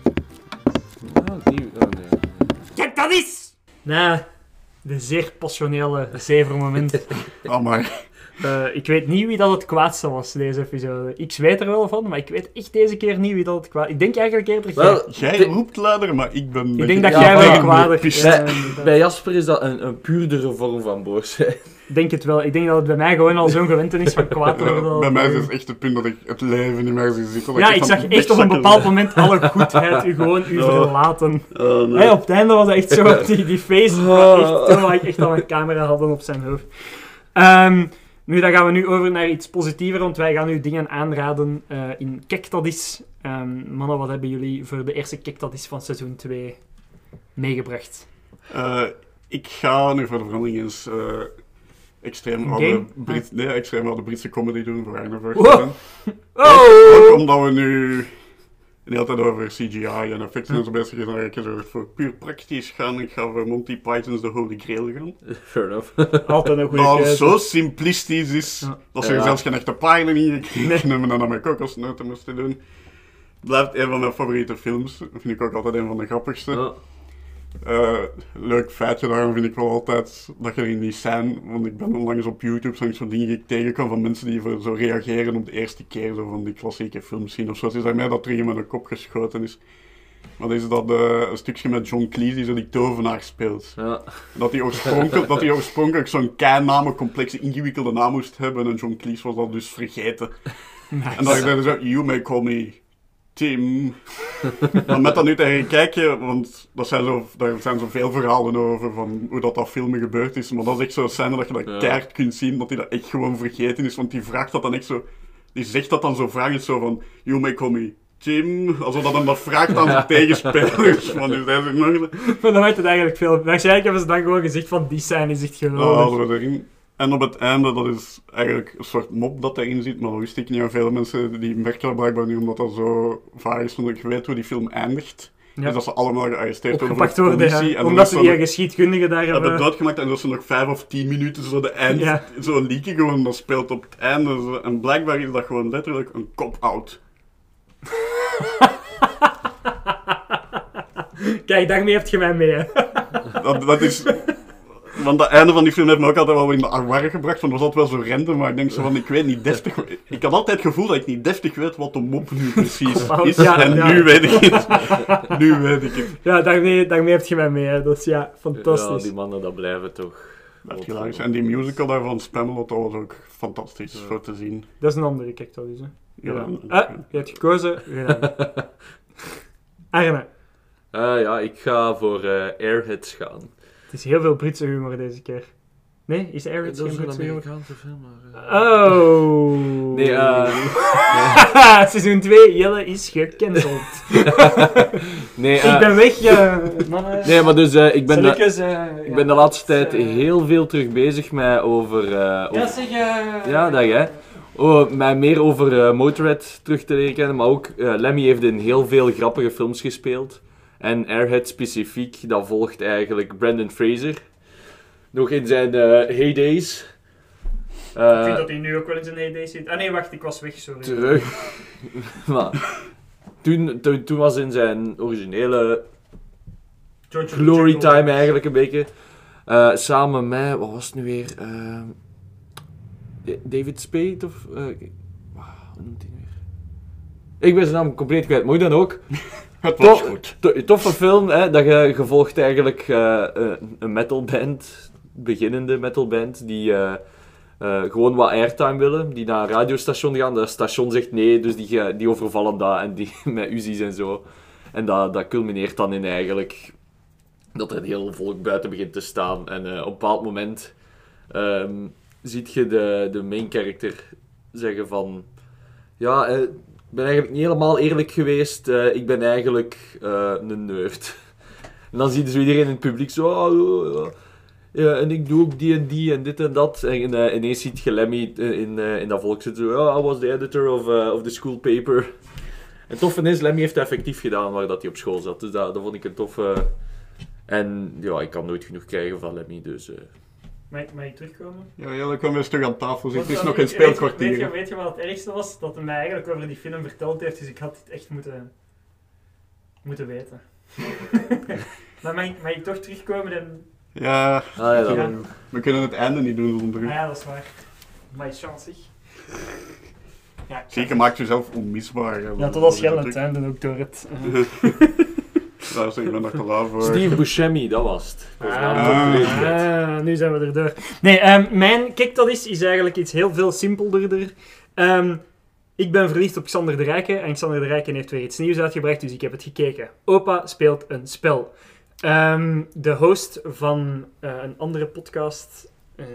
Nee. Kijk, dat is! Na de zeer passionele zevermoment. Maar. Ik weet niet wie dat het kwaadste was, deze episode. X weet er wel van, maar ik weet echt deze keer niet wie dat het kwaadste... Ik denk eigenlijk eerder... Jij roept luider, maar ik ben... Ik denk dat jij wel kwader... Bij Jasper is dat een puurdere vorm van boos zijn. Ik denk het wel. Ik denk dat het bij mij gewoon al zo'n gewend is van kwaad worden. Bij mij is het echt het punt dat ik het leven niet meer zie zitten. Ja, ik zag echt op een bepaald moment alle goedheid u verlaten. Hey, op het einde was het echt zo op die face. Toen ik echt al een camera hadden op zijn hoofd. Nu, dan gaan we nu over naar iets positiever, want wij gaan u dingen aanraden in Kijk, dat is. Mannen, wat hebben jullie voor de eerste Kijk, dat is van seizoen 2 meegebracht? Ik ga nu voor de verandering eens extreem oude Britse comedy doen voor Arnold. Ook omdat we nu de hele tijd over CGI en effecten en zo bezig zijn, dat ik voor puur praktisch gaan. Ik ga voor Monty Python's The Holy Grail gaan. Fair enough. Altijd een goede keuze. Dat zo simplistisch is, dat ze er zelfs geen echte pijlen in gekregen hebben en dan met kokosnoten moesten doen. Blijft een van mijn favoriete films. Dat vind ik ook altijd een van de grappigste. Leuk feitje daarom vind ik wel altijd dat je in die scène, want ik ben onlangs op YouTube zo'n dingen tegenkwam van mensen die zo reageren op de eerste keer zo van die klassieke films zien of zo. Het is bij mij dat terug in mijn kop geschoten is. Maar is dat een stukje met John Cleese die zo die tovenaar speelt. Ja. Dat hij oorspronkelijk zo'n kei-namen, complexe, ingewikkelde naam moest hebben en John Cleese was dat dus vergeten. Nice. En dan zei hij zo, you may call me Tim. Maar met dat nu tegen kijken, want daar zijn zoveel verhalen over van hoe dat filmen gebeurd is. Maar dat is echt zo'n scène dat je dat keihard kunt zien, dat hij dat echt gewoon vergeten is. Want die vraagt dat dan echt zo, die zegt dat dan zo vragen zo van, you may call me Tim, alsof dat hem dat vraagt aan zijn tegenspelers. Maar nu zijn ze nog... Maar dan weet het eigenlijk veel. Waarschijnlijk hebben ze dan gewoon gezegd van die scène is echt geweldig. En op het einde, dat is eigenlijk een soort mop dat erin zit, maar dat wist ik niet aan veel mensen, die merken dat blijkbaar niet, omdat dat zo vaag is, want ik weet hoe die film eindigt. Ja. Dus dat ze allemaal gearresteerd worden voor de politie. Ja. Omdat ze die geschiedkundigen daar hebben doodgemaakt en dat ze nog 5 of 10 minuten zo de eind, zo'n liedje gewoon, dat speelt op het einde. En blijkbaar is dat gewoon letterlijk een cop-out. Kijk, daarmee heb je mij mee. Dat is... Want het einde van die film heeft me ook altijd wel in de armoire gebracht. Want dat was altijd wel zo random, maar ik denk zo van, ik weet niet deftig... Ik had altijd het gevoel dat ik niet deftig weet wat de mop nu precies is. Nu weet ik het. Nu weet ik het. Ja, daarmee heb je mij mee. Hè. Dat is fantastisch. Ja, die mannen, dat blijven toch... En die musical daarvan, Spamalot, dat was ook fantastisch voor te zien. Dat is een andere, kijk dat eens. Hè. Ja. Je hebt gekozen. Arne. Ja, ik ga voor Airheads gaan. Het is heel veel Britse humor deze keer. Nee? Is Airheads geen Britse humor? Dat is een Amerikaanse film, maar... Oh! Nee, Seizoen 2, Jelle is gecanceld. Nee, ik ben weg, mannen. Nee, maar dus ik ben de laatste tijd heel veel terug bezig met over... Ja, zeg... Ja, dat hè. Mij meer over Motorhead terug te leren kennen, maar ook Lemmy heeft in heel veel grappige films gespeeld. En Airhead specifiek, dat volgt eigenlijk Brendan Fraser. Nog in zijn heydays. Ik vind dat hij nu ook wel in zijn heydays zit. Ah nee, wacht, ik was weg, sorry. Terug. Maar toen was in zijn originele glory time eigenlijk een beetje. Samen met, wat was het nu weer? David Spade of... hoe noemt hij nu weer? Ik ben zijn naam compleet kwijt, maar hoe dan ook. Het was goed. Toffe film, hè, dat je volgt eigenlijk een metalband, beginnende metalband, die gewoon wat airtime willen, die naar een radiostation gaan. Dat station zegt nee, dus die overvallen dat en die met Uzi's en zo. En dat culmineert dan in eigenlijk dat er een heel volk buiten begint te staan. En op een bepaald moment ziet je de main character zeggen van... Ja, ik ben eigenlijk niet helemaal eerlijk geweest. Ik ben eigenlijk een nerd. En dan zie je zo iedereen in het publiek zo... Ja, en ik doe ook die en die en dit en dat. En ineens ziet je Lemmy in dat volk zitten zo... I was the editor of the school paper. En het toffe is, Lemmy heeft het effectief gedaan waar dat hij op school zat. Dus dat vond ik een toffe... En ja, ik kan nooit genoeg krijgen van Lemmy, dus... Mag ik terugkomen? Ja, ik kwam weer terug aan tafel zitten. Het is nog een speelkwartier. Weet je wat het ergste was? Dat hij mij eigenlijk over die film verteld heeft, dus ik had het echt moeten weten. Maar mag ik toch terugkomen en... Ja, we kunnen het einde niet doen zonder u. Ja, dat is waar. Maar je chance, zeg. Ja, zeker maakt jezelf onmisbaar. Ja, tot als Jelle het einde ook door het... Ik ben nog te laat voor. Steve Buscemi, dat was het. Nu zijn we er door. Nee, kijk, dat is eigenlijk iets heel veel simpelder. Ik ben verliefd op Xander de Rijken en Xander de Rijken heeft weer iets nieuws uitgebracht, dus ik heb het gekeken. Opa speelt een spel. De host van een andere podcast,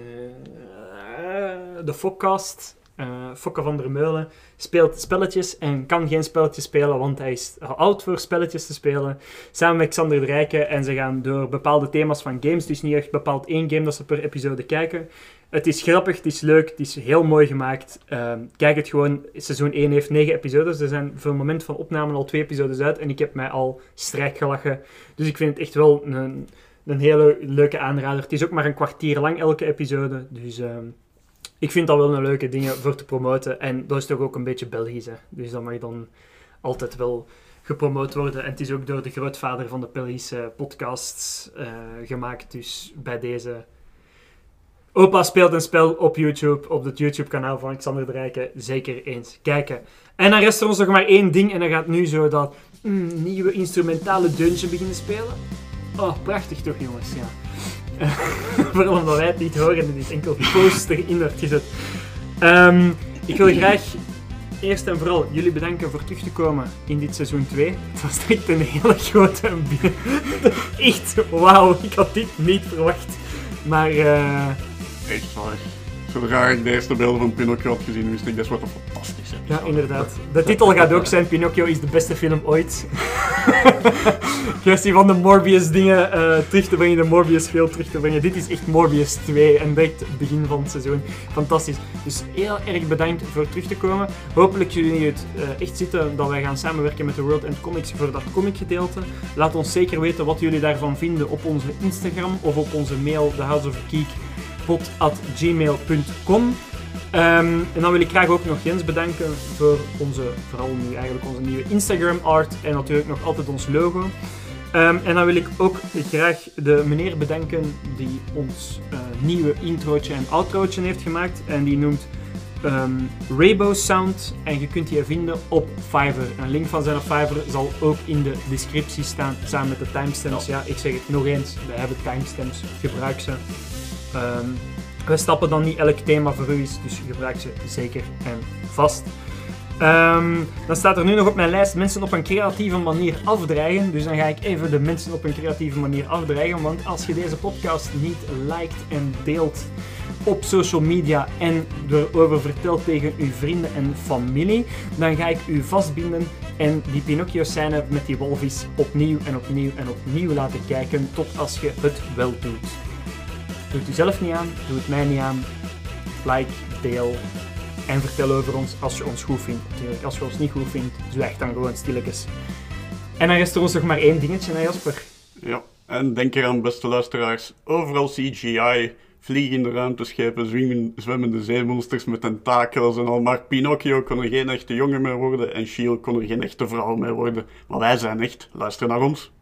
de Fokcast, Fokke van der Meulen, speelt spelletjes en kan geen spelletjes spelen, want hij is oud voor spelletjes te spelen. Samen met Xander de Rijken en ze gaan door bepaalde thema's van games, dus niet echt bepaald één game dat ze per episode kijken. Het is grappig, het is leuk, het is heel mooi gemaakt. Kijk het gewoon, seizoen 1 heeft 9 episodes, er zijn voor het moment van opname al 2 episodes uit en ik heb mij al strijk gelachen. Dus ik vind het echt wel een hele leuke aanrader. Het is ook maar een kwartier lang elke episode, dus... ik vind dat wel een leuke dingen voor te promoten. En dat is toch ook een beetje Belgisch, hè. Dus dat mag dan altijd wel gepromoot worden. En het is ook door de grootvader van de Pellice podcasts gemaakt. Dus bij deze... Opa speelt een spel op YouTube, op het YouTube-kanaal van Xander de Rijke. Zeker eens kijken. En dan rest er ons nog maar 1 ding. En dan gaat nu zo dat nieuwe instrumentale deuntje beginnen spelen. Oh, prachtig toch, jongens. Ja. Vooral omdat wij het niet horen en er is enkel poster in wordt gezet. Ik wil graag eerst en vooral jullie bedanken voor terug te komen in dit seizoen 2. Het was echt een hele grote... Echt, wauw. Ik had dit niet verwacht. Maar... Echt waar. Zodra ik de eerste beelden van Pinocchio had gezien, wist ik dat is wat een fantastisch episode. Ja, inderdaad. De titel gaat ook zijn Pinocchio is de beste film ooit. Kwestie van de Morbius dingen terug te brengen, de Morbius film terug te brengen. Dit is echt Morbius 2 en direct het begin van het seizoen. Fantastisch. Dus heel erg bedankt voor terug te komen. Hopelijk jullie het echt zitten dat wij gaan samenwerken met de World End Comics voor dat comicgedeelte. Laat ons zeker weten wat jullie daarvan vinden op onze Instagram of op onze mail, thehouseofgeek@gmail.com. En dan wil ik graag ook nog Jens bedanken voor vooral nu eigenlijk onze nieuwe Instagram art en natuurlijk nog altijd ons logo. En dan wil ik ook graag de meneer bedanken die ons nieuwe introotje en outrootje heeft gemaakt. En die noemt Rainbow Sound en je kunt die vinden op Fiverr. Een link van zijn Fiverr zal ook in de descriptie staan samen met de timestamps. Ja, ik zeg het nog eens, we hebben timestamps, gebruik ze. We stappen dan niet elk thema voor u is, dus gebruik ze zeker en vast. Dan staat er nu nog op mijn lijst mensen op een creatieve manier afdreigen. Dus dan ga ik even de mensen op een creatieve manier afdreigen. Want als je deze podcast niet liked en deelt op social media en erover vertelt tegen uw vrienden en familie, dan ga ik u vastbinden en die Pinocchio-scène met die walvis opnieuw en opnieuw en opnieuw laten kijken tot als je het wel doet. Doe het u zelf niet aan, doe het mij niet aan. Like, deel en vertel over ons als je ons goed vindt. Natuurlijk, als je ons niet goed vindt, zwijg dan gewoon stilletjes. En dan rest er ons nog maar 1 dingetje, hè Jasper? Ja, en denk eraan, beste luisteraars, overal CGI, vliegende ruimteschepen, zwemmende zeemonsters met tentakels en al. Maar Pinocchio kon er geen echte jongen meer worden en Shield kon er geen echte vrouw meer worden. Maar wij zijn echt, luister naar ons.